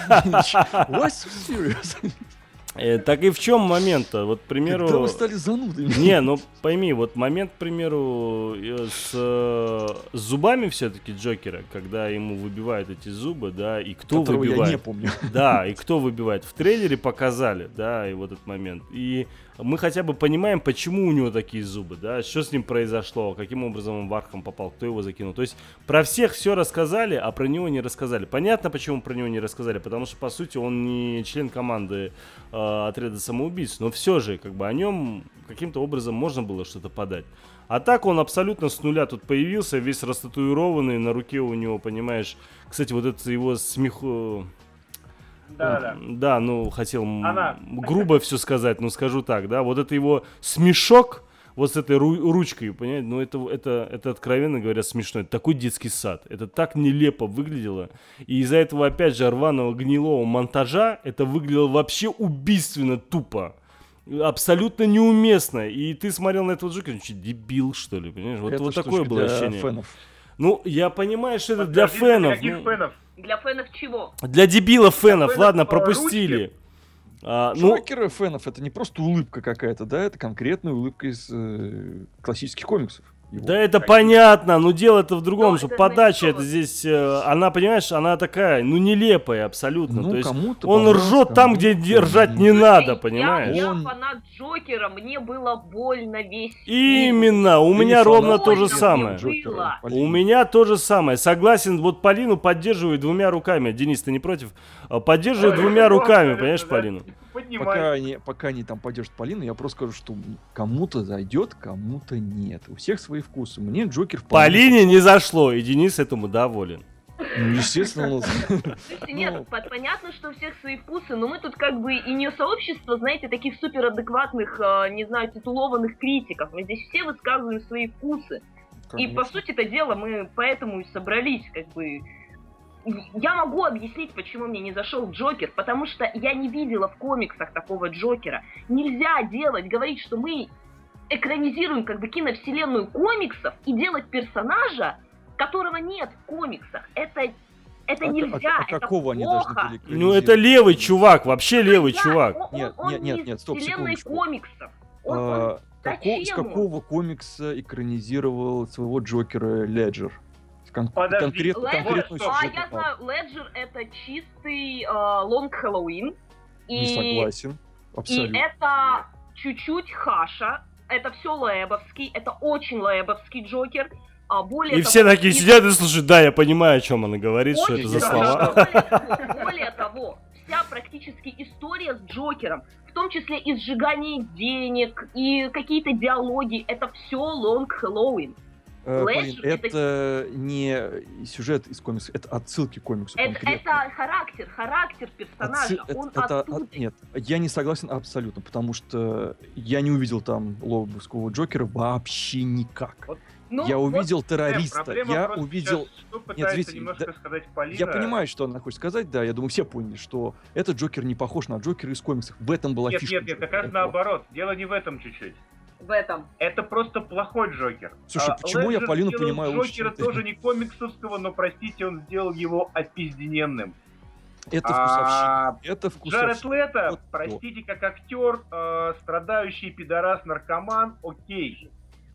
Э, так и в чем момент-то? Вот, к примеру... Когда вы стали занудами. Не, ну пойми, вот момент, к примеру, с, с зубами все-таки Джокера, когда ему выбивают эти зубы, да, и кто Которого выбивает. Я не помню. Да, и кто выбивает. В трейлере показали, да, и вот этот момент. И мы хотя бы понимаем, почему у него такие зубы, да, что с ним произошло, каким образом он в Архам попал, кто его закинул. То есть про всех все рассказали, а про него не рассказали. Понятно, почему про него не рассказали, потому что, по сути, он не член команды э, отряда самоубийц, но все же, как бы, о нем каким-то образом можно было что-то подать. А так он абсолютно с нуля тут появился, весь растатуированный, на руке у него, понимаешь, кстати, вот это его смеху... Да, да. Да, ну, хотел Она. грубо все сказать, но скажу так, да, вот это его смешок, вот с этой ру- ручкой, понимаете, ну, это, это, это, откровенно говоря, смешно, это такой детский сад, это так нелепо выглядело, и из-за этого, опять же, рваного гнилого монтажа, это выглядело вообще убийственно тупо. Абсолютно неуместно. И ты смотрел на этого Джокера, что, дебил, что ли, понимаешь? Вот, вот такое было ощущение. Фенов. Ну, я понимаю, что это для фенов. Для каких ну, фенов? Для фенов чего? Для дебилов фенов, фенов, ладно, э, пропустили. А, ну, Джокера фенов — это не просто улыбка какая-то, да, это конкретная улыбка из э, классических комиксов. его. Да это понятно, но дело-то в другом, Ну, что это подача знаете, это здесь, э, она, понимаешь, она такая, ну нелепая абсолютно. Ну, То есть кому-то он понравилось, ржет там, где кому-то ржать не нет. надо, Я, понимаешь? я Он- фанат Джокера, мне было больно весь фильм. Именно, у Ты меня фанат ровно то же Больно самое. мне было. У меня то же самое. Согласен, вот Полину поддерживаю двумя руками. Денис, ты не против? А, Поддерживаю Ой, двумя ну, руками, абсолютно, понимаешь, да. Полину? Поднимай. Пока они, пока они там поддержат Полину, я просто скажу, что кому-то зайдет, кому-то нет. У всех свои вкусы. Мне Джокер вполне... Полине не зашло, и Денис этому доволен. Ну, естественно, он- Слушайте, нет, Ну. по- понятно, что у всех свои вкусы, но мы тут как бы и не сообщество, знаете, таких суперадекватных, э, не знаю, титулованных критиков. Мы здесь все высказываем свои вкусы. И по Конечно. сути это дело мы поэтому и собрались, как бы. Я могу объяснить, почему мне не зашел Джокер, потому что я не видела в комиксах такого Джокера. Нельзя делать, говорить, что мы экранизируем как бы киновселенную комиксов и делать персонажа, которого нет в комиксах. Это, это А- а- нельзя, а это какого они плохо. должны были Ну это левый чувак, вообще левый Да, чувак. он- Нет, он нет, не нет, из нет, стоп, вселенной секундочку. комиксов. Он- он- А, како- С зачем он? какого комикса экранизировал своего Джокера Леджер? Кон- Подожди, конкрет- Леджер, конкретную а, сюжетную я арку. знаю, Леджер это чистый лонг Хэллоуин. Не согласен. И Абсолютно. это чуть-чуть хаша. Это все лэбовский, это очень лэбовский Джокер. А более И того, все такие и- сидят и слушают, да, я понимаю, о чем она говорит, что это очень за да, слова. Более того, более того, вся практически история с Джокером, в том числе и сжигание денег, и какие-то диалоги, это все лонг Хэллоуин. Э, Полин, Леджер это- это не сюжет из комикса, это отсылки к комиксу Это, конкретно. это характер, характер персонажа. Отсы- Он это- это- оттуда. от- Нет, я не согласен абсолютно, потому что я не увидел там лобовского Джокера вообще никак. Ну, я вот увидел Э, террориста, проблема я просто увидел... сейчас, что пытается видите, немножко да- сказать Полина. Я понимаю, что она хочет сказать, да, я думаю, все поняли, что этот Джокер не похож на Джокера из комиксов. В этом была Нет, фишка. нет, нет, как раз Джокера. наоборот. Дело не в этом чуть-чуть. в этом. Это просто плохой Джокер. Слушай, А, почему я Леджер Полину сделал понимаю лучше, Джокера чем ты? тоже не комиксовского, но, простите, он сделал его опиздененным. Это А, вкусовщина. Это Джаред вкусовщина. Лето, Вот простите, как актер, э, страдающий пидорас-наркоман, окей.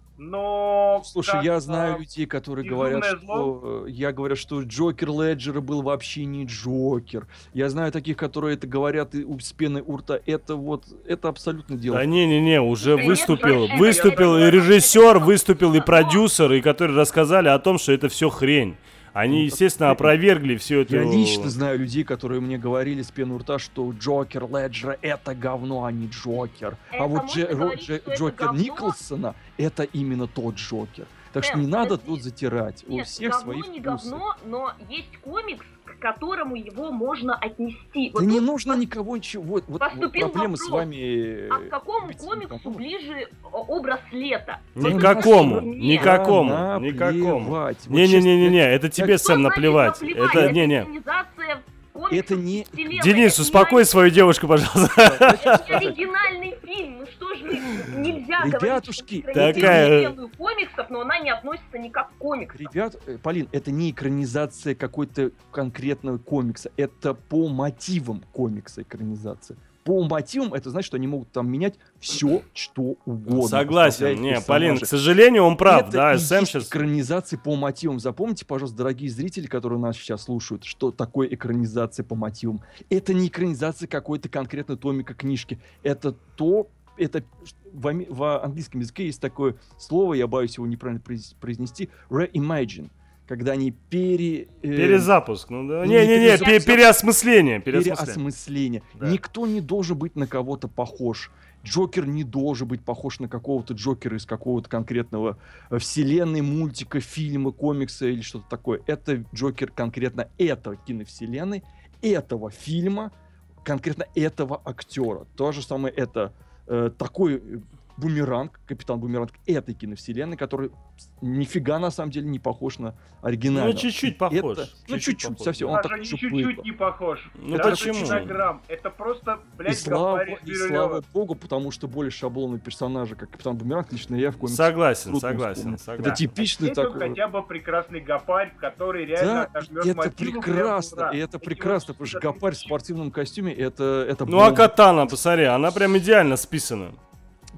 Но... Слушай, как, я знаю а, людей, которые безумное говорят, зло? что... э, Я говорю, что Джокер Леджера был вообще не Джокер. Я знаю таких, которые это говорят и у- с пеной у рта. Это вот... Это абсолютно дело. Да не-не-не, уже Нет, выступил, это- выступил это- и режиссер, это- выступил и но- продюсер, и которые рассказали о том, что это все хрень. Они, Ну, естественно, это- опровергли всю эту... Я лично знаю людей, которые мне говорили с пены у рта, что Джокер Леджера это говно, а не Джокер. Это а вот можно Дже- Ро- говорить, Дже- что это Джокер говно? Николсона это именно тот Джокер. Так что Сэм, не надо подожди. тут затирать. У Нет, всех говно свои не вкусы. говно, но есть комикс, к которому его можно отнести. Да Вот не тут нужно пос- никого ничего. Вот, вот- вот поступил проблемы с вопрос. вами. А к какому быть комиксу никому. ближе э, образ лета? Никакому, Нет. никакому, Да никакому. наплевать. Вот Не-не-не-не, честно, это тебе, Что Сэм, значит наплевать. наплевать? Это, не-не. экранизация комиксов Это не- вселенной. Денис, Это успокой не свою девушку, пожалуйста. Это не оригинальный фильм. Ну что ж вы, нельзя Ребятушки, говорить, что такая- вселенную комиксов, но она не относится никак к комиксам. Ребят, э, Полин, это не экранизация какой-то конкретного комикса. Это по мотивам комикса экранизация. По мотивам это значит, что они могут там менять все, что угодно. Согласен. вставлять Не, персонажей. Полин, к сожалению, он прав. Это Да, и Сэм есть сейчас... экранизации по мотивам. Запомните, пожалуйста, дорогие зрители, которые нас сейчас слушают, что такое экранизация по мотивам. Это не экранизация какой-то конкретной томика книжки. Это то, это в, ами- в английском языке есть такое слово, я боюсь его неправильно произ- произнести, reimagine, когда они пере... э, Перезапуск. Ну да. не Не-не-не, перезапуск, пе- а переосмысление. Переосмысление. переосмысление. Да. Никто не должен быть на кого-то похож. Джокер не должен быть похож на какого-то Джокера из какого-то конкретного э, вселенной, мультика, фильма, комикса или что-то такое. Это Джокер конкретно этого киновселенной, этого фильма, конкретно этого актера. То же самое это э, такой э, Бумеранг, Капитан Бумеранг этой киновселенной, который нифига на самом деле не похож на оригинального. Ну, чуть-чуть похож. Это- ну, чуть-чуть, похож. совсем. Он Даже так не чуть чуть-чуть было. не похож. Ну, Даже почему? на грамм. Это просто, И блядь, слава, Гафарий и Бирюлёва. слава богу, потому что более шаблонные персонажи, как Капитан Бумеранг, лично я в комиксах Согласен, трудно согласен, вспомнить. согласен. Это типичный Это такой... хотя бы прекрасный Гапарь, который реально Да, отожмёт и это мотивы прекрасно, прям, и ура. это Эти прекрасно, вот потому что всегда Гапарь в такие спортивном костюме, это, это Ну а бомба. Катана, посмотри, она прям идеально списана.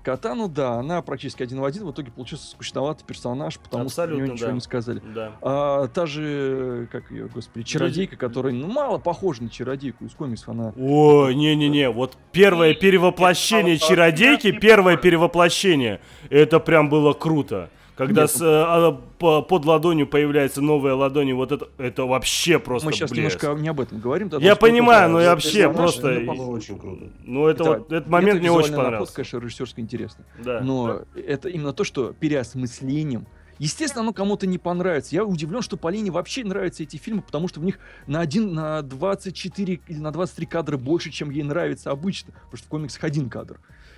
Катану, да, она практически один в один. В итоге получился скучноватый персонаж, потому Абсолютно, что про нее ничего да. не сказали. Да. А та же, как ее, господи, чародейка, которая, ну, мало похожа на чародейку из комиксов, она... Ой, не-не-не, вот первое перевоплощение чародейки, первое перевоплощение, это прям было круто. Когда Нет, с, а, по- под ладонью появляется новая ладонь, и вот это, это вообще просто Мы сейчас блеск. немножко не об этом говорим. да, Я потому что понимаю, это- но я это вообще персонаж, просто... Это было очень круто. Ну, это, Это- вот, этот момент это мне очень визуальный напор, понравился. конечно, режиссерски интересно. Да. Но это именно то, что переосмыслением. Естественно, оно кому-то не понравится. Я удивлен, что Полине вообще нравятся эти фильмы, потому что в них на один, на двадцать четыре или на двадцать три кадра больше, чем ей нравится обычно. Потому что в комиксах один кадр.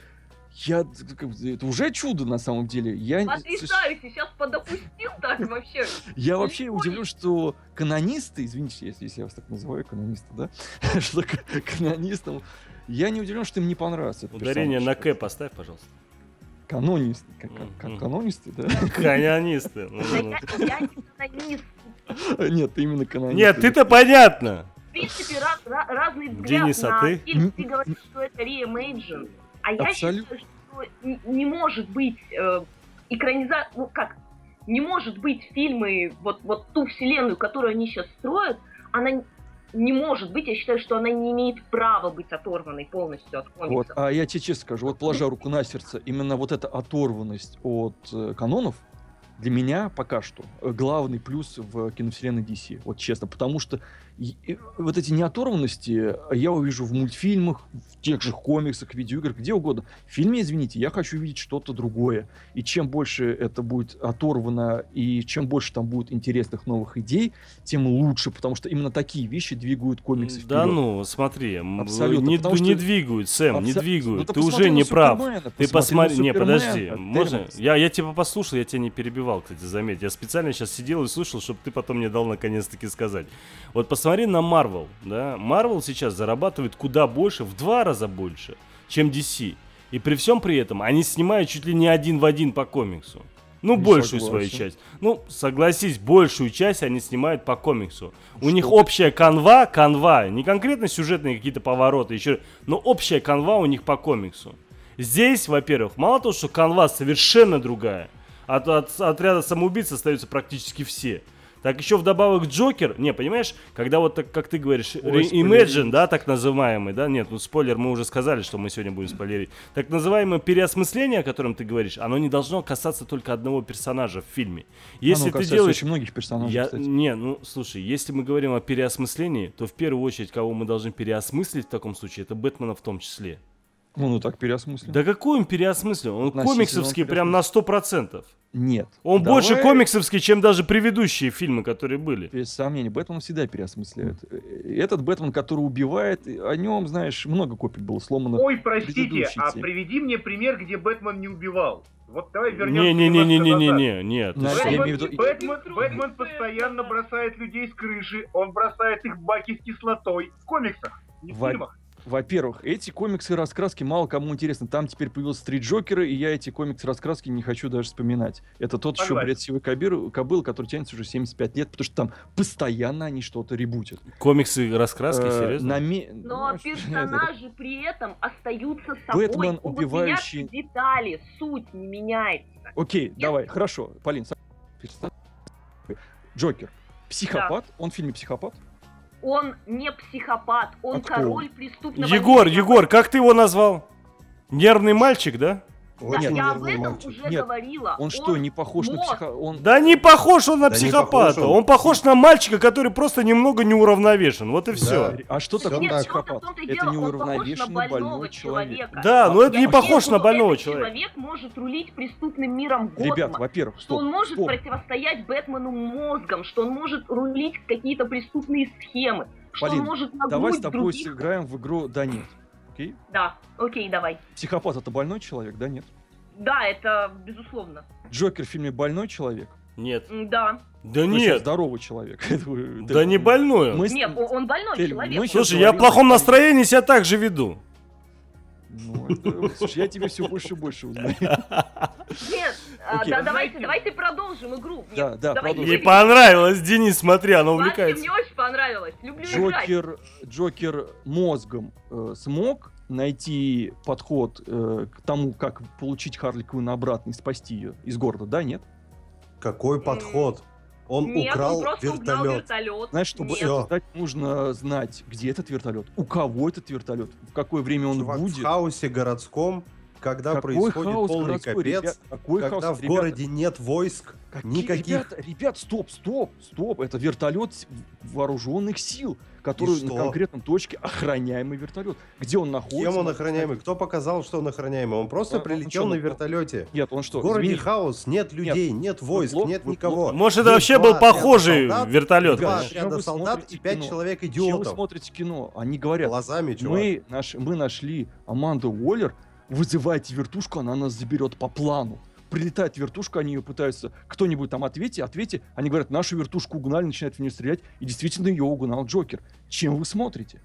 Я... Это уже чудо, на самом деле. Я... Потрясающе, сейчас подопустил так вообще. Я вообще удивлен, что канонисты, извините, если, если я вас так называю, канонисты, да? Что к- канонистам... Я не удивлен, что им не понравится этот Ударение на персонаж. К поставь, пожалуйста. Канонисты. Как, как- как Мгм. канонисты, да? Канонисты. Ну, Да ну, Я я не канонист. Нет, именно канонисты. Нет, ты-то понятно. В принципе, раз- ра- разный взгляд Денис, а на ты? фильм. Ты говоришь, что это реимейджин. А я Абсолютно. считаю, что н- не может быть э, экранизация... Ну, как? Не может быть фильмы, вот, вот ту вселенную, которую они сейчас строят, она не может быть, я считаю, что она не имеет права быть оторванной полностью от Вот, комиксов. а я тебе честно скажу, вот положа руку на сердце, именно вот эта оторванность от э, канонов для меня пока что э, главный плюс в киновселенной ди си. Вот честно, потому что и- и вот эти неоторванности я увижу в мультфильмах, в тех же комиксах, видеоиграх, где угодно. В фильме, извините, я хочу видеть что-то другое. И чем больше это будет оторвано, и чем больше там будет интересных новых идей, тем лучше, потому что именно такие вещи двигают комиксы Да вперед. ну, смотри, м, Абсолютно, не, потому не что- двигают, Сэм, не Абсо- двигают. Ну, ты посмотри уже на не прав. Супермена, Ты посмотри посмотри, на не, Супермена, подожди, как можно? Терминс. Я, я тебя послушал, я тебя не перебивал, кстати, заметь. Я специально сейчас сидел и слушал, чтобы ты потом мне дал наконец-таки сказать. Вот посмотри на Marvel, да? Marvel сейчас зарабатывает куда больше, в два раза больше, чем ди си. И при всем при этом они снимают чуть ли не один в один по комиксу. Ну, Не большую согласен. свою часть. Ну, согласись, большую часть они снимают по комиксу. У Что них ты? общая канва, канва, не конкретно сюжетные какие-то повороты, еще, но общая канва у них по комиксу. Здесь, во-первых, мало того, что канва совершенно другая, от, от отряда самоубийц остаются практически все. Так еще вдобавок Джокер, не, понимаешь, когда вот так, как ты говоришь, Ой, Imagine, да, так называемый, да, нет, ну спойлер, мы уже сказали, что мы сегодня будем спойлерить. Так называемое переосмысление, о котором ты говоришь, оно не должно касаться только одного персонажа в фильме. Если Оно ты касается делаешь... очень многих персонажей, Я, кстати. не, ну слушай, если мы говорим о переосмыслении, то в первую очередь, кого мы должны переосмыслить в таком случае, это Бэтмена в том числе. Ну, ну так переосмыслим. Да какой он переосмыслен? Он Относительно комиксовский он прям на сто процентов. Нет. Он Давай больше комиксовский, чем даже предыдущие фильмы, которые были. Без сомнений, Бэтмен всегда переосмысляет. Э, Этот Бэтмен, который убивает, о нем, знаешь, много копий было сломано. Ой, простите, предыдущие а темы. приведи мне пример, где Бэтмен не убивал. Вот давай вернемся Не-не-не-не-не-не, нет. ты На- что? я имею в виду- Бэтмен, Бэтмен постоянно бросает людей с крыши, он бросает их в баки с кислотой. В комиксах, не в Во- фильмах. Во-первых, эти комиксы и раскраски мало кому интересны. Там теперь появился три Джокера, и я эти комиксы и раскраски не хочу даже вспоминать. Это тот еще Согласен. бред сивой кобыл, кобыл, который тянется уже семьдесят пять лет, потому что там постоянно они что-то ребутят. Комиксы раскраски, Э, серьезно? наме- Но ну, персонажи при этом остаются собой. Бэтмен, Могут убивающий- меняться детали, суть не меняется. Окей, давай, хорошо. Полин, сам- перестань. Джокер. Психопат? Он в фильме психопат? Он не психопат, он А кто король преступного Егор, мира. Егор, как ты его назвал? Нервный мальчик, да? Да, Очень я об нервный этом мальчик. уже Нет, говорила. Он что, не похож на мозг. психопата? Он... Да не похож он на Да не психопата. похож он. Он похож на мальчика, который просто немного неуравновешен. Вот и все. Да. А что Всё такое Нет, так. в том-то- в психопат? том-то и Это дело, он похож на неуравновешенный больного больной человек. человека. Да, но это Я не уверен, похож на что больного этот человека. человек может рулить преступным миром Готэма. Ребят, во-первых, Что стоп, он может стоп. противостоять Бэтмену мозгом, что он может рулить какие-то преступные схемы, что Полин, он может Давай нагнуть с тобой других. сыграем в игру «Да, нет». Окей? Да, окей, давай. Психопат — это больной человек? Да, нет. Да, это безусловно. Джокер в фильме больной человек? Нет. М, Да. Да То есть нет. здоровый человек. Да не больной он. Мы с- Нет, о- он больной Тель, человек. мы щас Слушай, я в говорим- плохом настроении себя так же веду. Ну, это- Слушай, я тебе все больше и больше узнаю. Нет, а, Окей. да, давайте, давайте продолжим игру. Мне- Да, да, давайте продолжим. Ей говорить. понравилось, Денис, смотри, она Вообще, увлекается. мне очень понравилось. Люблю играть. Джокер, Джокер мозгом э, смог найти подход э, к тому, как получить Харли Квинн обратно и спасти ее из города, да, нет? Какой подход? Он Нет, украл он просто угнал вертолет. вертолет. Знаешь, чтобы Нет. это знать, нужно знать, где этот вертолет, у кого этот вертолет, в какое время он Чувак, будет. в хаосе городском, когда Какой происходит хаос полный городской, капец, ребят? Какой когда хаос, в ребята? городе нет войск, Какие- никаких. Ребята, ребят, стоп, стоп, стоп. Это вертолет с- вооруженных сил, который И на что? конкретном точке охраняемый вертолет. Где он находится? Кем он можно охраняемый? сказать. Кто показал, что он охраняемый? Он просто Он- он прилетел что, на ну, вертолете. Нет, он что? В городе извини, хаос, нет людей, нет войск, вот- нет вот- никого. Может, это Есть вообще два был отряда похожий солдат, вертолет, Два конечно. Чем отряда вы солдат смотрите и пять кино? человек Чем вы идиотов. смотрите кино? Они говорят, Глазами, чувак. мы, наш, мы нашли Аманду Уоллер, вызывайте вертушку, она нас заберет по плану. Прилетает вертушка, они ее пытаются, кто-нибудь там ответьте, ответьте. Они говорят, нашу вертушку угнали, начинают в нее стрелять, и действительно ее угнал Джокер. Чем вы смотрите?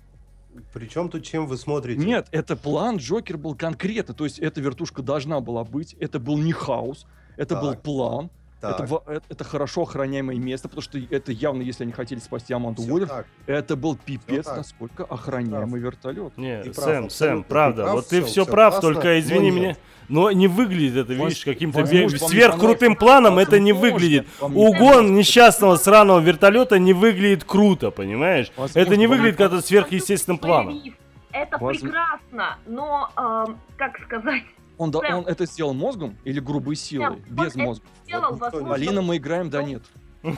Причем тут чем вы смотрите? Нет, это план Джокер был конкретно, то есть эта вертушка должна была быть, это был не хаос, это Так. был план, Так, это, во- э- это хорошо охраняемое место, потому что это явно, если они хотели спасти Аманду всё Уоллер, так. это был пипец, так. насколько охраняемый вертолет. Не, Ты прав, Сэм, абсолютно Сэм, ты правда. прав, Вот ты всё- все всё прав, классно, только извини но меня. нет. Но не выглядит это, Воз- видишь, каким-то возможно, ве- вам не сверхкрутым понравится. планом это не Возможно, выглядит. вам не Угон понравится. несчастного сраного вертолета не выглядит круто, понимаешь? Возможно, Это не вам выглядит не как-то сверхъестественным планом. Это Воз- прекрасно, но, эм, как сказать, Он, да- Сэм. он это сделал мозгом или грубой силой? Сэм, Без он это мозга. сделал, никто не возможно... Алина, мы играем, да Ну, нет. ну,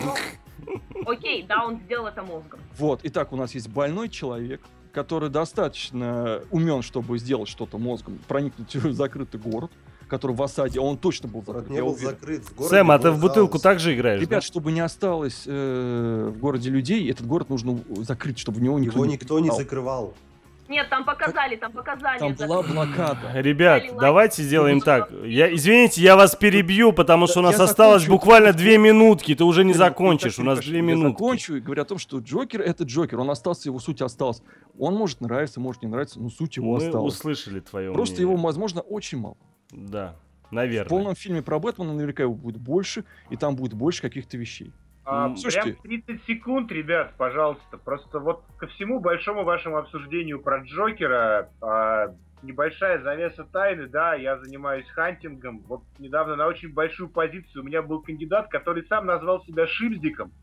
Окей, да, он сделал это мозгом. Вот, итак, у нас есть больной человек, который достаточно умен, чтобы сделать что-то мозгом, проникнуть в закрытый город, который в осаде, а он точно был Город закрыт, не я был уверен. закрыт. В городе Сэм, а ты был в бутылку хаос. так же играешь, да? Ребят, чтобы не осталось э, в городе людей, этот город нужно закрыть, чтобы в него никто Его не никто не попал. закрывал. Нет, там показали, там показали. Там это. была блокада. Ребят, Дали давайте лайк. сделаем так. Я, извините, я вас перебью, потому что у нас Я осталось закончу. буквально две минутки. Ты уже не Я закончишь, так у нас скажу, две Я минутки. закончу и говорю о том, что Джокер — это Джокер. Он остался, его суть осталась. Он может нравиться, может не нравиться, но суть его Мы осталась. услышали твое Просто мнение. его, возможно, очень мало. Да, В наверное. полном фильме про Бэтмена наверняка его будет больше, и там будет больше каких-то вещей. А, М, слушайте. Прям тридцать секунд, ребят, пожалуйста. Просто вот ко всему большому вашему обсуждению про Джокера а, небольшая завеса тайны, да, я занимаюсь хантингом. Вот недавно на очень большую позицию у меня был кандидат, который сам назвал себя Шипздиком.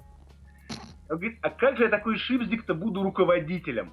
Он говорит, а как же я такой Шипздик-то буду руководителем?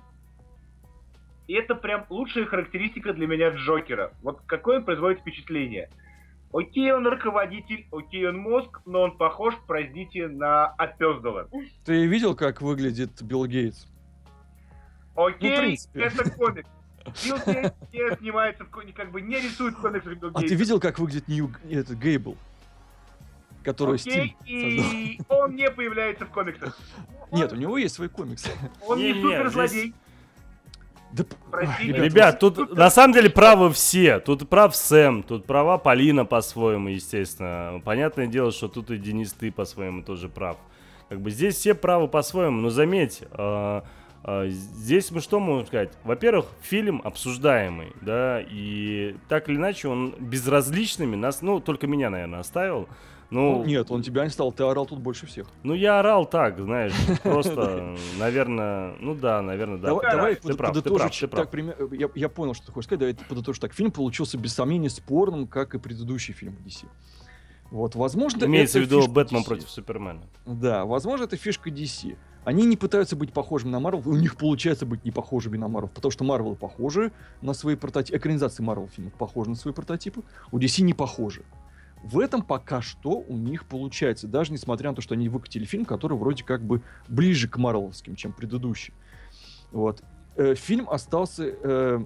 И это прям лучшая характеристика для меня Джокера. Вот какое он производит впечатление. Окей, он руководитель, окей, он мозг, но он похож, простите, на опёздала. Ты видел, как выглядит Билл Гейтс? Окей, Ну, в принципе. это комикс. Билл Гейтс не снимается в комиксах, как бы не рисует в комиксах Билл А ты Гейтс. видел, как выглядит Нью... этот Гейбл? Который Окей, Стиль создал. и он не появляется в комиксах. Нет, у него есть свой комикс. Он не, Не-не, суперзлодей. Да, п- Простите. ребят, Ребят, тут на самом деле правы все. Тут прав Сэм, тут права Полина по-своему, естественно. Понятное дело, что тут и Денис, ты по-своему тоже прав. Как бы здесь все правы по-своему, но заметь, э, э, здесь мы что можем сказать? Во-первых, фильм обсуждаемый, да, и так или иначе он безразличными нас, ну, только меня, наверное, оставил. Ну, Нет, он тебя не стал, ты орал тут больше всех. ну, я орал так, знаешь, просто, наверное, ну да, наверное, да. давай давай ты под- прав, ты подытожить прав, ты прав. так, пример- я, я понял, что ты хочешь сказать, давай подытожить так. Фильм получился без сомнения спорным, как и предыдущий фильм ди си. Вот, возможно, Имеется в это виду фишка Бэтмен ди си. против Супермена. Да, возможно, это фишка ди си. Они не пытаются быть похожими на Марвел, у них получается быть не похожими на Марвел, потому что Марвел похожи на свои прототипы, экранизации Марвел фильмов похожи на свои прототипы, у ди си не похожи. В этом пока что у них получается, даже несмотря на то, что они выкатили фильм, который вроде как бы ближе к марвеловским, чем предыдущий. Вот. Э, фильм остался... э,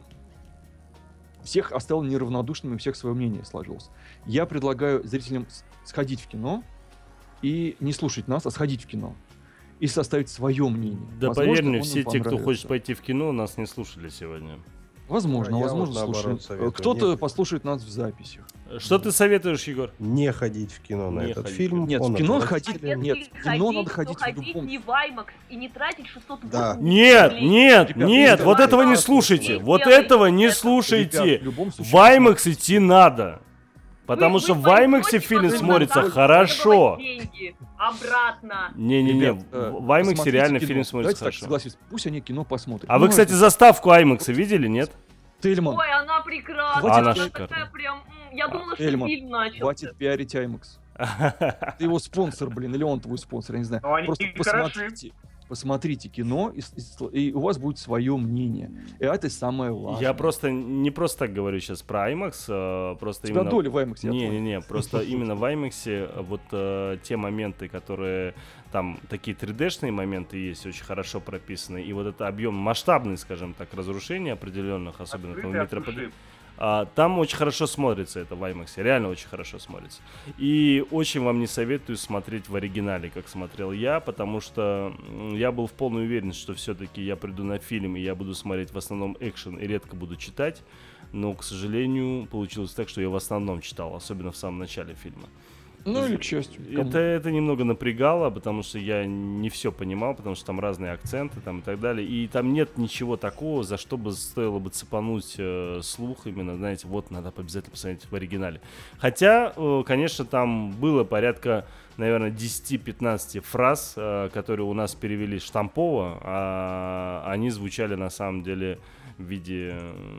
всех оставил неравнодушными, у всех свое мнение сложилось. Я предлагаю зрителям с- сходить в кино и не слушать нас, а сходить в кино и составить свое мнение. Да Возможно, поверь мне, он все им те, кто хочет понравится. пойти в кино, нас не слушали сегодня. Возможно, Я возможно, вот наоборот слушают. советую Кто-то не- послушает нас в записях. Что ты советуешь, Егор? Не ходить в кино на Не этот ходить. фильм. Нет, он в кино отвратителен. ходить- А Нет, если в кино надо то ходить в ходить любом- не в IMAX и не тратить шестьсот Да. восемь Нет, рублей. нет, Ребят, нет, ребят, вот этого не ребят, слушайте. не Вот делайте этого не это. слушайте. Ребят, в любом случае, В IMAX идти надо. Потому Вы- что вы в IMAX пойдете, фильм потом смотрится назад хорошо. требовать деньги обратно. Не-не-не, Ребят, э, в IMAX посмотрите реально кино. фильм смотрится Давайте так хорошо. согласись, пусть они кино посмотрят. А Ну, вы, кстати, это- заставку IMAX видели, нет? Тельман, Ой, она прекрасна. Хватит Она пиарить. такая прям... м, Я думала, что Эльман, фильм начался. хватит пиарить Аймакс. Ты его спонсор, блин, или он твой спонсор, я не знаю. Но они Просто хороши. посмотрите, посмотрите кино, и, и- и у вас будет свое мнение. И это самое важное. Я просто не просто так говорю сейчас про IMAX, а, просто У тебя именно... доля в Аймаксе, я понял. Не-не-не, просто именно в IMAX вот э, те моменты, которые там такие три дэ-шные моменты есть, очень хорошо прописаны, и вот это объем масштабный, скажем так, разрушений определенных, особенно там, Открытый от метрополи- души. а, там очень хорошо смотрится это в IMAX, реально очень хорошо смотрится. И очень вам не советую смотреть в оригинале, как смотрел я, потому что м, я был в полной уверенности, что все-таки я приду на фильм, и я буду смотреть в основном экшен, и редко буду читать. Но, к сожалению, получилось так, что я в основном читал, особенно в самом начале фильма. Ну или к счастью. кому. Это, это немного напрягало, потому что я не все понимал, потому что там разные акценты там, и так далее. И там нет ничего такого, за что бы стоило бы цепануть э, слух именно, знаете, вот надо обязательно посмотреть в оригинале. Хотя, э, конечно, там было порядка, наверное, десять-пятнадцать фраз, э, которые у нас перевели штампово, а они звучали на самом деле в виде,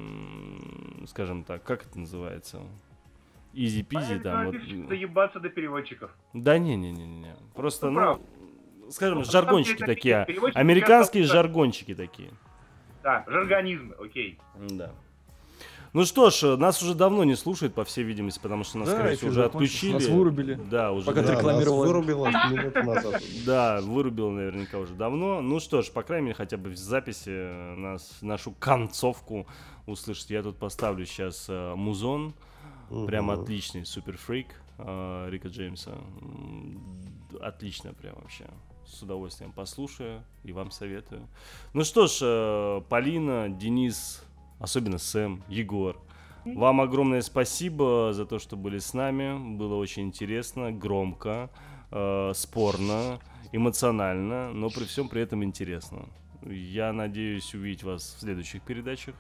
м, скажем так, как это называется? Изи-пизи там. Вот. Доебаться до переводчиков. Да не-не-не-не. Просто, Ну, ну, правда. скажем, Ну, на жаргончики самом деле, такие. такие переводчики Американские часто- жаргончики такие. Да, жаргонизмы, окей. Да. Ну что ж, нас уже давно не слушают, по всей видимости, потому что нас, Да, скорее всего, эфир уже закончился, отключили. нас вырубили. Да, уже. Пока да. ты Да, нас рекламировал. вырубило минуту назад. Да, вырубил наверняка уже давно. Ну что ж, по крайней мере, хотя бы в записи э, нас, нашу концовку услышать. Я тут поставлю сейчас э, музон. Прям Мгм. отличный, супер фрик э, Рика Джеймса. М, Отлично прям вообще. С удовольствием послушаю и вам советую. Ну что ж, э, Полина, Денис, особенно Сэм, Егор. Вам огромное спасибо за то, что были с нами. Было очень интересно, громко, э, спорно, эмоционально, но при всем при этом интересно. Я надеюсь увидеть вас в следующих передачах.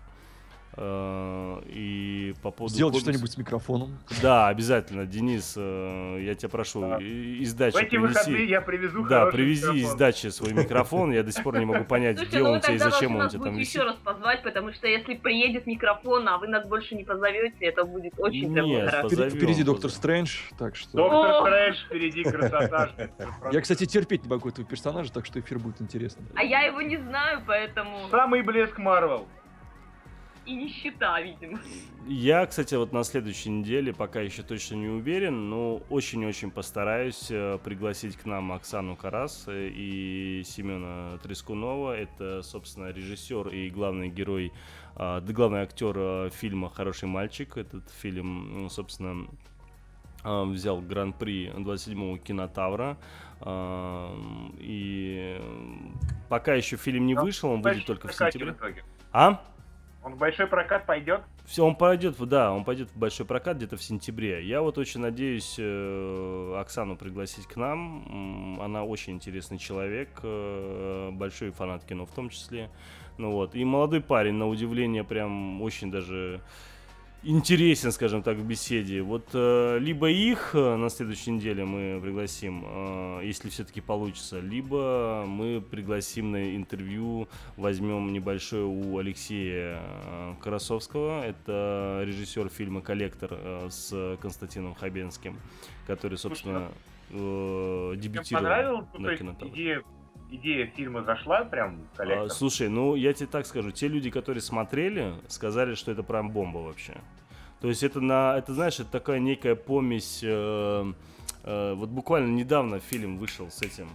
Э, И по поводу Сделать комиксов- что-нибудь с микрофоном. Да, обязательно, Денис, э, я тебя прошу, Да. и- В издачу эти выходные принеси. я привезу Да, хороший привези из микрофон. дачи свой микрофон. Я до сих пор не могу понять, Слушайте, где ну он вы у тебя и тогда зачем должны он у нас тебя там будет висит. еще раз позвать, потому что если приедет микрофон, а вы нас больше не позовете, это будет очень прям Нет, хорошо. позовем, Впереди, впереди Доктор позовем. Стрэндж, так что... Доктор О! Стрэндж, впереди красота. Я, кстати, терпеть не могу этого персонажа, так что эфир будет интересный. А я его не знаю, поэтому Самый блеск Марвел. и нищета, видимо. Я, кстати, вот на следующей неделе, пока еще точно не уверен, но очень-очень постараюсь э, пригласить к нам Оксану Карас э, и Семена Трескунова. Это, собственно, режиссер и главный герой, э, да, главный актер э, фильма «Хороший мальчик». Этот фильм, ну, собственно, э, взял гран-при двадцать седьмого кинотавра. Э, И пока еще фильм не вышел, он выйдет только в сентябре. А? Он в большой прокат пойдет? Все, он пойдет, в- да, он пойдет в большой прокат где-то в сентябре. Я вот очень надеюсь э, Оксану пригласить к нам. М, Она очень интересный человек, э, большой фанат кино в том числе. Ну вот, и молодой парень, на удивление, прям очень даже интересен, скажем так, в беседе. Вот э, либо их э, на следующей неделе мы пригласим, э, если все-таки получится, либо мы пригласим на интервью, возьмем небольшое у Алексея э, Карасовского, это режиссер фильма «Коллектор» э, с Константином Хабенским, который, собственно, э, Мне дебютировал понравилось, ну, то на есть кинотавре. идея, идея фильма зашла прям А, коллектор. слушай, ну я тебе так скажу, те люди, которые смотрели, сказали, что это прям бомба вообще. То есть это на, это знаешь, это такая некая помесь. э, э, вот буквально недавно фильм вышел с этим.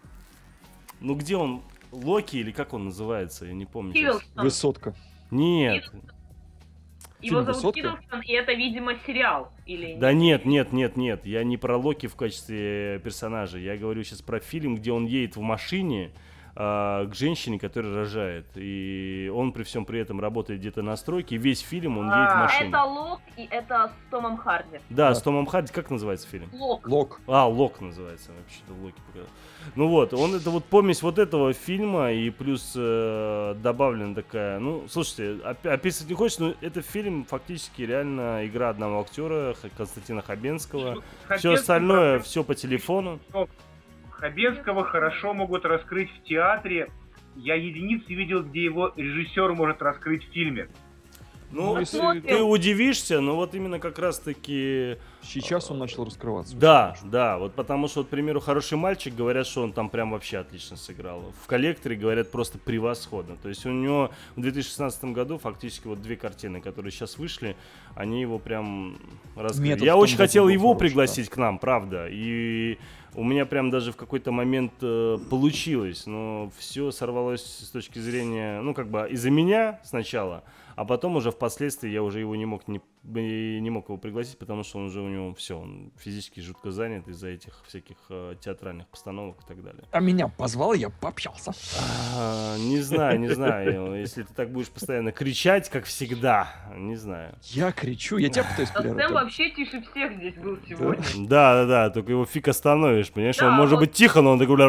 Ну где он? Локи или как он называется? Я не помню. сейчас. Хиддлстон. Высотка. Нет. Его фильм зовут «Высотка»? Хиддлстон, и это, видимо, сериал. Или Да нет, нет, нет, нет. Я не про Локи в качестве персонажа. Я говорю сейчас про фильм, где он едет в машине а, к женщине, которая рожает. И он при всем при этом работает где-то на стройке. И весь фильм он едет в А, машине. Это Лок, и это с Томом Харди. Да, Да. с Томом Харди. Как называется фильм? Лок. Лок. А, Лок называется. Вообще-то в Локи показал. Ну вот, он это вот помесь вот этого фильма, и плюс э, добавлена такая, ну, слушайте, оп- описывать не хочется, но это фильм фактически реально игра одного актера, Х- Константина Хабенского. Все Хабенского- остальное, все по телефону. Хабенского хорошо могут раскрыть в театре. Я единицы видел, где его режиссер может раскрыть в фильме. Ну, Ну, если- Посмотрим. ты удивишься, но вот именно как раз-таки... Сейчас он начал раскрываться. Да, да, вот потому что, вот, к примеру, «Хороший мальчик», говорят, что он там прям вообще отлично сыграл. В «Коллекторе» говорят просто превосходно. То есть у него в две тысячи шестнадцатом году фактически вот две картины, которые сейчас вышли, они его прям раскрыли. Метод Я в том очень году хотел был его хороший, пригласить к нам, правда, и у меня прям даже в какой-то момент э, получилось, но все сорвалось с точки зрения, ну как бы из-за меня сначала, а потом уже впоследствии я уже его не мог не, не мог его пригласить, потому что он уже у него все, он физически жутко занят из-за этих всяких э, театральных постановок и так далее. А меня позвал, я пообщался. А, не знаю, не знаю, если ты так будешь постоянно кричать, как всегда, не знаю. Я кричу, я тебя пытаюсь А Сэм полировать. вообще тише всех здесь был сегодня. Да, да, да, только его фиг остановишь, понимаешь? Да, Он может вот. быть тихо, но он такой...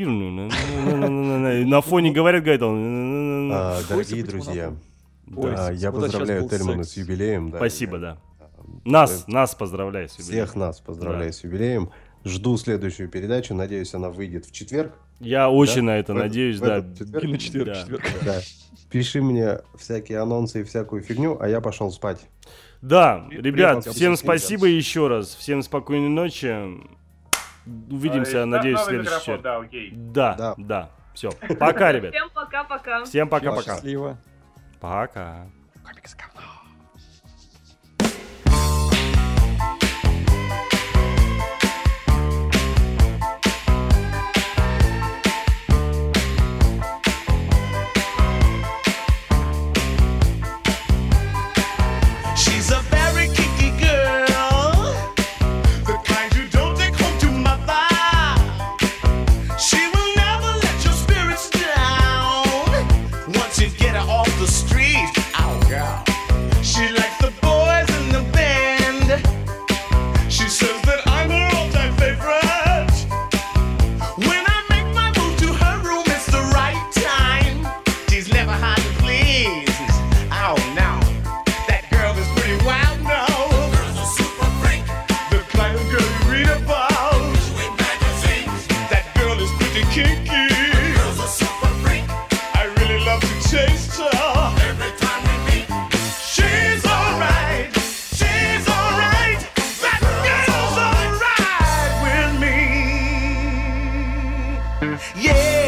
На фоне говорит, говорит он... А, Бойся Дорогие быть друзья, монахом. Ой, да, я вот сейчас поздравляю был Тельмана секс. с юбилеем. Да, Спасибо, я- да. Нас, нас поздравляю с юбилеем. Всех нас поздравляю с юбилеем. Жду следующую передачу. Надеюсь, она выйдет в четверг. Я очень Да? на это В этот- надеюсь, в да. этот четверг? И на четверг, Да. четверг. Да. Пиши мне всякие анонсы и всякую фигню, а я пошел спать. Да, Привет, ребят, пока, всем привет. спасибо еще раз. Всем спокойной ночи. Увидимся, А, надеюсь, в новый следующий микрофон, четверг. да, окей. Да, Да. да. Все. Пока, ребят. Всем пока-пока. Всем пока-пока. Счастливо. Пока. Комикс говно. She's a very kinky girl, the kind you don't take home to mother. She will never let your spirits down. Once you get her off the street, oh girl, she likes the boys in the band. She says that I'm her all-time favorite. When I make my move to her room, it's the right time. She's never hard to please. Oh no. That girl is pretty wild now. Girl's a super freak. The kind of girl you read about. In magazines. That girl is pretty kinky. Girl's a super freak. I really love to taste her. Every time we meet. She's alright. She's alright. That girl's alright with me. Yeah.